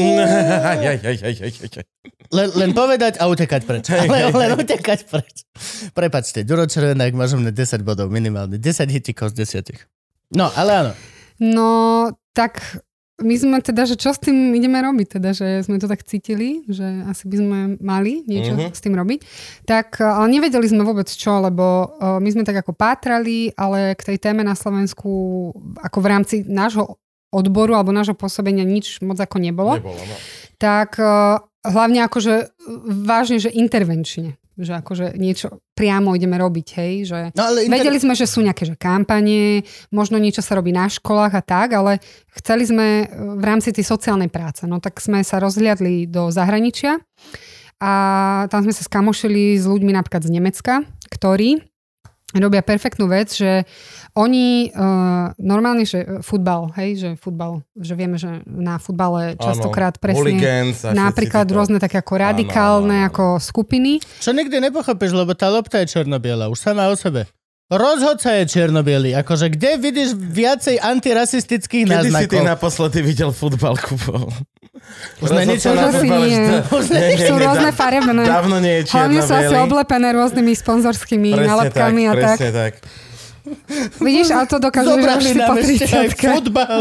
Len povedať a utekať preč. Len utekať preč. Prepačte, Ďuro Červenák, máš mne 10 bodov minimálne. 10 hitikov z 10. No, ale áno. No, tak... My sme teda, že čo s tým ideme robiť, teda, že sme to tak cítili, že asi by sme mali niečo s tým robiť. Tak, ale nevedeli sme vôbec čo, lebo my sme tak ako pátrali, ale k tej téme na Slovensku, ako v rámci nášho odboru alebo nášho pôsobenia nič moc ako nebolo. Tak hlavne akože vážne, že intervenčne. Že akože niečo priamo ideme robiť, hej, že vedeli sme, že sú nejaké že kampane, možno niečo sa robí na školách a tak, ale chceli sme v rámci tej sociálnej práce, no tak sme sa rozhliadli do zahraničia a tam sme sa skamošili s ľuďmi napríklad z Nemecka, ktorí robia perfektnú vec, že oni normálne, že futbal, hej, že vieme, že na futbale častokrát presne napríklad rôzne také ako radikálne ako skupiny. Čo nikdy nepochopíš, lebo tá lopta je černo-biela, už sama o sebe. Rozhodca je čierno-bielý. Akože kde vidíš viacej antirasistických Kedy náznakov? si ty naposledy videl futbal, Kubo? Už nie, niečo Sú rôzne farebné. Dávno nie je Hlavne sú asi čierno-bielý. oblepené rôznymi sponzorskými nálepkami a tak. Presne tak. Vidíš, ale to dokážu, že už Zobrali si po nám ešte aj 30. futbal.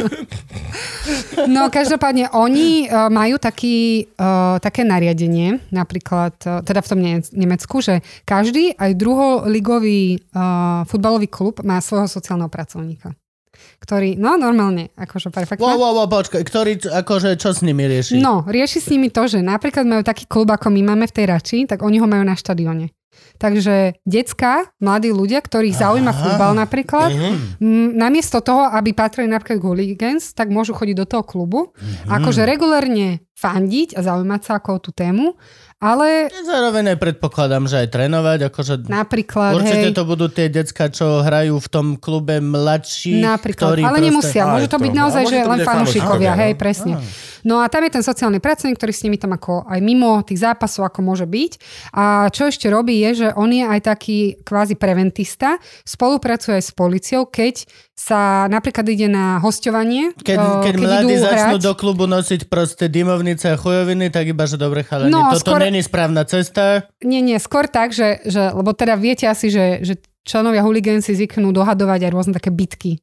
No, každopádne, oni majú také nariadenie, napríklad, teda v tom Nemecku, že každý, aj druholigový futbalový klub má svojho sociálneho pracovníka. Ktorý, no normálne, akože perfektne. Počkaj, ktorý, akože, čo s nimi rieši? No, rieši s nimi to, že napríklad majú taký klub, ako my máme v tej Rači, tak oni ho majú na štadióne. Takže decká, mladí ľudia, ktorých zaujíma futbal napríklad, namiesto toho, aby patrili napríklad k hooligans, tak môžu chodiť do toho klubu, akože regulérne fandiť a zaujímať sa ako o tú tému, ale... Zároveň aj predpokladám, že aj trénovať, akože... Napríklad, určite to budú tie decká, čo hrajú v tom klube mladší, napríklad, ktorí ale proste... nemusia, môže to byť naozaj, že len fanúšikovia, hej, presne. No. No a tam je ten sociálny pracovník, ktorý s nimi tam ako aj mimo tých zápasov, ako môže byť. A čo ešte robí je, že on je aj taký kvázi preventista, spolupracuje aj s políciou, keď sa napríklad ide na hosťovanie. Keď mladí začnú do klubu nosiť proste dymovnice a chujoviny, tak iba, že dobre chalani, toto není správna cesta. Nie, skôr tak, že lebo teda viete asi, že členovia huligán si zvyknú dohadovať aj rôzne také bitky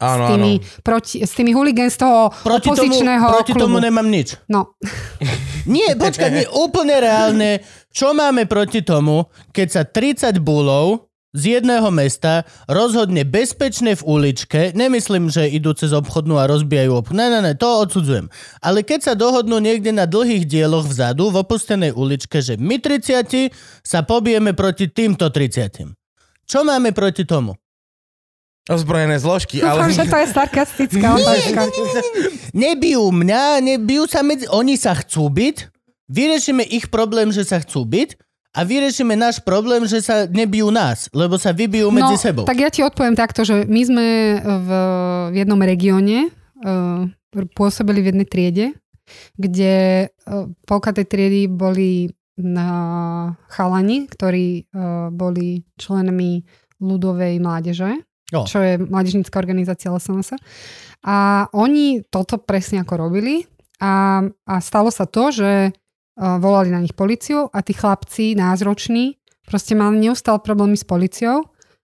s tými huligán z toho opozičného klubu. Proti tomu nemám nič. No. Nie, počkaj, nie, úplne reálne. Čo máme proti tomu, keď sa 30 bulov z jedného mesta rozhodne bezpečne v uličke, nemyslím, že idú cez obchodnú a rozbijajú obchod. Ne, to odsudzujem. Ale keď sa dohodnú niekde na dlhých dieloch vzadu, v opustenej uličke, že my 30 sa pobijeme proti týmto 30. Čo máme proti tomu? Ozbrojené zložky, ale... ale... že to je sarkastická otázka. Nebijú mňa, nebijú sa oni sa chcú byť, vyriešime ich problém, že sa chcú byť a vyriešime náš problém, že sa nebijú nás, lebo sa vybijú medzi sebou. Tak ja ti odpoviem takto, že my sme v jednom regióne pôsobili v jednej triede, kde polka tej triedy boli chalani, ktorí boli členmi ľudovej mládeže, čo je mládežnícka organizácia LSNS. A oni toto presne ako robili a stalo sa to, že volali na nich políciu a tí chlapci názroční proste mali neustále problémy s políciou,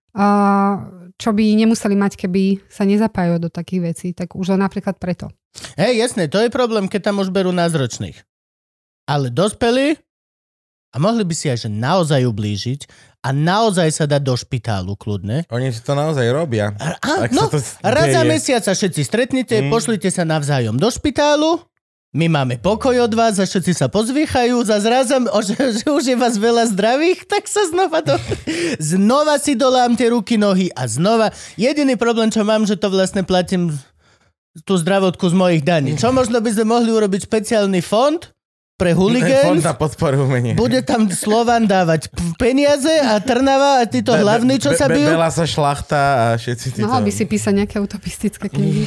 čo by nemuseli mať, keby sa nezapájajú do takých vecí. Tak už len napríklad preto. Hej, jasné, to je problém, keď tam už berú názročných. Ale dospelí a mohli by si aj že naozaj ublížiť a naozaj sa dať do špitálu kľudne. Oni si to naozaj robia. Raz za mesiac sa všetci stretnite, pošlite sa navzájom do špitálu, my máme pokoj od vás a všetci sa pozvýchajú, zrazom, že už je vás veľa zdravých, tak sa znova si dolám tie ruky, nohy a znova. Jediný problém, čo mám, že to vlastne platím tú zdravotku z mojich daní. Čo možno by sme mohli urobiť špeciálny fond pre huligans. Fond na podporu umenia. Bude tam Slovan dávať peniaze a Trnava a títo hlavní, čo sa bijú. Bela sa šlachta a všetci títo. Mohol by si písať nejaké utopistické knihy.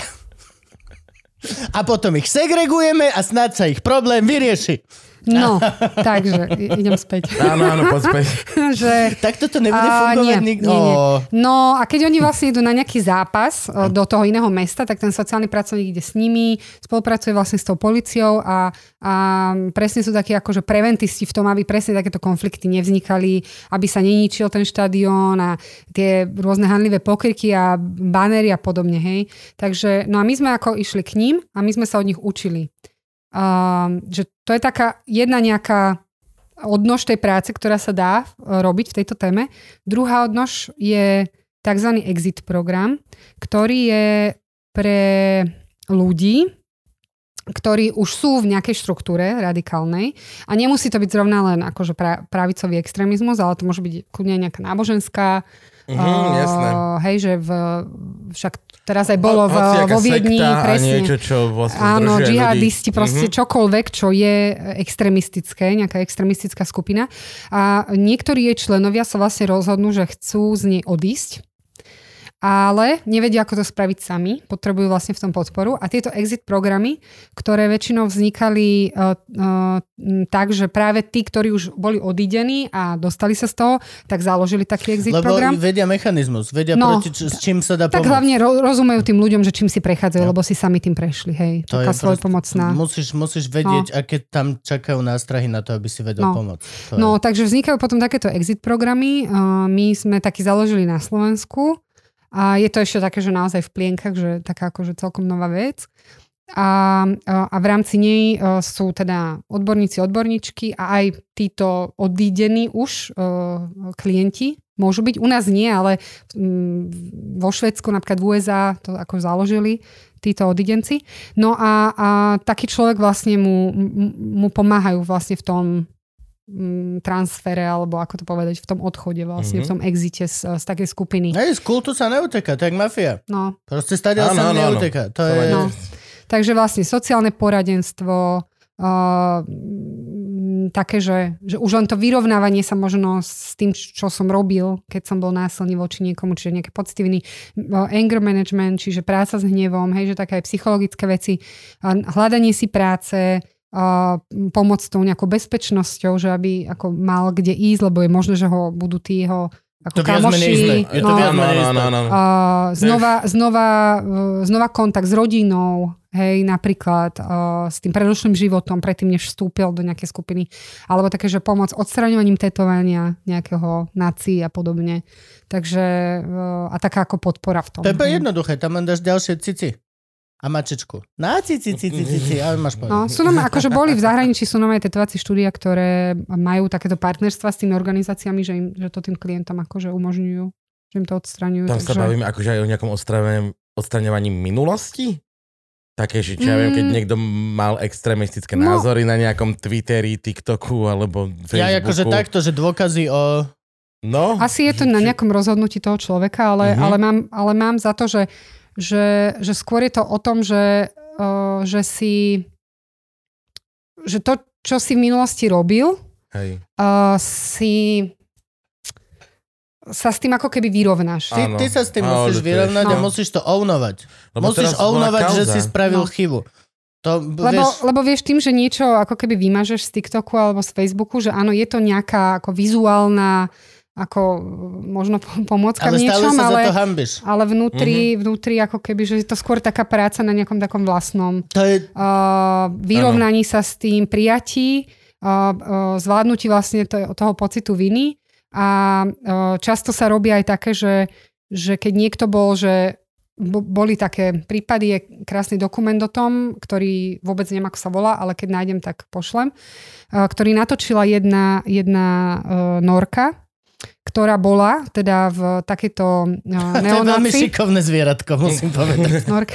A potom ich segregujeme a snáď sa ich problém vyrieši. No, takže idem späť. Áno, poď späť. Tak toto nebude fungovať nikdy. Nie. No a keď oni vlastne idú na nejaký zápas do toho iného mesta, tak ten sociálny pracovník ide s nimi, spolupracuje vlastne s tou políciou a presne sú takí akože preventisti v tom, aby presne takéto konflikty nevznikali, aby sa neničil ten štadión a tie rôzne hanlivé pokryky a banery a podobne, hej. Takže, no a my sme ako išli k ním a my sme sa od nich učili. Že to je taká jedna nejaká odnož tej práce, ktorá sa dá robiť v tejto téme. Druhá odnož je tzv. Exit program, ktorý je pre ľudí, ktorí už sú v nejakej štruktúre radikálnej a nemusí to byť zrovna len akože pravicový extrémizmus, ale to môže byť kľudne nejaká náboženská jasné. Hej, že však teraz aj bolo vo Viedni presne. Niečo, čo vlastne áno, džihadisti, proste čokoľvek, čo je extrémistické, nejaká extrémistická skupina. A niektorí jej členovia sa vlastne rozhodnú, že chcú z nej odísť ale nevedia, ako to spraviť sami, potrebujú vlastne v tom podporu a tieto exit programy, ktoré väčšinou vznikali tak, že práve tí, ktorí už boli odídení a dostali sa z toho, tak založili taký exit program. Lebo vedia mechanizmus, vedia s čím sa dá pomôcť. Tak hlavne rozumejú tým ľuďom, že čím si prechádzajú, lebo si sami tým prešli, hej. To taká svojpomocná. Musíš vedieť, aké tam čakajú nástrahy na to, aby si vedel pomôcť. Takže vznikajú potom takéto exit programy. My sme taký založili na Slovensku. A je to ešte také, že naozaj v plienkach, že taká akože celkom nová vec. A v rámci nej sú teda odborníci, odborníčky a aj títo odídení už klienti. Môžu byť, u nás nie, ale vo Švédsku, napríklad v USA to ako založili títo odidenci. No a taký človek vlastne mu pomáhajú vlastne v tom transfere, alebo ako to povedať, v tom odchode vlastne, v tom exite z takej skupiny. Z kultu sa neuteká, to je mafia. No. Proste stadiaľ sa neuteká. To je... Takže vlastne sociálne poradenstvo, také, že už len to vyrovnávanie sa možno s tým, čo som robil, keď som bol násilný voči niekomu, čiže nejaké poctiviny, anger management, čiže práca s hnevom, hej, že také aj psychologické veci, hľadanie si práce, pomôcť tou nejakou bezpečnosťou, že aby ako mal kde ísť, lebo je možné, že ho budú tí jeho ako kamoši. Znova kontakt s rodinou, hej, napríklad s tým predošlým životom, predtým, než vstúpil do nejakej skupiny. Alebo také, že pomoc odstraňovaním tetovania nejakého nací a podobne. Takže a taká ako podpora v tom. To je jednoduché, tam len dáš ďalšie cici. A mačičku. Na cici, ale máš povedať. No, sú akože boli v zahraničí, sú nové tetovacie štúdia, ktoré majú takéto partnerstva s tými organizáciami, že to tým klientom akože umožňujú, že im to odstraňujú. Tam sa bavíme akože aj o nejakom odstraňovaní minulosti? Také, že ja viem, keď niekto mal extrémistické názory na nejakom Twitteri, TikToku alebo Facebooku. Ja akože takto, že dôkazy o... No. Asi je to na nejakom rozhodnutí toho človeka, ale mám za to, že skôr je to o tom, že to, čo si v minulosti robil, sa s tým ako keby vyrovnáš. Ty sa s tým musíš vyrovnať a musíš to ownovať. Musíš ownovať, že si spravil chybu. Lebo vieš tým, že niečo ako keby vymažeš z TikToku alebo z Facebooku, že áno, je to nejaká ako vizuálna ako možno pomôcka v niečom, ale vnútri ako keby, že je to skôr taká práca na nejakom takom vlastnom vyrovnaní sa s tým, prijatí, zvládnutí vlastne toho pocitu viny a často sa robí aj také, že keď niekto boli také prípady, je krásny dokument o tom, ktorý vôbec neviem, ako sa volá, ale keď nájdem, tak pošlem, ktorý natočila jedna Norka, ktorá bola teda v takéto neonáci. To je veľmi šikovné zvieratko, musím povedať. Norka.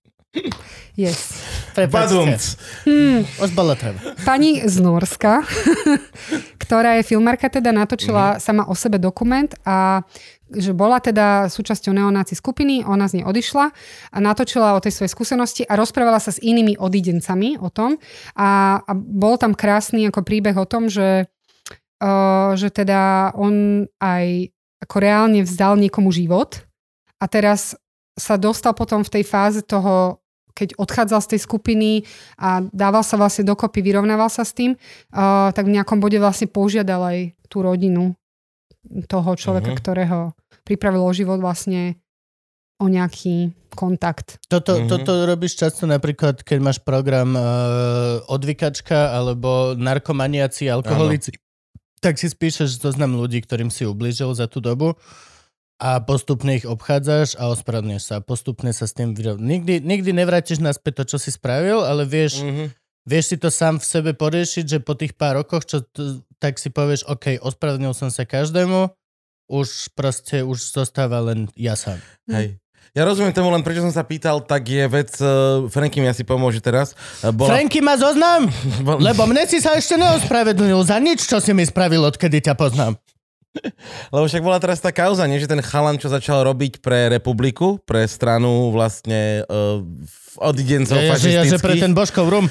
Yes. Badumc. Už bola treba. Pani z Norska, ktorá je filmárka, teda natočila sama o sebe dokument a že bola teda súčasťou neonáci skupiny, ona z nej odišla a natočila o tej svojej skúsenosti a rozprávala sa s inými odídencami o tom a bol tam krásny ako príbeh o tom, že teda on aj ako reálne vzdal niekomu život a teraz sa dostal potom v tej fáze toho, keď odchádzal z tej skupiny a dával sa vlastne dokopy, vyrovnával sa s tým, tak v nejakom bode vlastne požiadal aj tú rodinu toho človeka, ktorého pripravil o život vlastne o nejaký kontakt. Toto robíš často napríklad, keď máš program odvykačka alebo narkomaniaci, alkoholici. Tak si spíšeš zoznam ľudí, ktorým si ublížil za tú dobu a postupne ich obchádzaš a ospravedlňuješ sa a postupne sa s tým nikdy nevrátiš naspäť to, čo si spravil, ale vieš si to sám v sebe poriešiť, že po tých pár rokoch, tak si povieš, OK, ospravedlnil som sa každému, už zostáva len ja sám. Hej. Ja rozumiem tomu, len prečo som sa pýtal, tak je vec, Franky mi asi pomôže teraz. Franky má zoznam? Lebo mne si sa ešte neospravedlnil za nič, čo si mi spravil, odkedy ťa poznám. Lebo však bola teraz tá kauza, nie? Že ten chalan, čo začal robiť pre Republiku, pre stranu vlastne odidencov fašistických. Že pre ten Božkov rum.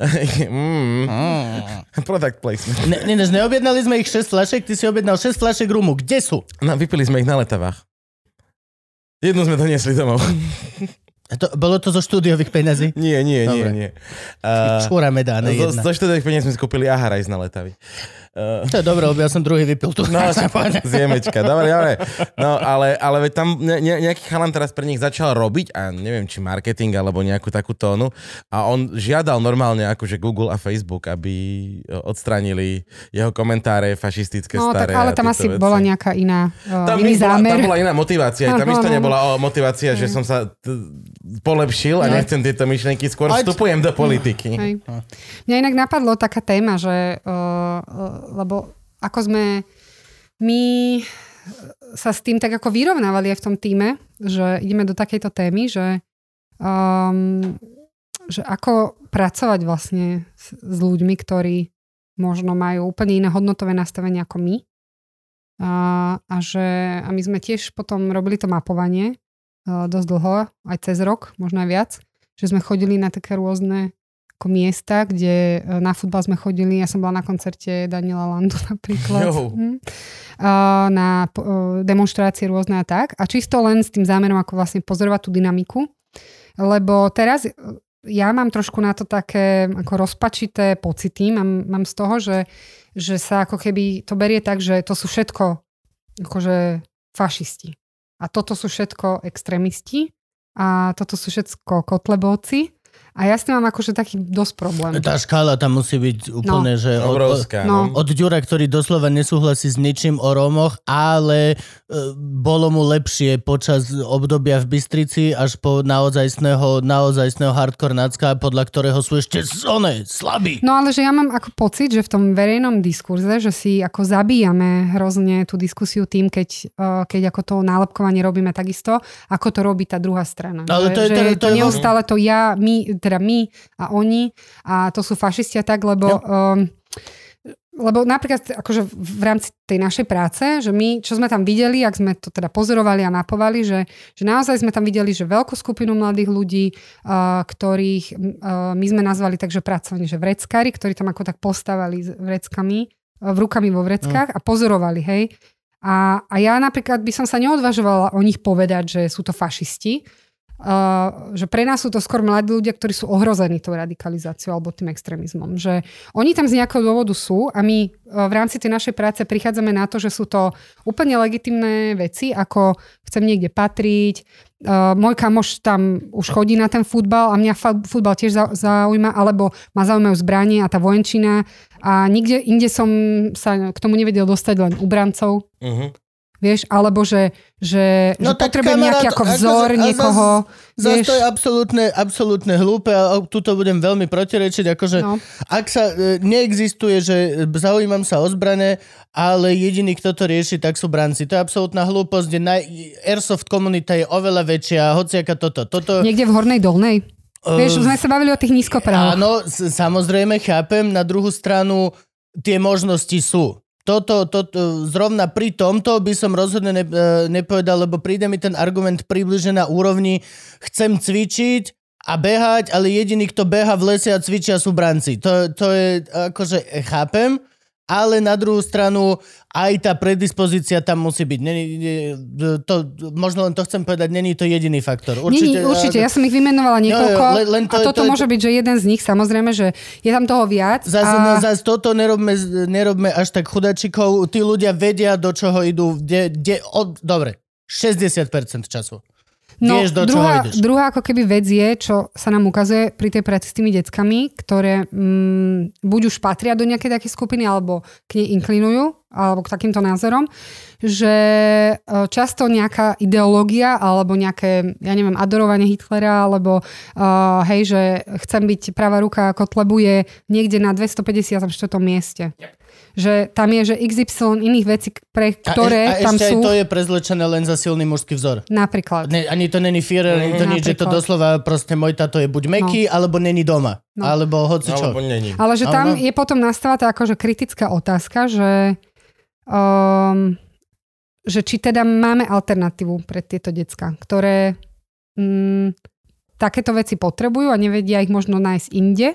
Product placement. Neobjednali sme ich 6 fľašek, ty si objednal 6 fľašek rumu. Kde sú? No, vypili sme ich na Letavách. Jednu sme doniesli domov. Bolo to zo štúdiových peniazí? Nie. Šúrame dáne jedna. Zo štúdiových peniazí sme skúpili Aharaj na Letavy. To je dobré, lebo ja som druhý vypil tu. No, z Jemečka, dobre. No, ale tam nejaký chalan teraz pre nich začal robiť, a neviem, či marketing, alebo nejakú takú tónu, a on žiadal normálne akože Google a Facebook, aby odstránili jeho komentáre fašistické staré. Ale tam asi bola nejaká iný zámer. Tam bola iná motivácia. Tam isto nebola motivácia, že som sa polepšil a nechcem tieto myšlenky, skôr vstupujem do politiky. Mňa inak napadlo taká téma, že lebo ako sme my sa s tým tak ako vyrovnávali aj v tom týme, že ideme do takejto témy, že ako pracovať vlastne s ľuďmi, ktorí možno majú úplne iné hodnotové nastavenie ako my. A my sme tiež potom robili to mapovanie dosť dlho, aj cez rok, možno aj viac, že sme chodili na také rôzne ako miesta, kde na futbal sme chodili, ja som bola na koncerte Daniela Landu napríklad, na demonštrácie rôzne a tak. A čisto len s tým zámerom, ako vlastne pozorovať tú dynamiku. Lebo teraz ja mám trošku na to také ako rozpačité pocity. Mám z toho, že sa ako keby to berie tak, že to sú všetko akože fašisti. A toto sú všetko extrémisti. A toto sú všetko kotlebovci. A ja s tým mám akože taký dosť problém. Tá škála tam musí byť úplne, že obrovská. Od Ďura, ktorý doslova nesúhlasí s ničím o Rómoch, ale bolo mu lepšie počas obdobia v Bystrici až po naozajstného hardcore nacka, podľa ktorého sú ešte slabí. No ale že ja mám ako pocit, že v tom verejnom diskurze, že si ako zabíjame hrozne tú diskusiu tým, keď ako to nálepkovanie robíme takisto, ako to robí tá druhá strana. Ale že to neustále to my a oni a to sú fašisti a tak, lebo napríklad akože v rámci tej našej práce, že my, čo sme tam videli, ak sme to teda pozorovali a mapovali, že naozaj sme tam videli, že veľkú skupinu mladých ľudí, ktorých my sme nazvali takže pracovne, že vreckári, ktorí tam ako tak postávali s vreckami, rukami vo vreckách a pozorovali, hej. A ja napríklad by som sa neodvažovala o nich povedať, že sú to fašisti, že pre nás sú to skôr mladí ľudia, ktorí sú ohrození tou radikalizáciou alebo tým extrémizmom. Že oni tam z nejakého dôvodu sú a my v rámci tej našej práce prichádzame na to, že sú to úplne legitimné veci, ako chcem niekde patriť. Môj kamoš tam už chodí na ten futbal a mňa futbal tiež zaujíma, alebo ma zaujímajú zbranie a tá vojenčina a nikde inde som sa k tomu nevedel dostať len u brancov. Vieš, alebo že potrebujem nejaký ako vzor niekoho. Zas to je absolútne hlúpe a tuto budem veľmi protirečiť, akože ak sa neexistuje, že zaujímam sa o zbrane, ale jediný, kto to rieši, tak sú branci. To je absolútna hlúposť, kde airsoft komunita je oveľa väčšia, hociaka toto. Niekde v Hornej Dolnej? Vieš, sme sa bavili o tých nízkopravoch. Áno, samozrejme, chápem. Na druhú stranu tie možnosti sú. Toto, zrovna pri tomto by som rozhodne nepovedal, lebo príde mi ten argument približne na úrovni chcem cvičiť a behať, ale jediný, kto beha v lese a cvičia sú branci. To je, akože chápem, ale na druhú stranu aj tá predispozícia tam musí byť. Možno len to chcem povedať, není to jediný faktor. Určite. Ja som ich vymenovala niekoľko a toto môže byť, že jeden z nich, samozrejme, že je tam toho viac. Zas toto nerobme až tak chudačikov. Tí ľudia vedia, do čoho idú. Dobre, 60% času. No, druhá ako keby vec je, čo sa nám ukazuje pri tej práci s tými deckami, ktoré buď už patria do nejakej takej skupiny, alebo k nej inklinujú, alebo k takýmto názorom, že často nejaká ideológia, alebo nejaké, ja neviem, adorovanie Hitlera, alebo že chcem byť pravá ruka Kotlebu je niekde na 254. mieste. Že tam je, že XY iných vecí, pre ktoré tam sú... A ešte aj to je prezlečené len za silný mužský vzor. Napríklad. Ani to není Führer, ani to nič, že to doslova proste môj tato je buď meký, alebo není doma. Alebo hocičo. Ale že tam je potom nastáva tá akože kritická otázka, že či teda máme alternatívu pre tieto decká, ktoré takéto veci potrebujú a nevedia ich možno nájsť inde.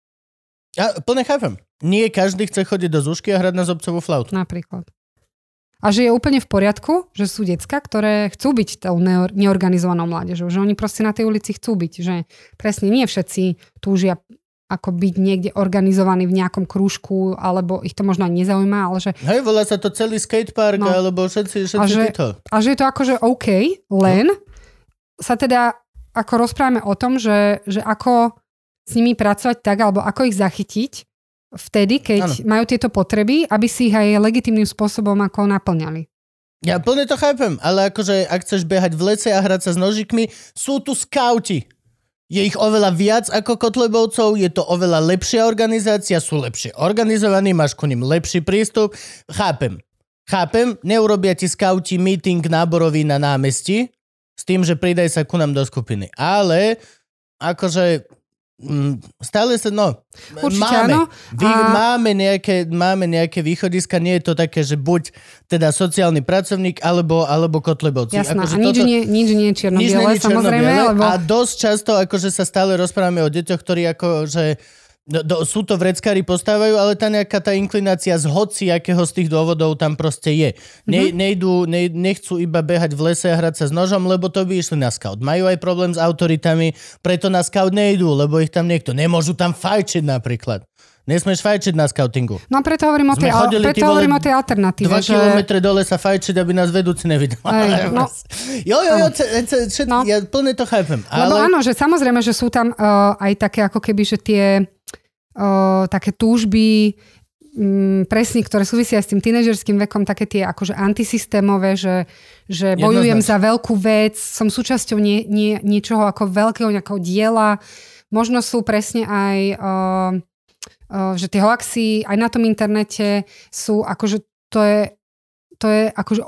Ja plne chápem. Nie každý chce chodiť do Zúšky a hrať na zobcovú flautu. Napríklad. A že je úplne v poriadku, že sú decká, ktoré chcú byť tou neorganizovanou mládežou. Že oni proste na tej ulici chcú byť. Že presne nie všetci túžia ako byť niekde organizovaní v nejakom krúžku, alebo ich to možno aj nezaujíma, ale že... Hej, volá sa to celý skatepark, alebo všetci títo. A že je to akože OK, len sa teda ako rozprávame o tom, že ako s nimi pracovať tak, alebo ako ich zachytiť vtedy, keď majú tieto potreby, aby si ich aj legitímnym spôsobom ako naplňali. Ja plne to chápem, ale akože ak chceš behať v lese a hrať sa s nožikmi, sú tu skauti. Je ich oveľa viac ako Kotlebovcov, je to oveľa lepšia organizácia, sú lepšie organizovaní, máš ku nim lepší prístup. Chápem, neurobia ti skauti meeting náborový na námestí s tým, že pridaj sa ku nám do skupiny. Ale akože stále sa, určite máme nejaké východiska, nie je to také, že buď teda sociálny pracovník, alebo Kotlebovci. Jasná, akože a nič nie je čierno-biele, samozrejme. Lebo... A dosť často akože sa stále rozprávame o deťoch, ktorí akože sú to vreckári postávajú, ale tá nejaká tá inklinácia z hociakého z tých dôvodov tam proste je. Nechcú iba behať v lese a hrať sa s nožom, lebo to by išli na scout. Majú aj problém s autoritami, preto na scout nejdú, lebo ich tam niekto. Nemôžu tam fajčiť napríklad. Nesmieš fajčiť na scoutingu. No preto hovorím o tej alternatíve. 2 kilometre dole sa fajčiť, aby nás vedúci nevidel. Ja plne to chápem. Lebo áno, že samozrejme, že sú tam aj také ako keby, že tie také túžby presne, ktoré súvisia s tým tínežerským vekom, také tie akože antisystémové, že bojujem za veľkú vec, som súčasťou niečoho ako veľkého nejakého diela. Možno sú presne aj že tie hoaxy aj na tom internete sú akože to je akože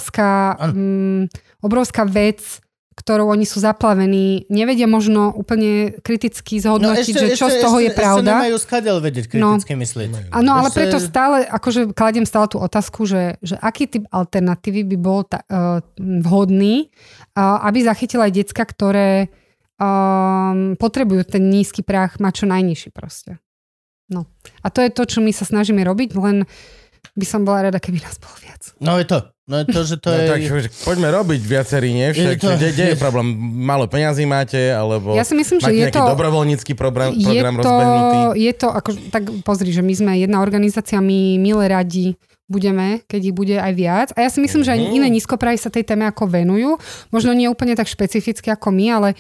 obrovská vec, ktorou oni sú zaplavení. Nevedia možno úplne kriticky zhodnotiť, že čo z toho je pravda. Ešte nemajú skadiaľ vedieť kriticky myslieť. Áno, ale preto stále, akože kladiem stále tú otázku, že aký typ alternatívy by bol vhodný, aby zachytila aj decka, ktoré potrebujú ten nízky prach mať čo najnižší proste. No. A to je to, čo my sa snažíme robiť, len by som bola rada, keby nás bolo viac. No je to, že to je... Tak, poďme robiť viacerí, nie? Kde je problém? Málo peňazí máte, alebo ja si myslím, máte že nejaký dobrovoľnícky program rozbehnutý? Je to, tak pozri, že my sme jedna organizácia, my milé radi budeme, keď ich bude aj viac. A ja si myslím, že aj iné nízkoprahy sa tej téme ako venujú. Možno nie úplne tak špecificky ako my, ale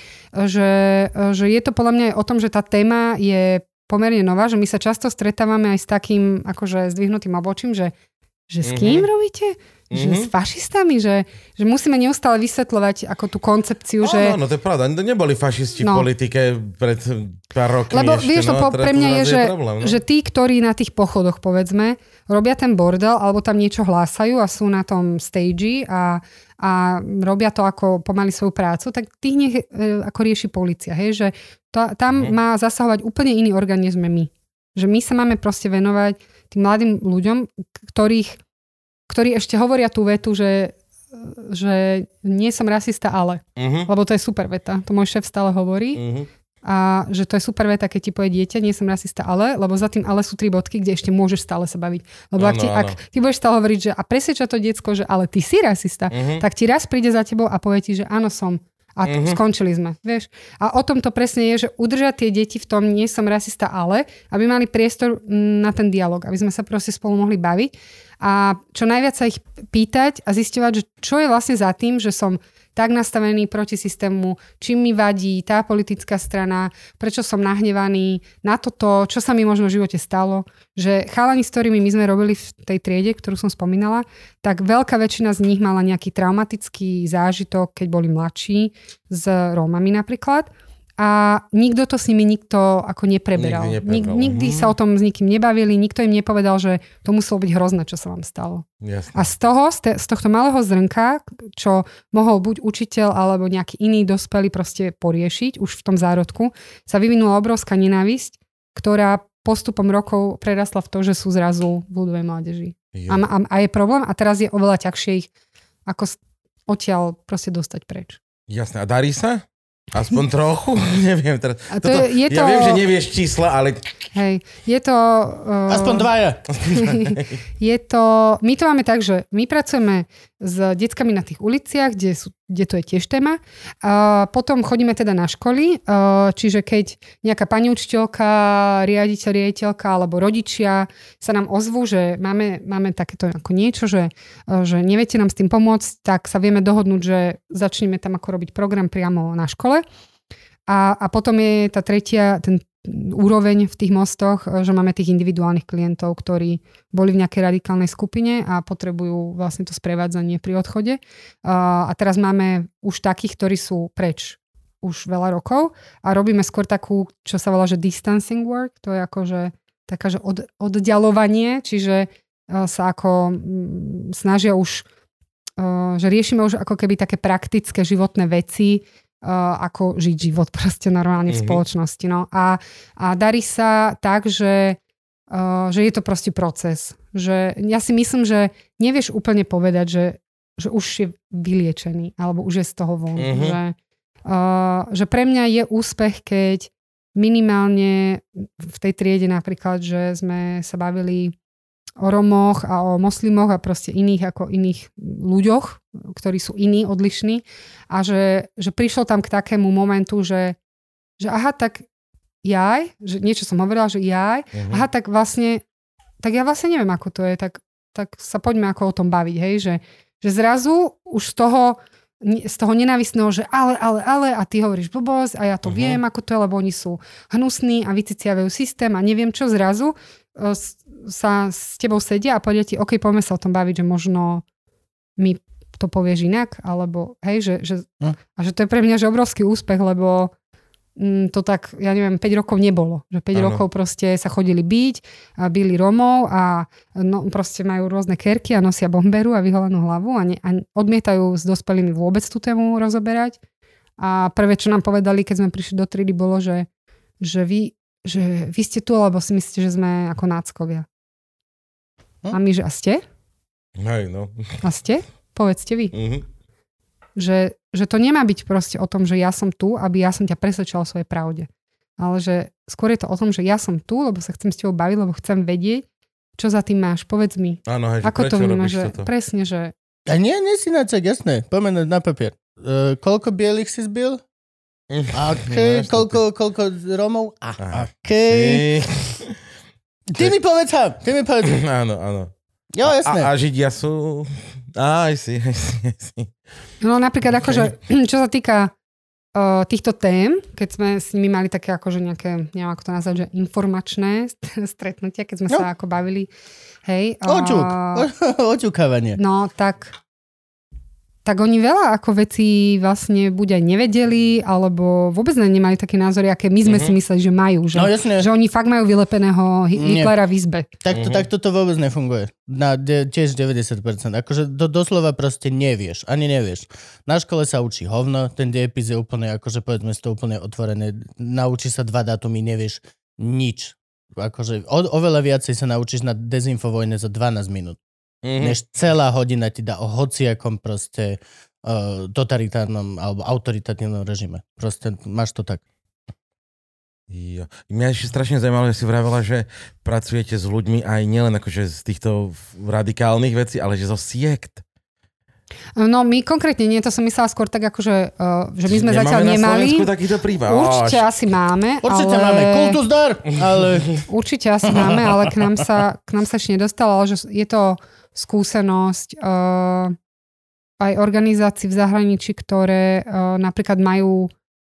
že je to podľa mňa aj o tom, že tá téma je pomerne nová, že my sa často stretávame aj s takým akože zdvihnutým obočím, že s kým robíte? Že s fašistami? Že musíme neustále vysvetľovať ako tú koncepciu, že... No, to je pravda. Neboli fašisti v politike pred pár rokmi. Lebo ešte, vieš, pre mňa je, že tí, ktorí na tých pochodoch, povedzme, robia ten bordel, alebo tam niečo hlásajú a sú na tom stage a robia to ako pomaly svoju prácu, tak tých nech ako rieši polícia. Hej? Že tam má zasahovať úplne iný orgán, než sme my. Že my sa máme proste venovať tým mladým ľuďom, ktorí ešte hovoria tú vetu, že nie som rasista, ale. Lebo to je super veta. To môj šéf stále hovorí. A že to je super veta, keď ti povie dieťa, nie som rasista, ale, lebo za tým ale sú 3 bodky, kde ešte môžeš stále sa baviť. Lebo ak ty budeš stále hovoriť, že a presvedča to decko, že ale ty si rasista, tak ti raz príde za tebou a povie ti, že áno som. A skončili sme, vieš. A o tom to presne je, že udržať tie deti v tom, nie som rasista, ale aby mali priestor na ten dialog, aby sme sa proste spolu mohli baviť a čo najviac sa ich pýtať a zisťovať, že čo je vlastne za tým, že som tak nastavený proti systému, čím mi vadí tá politická strana, prečo som nahnevaný na toto, čo sa mi možno v živote stalo. Že chalani, s ktorými my sme robili v tej triede, ktorú som spomínala, tak veľká väčšina z nich mala nejaký traumatický zážitok, keď boli mladší, s Rómami napríklad. A nikto to s nimi ako nepreberal. Nikdy sa o tom s nikým nebavili, nikto im nepovedal, že to muselo byť hrozné, čo sa vám stalo. Jasne. A z tohto malého zrnka, čo mohol buď učiteľ alebo nejaký iný dospelý proste poriešiť, už v tom zárodku, sa vyvinula obrovská nenávisť, ktorá postupom rokov prerastla v to, že sú zrazu v ľudovej mládeži. A je problém a teraz je oveľa ťažšie ich ako odtiaľ proste dostať preč. Jasné. A darí sa? Aspoň trochu? Neviem teraz. Je to... Ja viem, že nevieš čísla, ale... Hej, je to... Aspoň dvaja. My to máme tak, že my pracujeme s deckami na tých uliciach, kde to je tiež téma. Potom chodíme teda na školy, čiže keď nejaká pani učiteľka, riaditeľka alebo rodičia sa nám ozvú, že máme takéto ako niečo, že neviete nám s tým pomôcť, tak sa vieme dohodnúť, že začneme tam ako robiť program priamo na škole. A potom je tá ten úroveň v tých mostoch, že máme tých individuálnych klientov, ktorí boli v nejakej radikálnej skupine a potrebujú vlastne to sprevádzanie pri odchode. A teraz máme už takých, ktorí sú preč už veľa rokov a robíme skôr takú, čo sa volá, že distancing work, to je akože taká, že oddialovanie, čiže sa ako snažia už, že riešime už ako keby také praktické životné veci, ako žiť život proste normálne v spoločnosti. No. A darí sa tak, že je to proste proces. Že ja si myslím, že nevieš úplne povedať, že už je vyliečený, alebo už je z toho von. Že pre mňa je úspech, keď minimálne v tej triede napríklad, že sme sa bavili o Romoch a o moslimoch a proste iných ľuďoch, ktorí sú iní, odlišní a že prišlo tam k takému momentu, že aha, tak že niečo som hovorila, že aha, tak ja vlastne neviem, ako to je, tak sa poďme ako o tom baviť, hej, že zrazu už z toho nenávistného, že ale a ty hovoríš blbosť a ja to viem, ako to je, lebo oni sú hnusní a vyciciavajú systém a neviem čo, zrazu sa s tebou sedia a povedia ti, OK, poďme sa o tom baviť, že možno mi to povieš inak, alebo hej, a že to je pre mňa že obrovský úspech, lebo to tak, ja neviem, 5 rokov nebolo. Že 5 rokov proste sa chodili biť a bili Romov a proste majú rôzne kerky a nosia bomberu a vyholenú hlavu a odmietajú s dospelými vôbec tú tému rozoberať. A prvé, čo nám povedali, keď sme prišli do triedy, bolo, že vy ste tu, lebo si myslíte, že sme ako náckovia. A my, že a ste? Hej, no. A ste? Povedzte vy. Že to nemá byť proste o tom, že ja som tu, aby ja som ťa presvedčila o svojej pravde. Ale že skôr je to o tom, že ja som tu, lebo sa chcem s tebou baviť, lebo chcem vedieť, čo za tým máš. Povedz mi. Áno, hej, ako to vnímaš, že toto? presne, že... A nie si nácek, jasné. Poďme na papier. Koľko bielých si zbil? OK. Koľko Romov? OK. Ty mi povedz. Áno. Jo, jasné. A Židia sú... Aj si. No napríklad akože, čo sa týka týchto tém, keď sme s nimi mali také akože nejaké, neviem ako to nazvať, že informačné stretnutia, keď sme sa ako bavili, hej. Oťukávanie. No tak oni veľa ako vecí vlastne buď aj nevedeli, alebo vôbec nemali také názory, aké my sme si mysleli, že majú. Že, že oni fakt majú vylepeného Hitlera v izbe. Takto to vôbec nefunguje. Tiež 90%. Akože doslova proste nevieš. Ani nevieš. Na škole sa učí hovno, ten dejepis je úplne, akože povedzme si to úplne otvorené. Naučí sa 2 dátumy, nevieš nič. Akože oveľa viacej sa naučíš na dezinfovojne za 12 minút. Než celá hodina ti dá o hociakom proste totalitárnom alebo autoritatívnom režime. Proste máš to tak. Jo. Mňa ešte strašne zaujímalo, že si vravela, že pracujete s ľuďmi aj nielen akože z týchto radikálnych vecí, ale že zo siekt. No my konkrétne nie, to som myslela skôr tak akože, že my sme zatiaľ nemali. Nemáme na Slovensku takýto prípad? Určite asi máme. Určite máme. Kultus dar. Ale... Určite asi máme, ale k nám sa ešte nedostalo, ale že je to skúsenosť aj organizácií v zahraničí, ktoré napríklad majú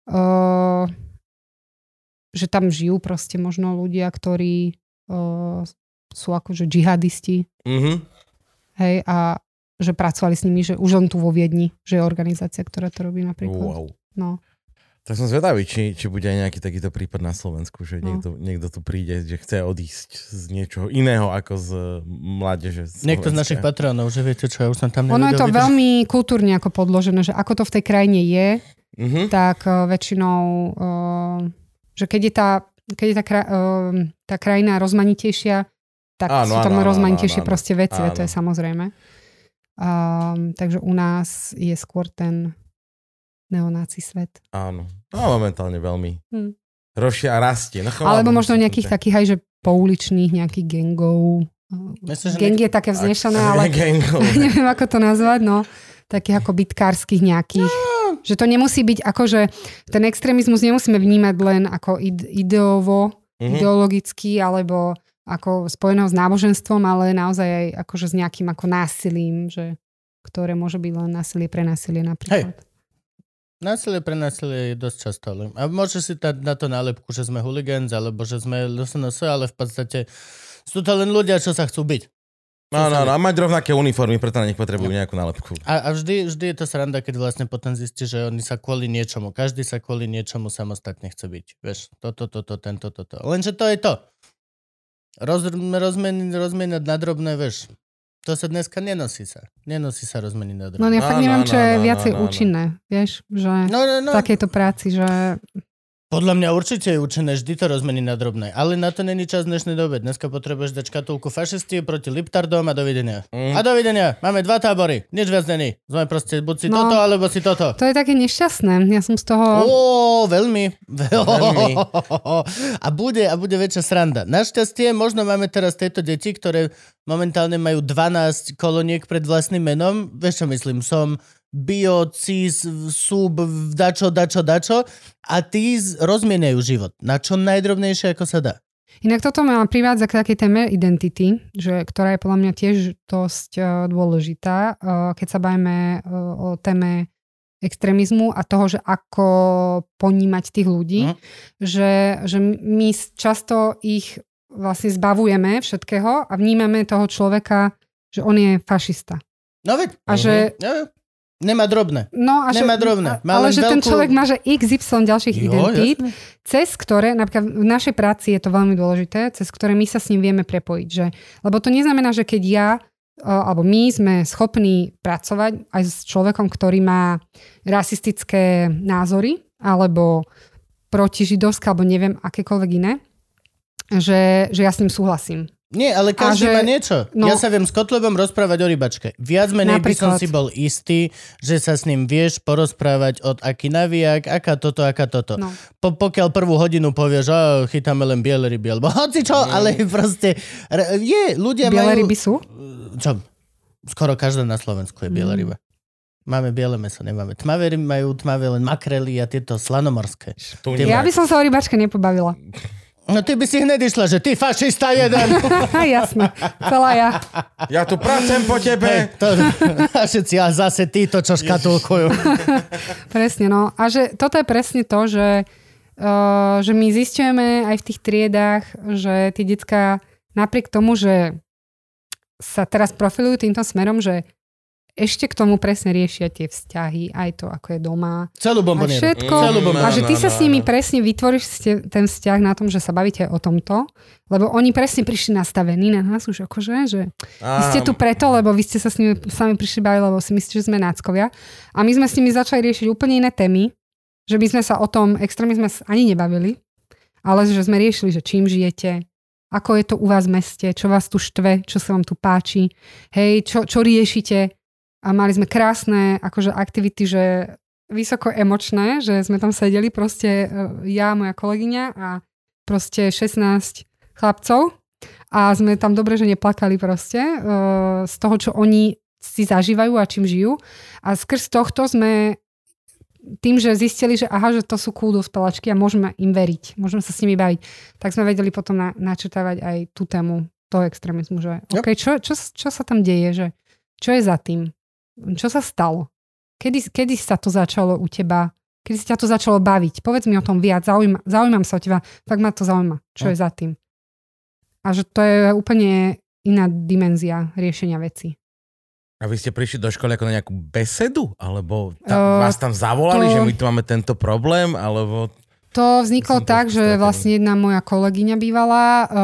že tam žijú proste možno ľudia, ktorí sú akože džihadisti. Hej, a že pracovali s nimi, že už len tu vo Viedni, že je organizácia, ktorá to robí napríklad. Wow. No. Tak som zvedavý, či bude aj nejaký takýto prípad na Slovensku, že niekto tu príde, že chce odísť z niečoho iného ako z mládeže. Niekto z našich patronov, že viete čo, ja už som tam nevedel. Ono je to veľmi kultúrne ako podložené, že ako to v tej krajine je, tak väčšinou, že keď je tá krajina rozmanitejšia, tak sú tam rozmanitejšie proste veci, to je samozrejme. Takže u nás je skôr ten neonáci svet. Áno. No momentálne veľmi. Rastie. No, alebo možno nejakých takých aj, že pouličných nejakých gangov. Gang je také vznešené, ale neviem, ako to nazvať, no. Takých ako bitkárskych nejakých. Že to nemusí byť ako, že ten extrémizmus nemusíme vnímať len ako ideologický, alebo ako spojeného s náboženstvom, ale naozaj aj akože s nejakým ako násilím, že, ktoré môže byť len násilie pre násilie napríklad. Hej. Násilie pre násilie je dosť často. A môže si dať na to nálepku, že sme hooligans, alebo že sme LSNS, ale v podstate sú to len ľudia, čo sa chcú byť. No, a mať rovnaké uniformy, preto na nich potrebujú nejakú nálepku. A vždy je to sranda, keď vlastne potom zistí, že oni sa kvôli niečomu, každý sa kvôli niečomu samostatne chce byť. Vieš, toto. Lenže to je to. Rozmeniť na drobné, vieš. To sa dneska nenosí sa rozmeniť na drobné. No ja fakt neviem, čo je viacej účinné, vieš, že v takejto práci, že... Podľa mňa určite je účinné vždy to rozmeniť na drobné, ale na to není čas v dnešnej dobe. Dneska potrebuješ dať škatulku fašisti proti liptardom a dovidenia. A dovidenia, máme 2 tábory, nič viac není. Sme proste buď si toto, alebo si toto. To je také nešťastné, ja som z toho... Veľmi. A bude väčšia sranda. Našťastie, možno máme teraz tieto deti, ktoré momentálne majú 12 koloniek pred vlastným menom. Vieš čo myslím, som... bio, cis, sub, dačo a tí rozmieniajú život na čo najdrobnejšie, ako sa dá. Inak toto ma privádza k takej téme identity, ktorá je podľa mňa tiež dosť dôležitá, keď sa bavíme o téme extrémizmu a toho, že ako ponímať tých ľudí, že my často ich vlastne zbavujeme všetkého a vnímame toho človeka, že on je fašista. No veď. A že... Nemá drobné. Ale že ten človek má, že XY ďalších identít, cez ktoré, napríklad v našej práci je to veľmi dôležité, cez ktoré my sa s ním vieme prepojiť. Že, lebo to neznamená, že keď ja, alebo my sme schopní pracovať aj s človekom, ktorý má rasistické názory, alebo protižidovské, alebo neviem, akékoľvek iné, že ja s ním súhlasím. Nie, ale každý má niečo. Ja sa viem s Kotlebom rozprávať o rybačke. Viac menej by som si bol istý, že sa s ním vieš porozprávať od aký navijak, aká toto. No. Pokiaľ prvú hodinu povieš, chytáme len biele ryby, alebo hoci čo, ale proste ľudia biele majú... ryby sú? Čo? Skoro každá na Slovensku je biela ryba. Máme biele mäso, nemáme. Tmavé ryby majú tmavé len makrely a tieto slanomorské. Ja by som sa o rybačke nepobavila. No ty by si hneď išla, že ty fašista jeden. Jasné, celá ja. Ja tu pracujem po tebe. A všetci, a zase títo, čo škatulkujú. Presne, no. A že toto je presne to, že my zisťujeme aj v tých triedách, že tí decká napriek tomu, že sa teraz profilujú týmto smerom, že ešte k tomu presne riešia tie vzťahy, aj to, ako je doma. Celú bombonieru. A všetko. A že ty sa s nimi presne vytvoríš ten vzťah na tom, že sa bavíte o tomto, lebo oni presne prišli nastavení na nás už akože, že vy ste tu preto, lebo vy ste sa s nimi sami prišli baviť, lebo si myslíte, že sme náckovia. A my sme s nimi začali riešiť úplne iné témy, že by sme sa o tom extrémizme ani nebavili, ale že sme riešili, že čím žijete, ako je to u vás v meste, čo vás tu štve, čo sa vám tu páči, hej, čo riešite. A mali sme krásne akože aktivity, že vysoko emočné, že sme tam sedeli proste ja, moja kolegyňa a proste 16 chlapcov a sme tam dobre, že neplakali proste z toho, čo oni si zažívajú a čím žijú. A skrz tohto sme tým, že zistili, že že to sú cool dospeláčky a môžeme im veriť, môžeme sa s nimi baviť, tak sme vedeli potom načetávať aj tú tému toho extrémizmu, že okay, čo sa tam deje, že čo je za tým? Čo sa stalo? Kedy sa to začalo u teba? Kedy sa ťa to začalo baviť? Povedz mi o tom viac. Zaujímam sa o teba. Tak ma to zaujíma. Čo je za tým? A že to je úplne iná dimenzia riešenia vecí. A vy ste prišli do školy ako na nejakú besedu? Alebo vás tam zavolali, že my tu máme tento problém? Alebo... To vzniklo tak, že vlastne jedna moja kolegyňa bývala,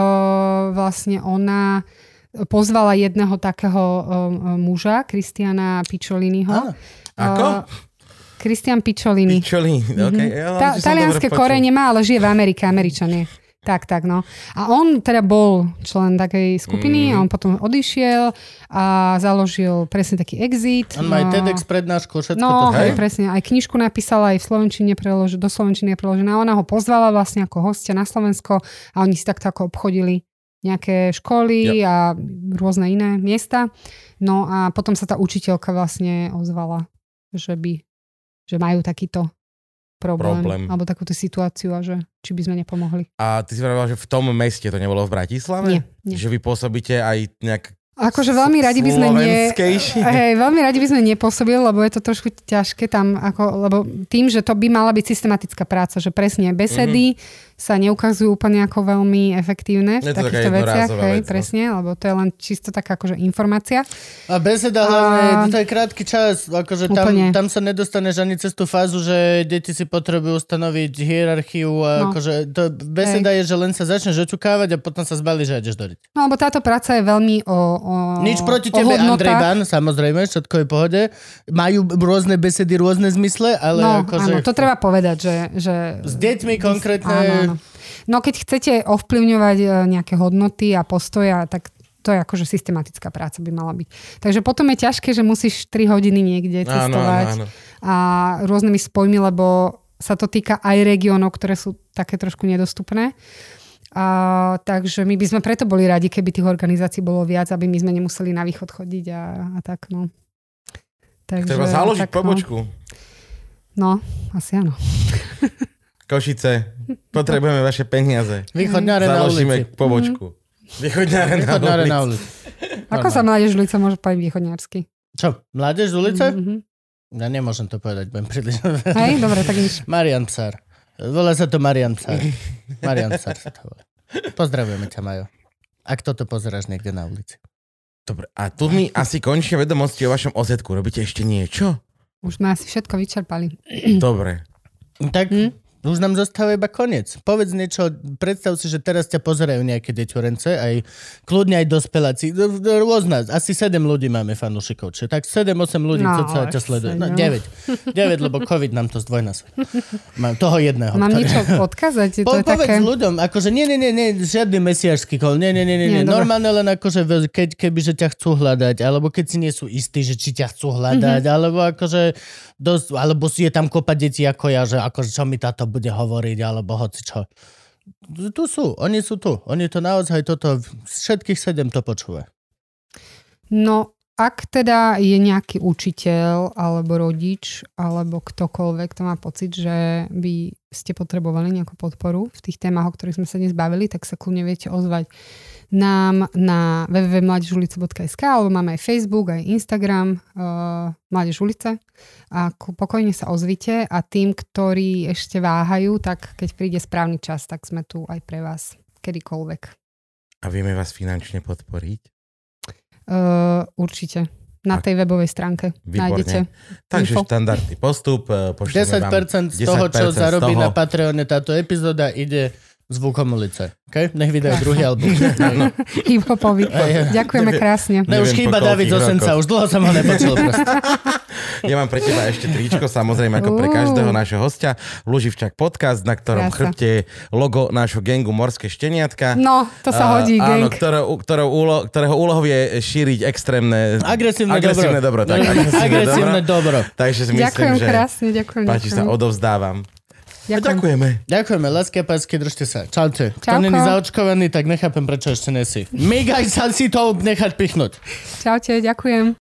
vlastne ona pozvala jedného takého muža, Kristiana Piccioliniho. Ako? Kristian Picciolini. Okay. Talianské korene má, ale žije v Amerike, Američan je. Tak, no. A on teda bol člen takej skupiny a on potom odišiel a založil presne taký Exit. On má aj TEDx prednášku, všetko no, to. Hej? Presne. Aj knižku napísala, aj v slovenčine do slovenčiny je preložená. Ona ho pozvala vlastne ako hostia na Slovensko a oni si takto ako obchodili nejaké školy a rôzne iné miesta. No a potom sa tá učiteľka vlastne ozvala, že majú takýto problém, alebo takúto situáciu a že či by sme nepomohli. A ty si povedala, že v tom meste to nebolo v Bratislave? Nie. Že vy pôsobíte aj nejak akože veľmi radi by sme veľmi radi by sme nepôsobili, lebo je to trošku ťažké tam, lebo tým, že to by mala byť systematická práca, že presne besedy sa neukazujú úplne ako veľmi efektívne v takýchto veciach, presne, lebo to je len čisto taká akože informácia. A beseda hlavne, to je krátky čas, akože tam sa nedostaneš ani cez tú fázu, že deti si potrebujú stanoviť hierarchiu a akože beseda je, že len sa začneš očukávať a potom sa zbalíš a ideš do ryti. No, lebo táto práca je veľmi nič proti tebe, Andrej Ban, samozrejme, všetko je v pohode. Majú rôzne besedy, rôzne zmysle, ale akože... Áno, to treba povedať, že... S deťmi konkrétne... Áno. No keď chcete ovplyvňovať nejaké hodnoty a postoja, tak to je akože systematická práca by mala byť. Takže potom je ťažké, že musíš 3 hodiny niekde cestovať a rôznymi spojmi, lebo sa to týka aj regiónov, ktoré sú také trošku nedostupné. Takže my by sme preto boli radi, keby tých organizácií bolo viac, aby my sme nemuseli na východ chodiť a tak, no. Takže, treba založiť pobočku. No, asi áno. Košice, potrebujeme vaše peniaze. Východňáre na ulici. Založíme pobočku. Východňáre na ulici. Ako sa Mládež z ulice môže povedať východňársky? Čo, Mládež z ulice? Ja nemôžem to povedať, budem príliš... Hej, dobre, tak nič. Marian Psár. Volá sa to Marian Psár. Marian Psár sa to volá. Pozdravujeme ťa, Majo. Ak toto pozeráš niekde na ulici. Dobre, a tu mi asi končia vedomosti o vašom OZ-ku. Robíte ešte niečo? Už sme asi všetko vyčerpali. Dobre. Tak už nám zostáva iba koniec. Povedz niečo, predstav si, že teraz ťa pozerajú nejaké deťorence, aj kľudne aj dospeláci. Rôzna, asi 7 ľudí máme fanúšikov. Čiže tak 7-8 ľudí, čo sa ťa sleduje. No, 9, lebo COVID nám to zdvojnásobil. Mám toho jedného. Mám niečo odkázať? Povedz také... ľuďom, akože nie, žiadny mesiášsky kol, nie. Normálne len akože, kebyže ťa chcú hľadať, alebo keď si nie sú istí, že či ťa chcú hľadať, alebo akože alebo je tam kopa detí ako ja, že akože čo mi táto bude hovoriť, alebo hoci čo. Tu sú, oni sú tu. Oni to naozaj toto, všetkých 7 to počúva. No, ak teda je nejaký učiteľ, alebo rodič, alebo ktokoľvek, to má pocit, že by ste potrebovali nejakú podporu v tých témach, o ktorých sme sa dnes bavili, tak sa kľudne viete ozvať nám na www.mladežulice.sk, alebo máme aj Facebook, aj Instagram Mládež ulice a pokojne sa ozvite a tým, ktorí ešte váhajú, tak keď príde správny čas, tak sme tu aj pre vás kedykoľvek. A vieme vás finančne podporiť? Určite. Na tej webovej stránke nájdete. Takže štandardný postup. 10% z toho, čo zarobí na Patreone táto epizóda, ide zvukom ulice. Okay? Nech vydajú druhý album. Hip-hopový. Ďakujeme krásne. Už chýba David z Osenca, už dlho som ho nepočul. Ja mám pre teba ešte tričko, samozrejme ako pre každého nášho hostia. Luživčák podcast, na ktorom chrbte je logo nášho gangu Morské šteniatka. No, to sa hodí, gang. Áno, ktorého úlohou je šíriť extrémne... Agresívne dobro. Agresívne dobro. Takže si myslím, ďakujem že krásne, ďakujem. Páči sa, odovzdávam. Ďakujeme. Ďakujeme, lásky a pásky, držte sa. Čaute. Kto není zaočkovaný, tak nechápem, prečo ešte nesi. Migaj sa si to nechať pichnúť. Čaute, ďakujem.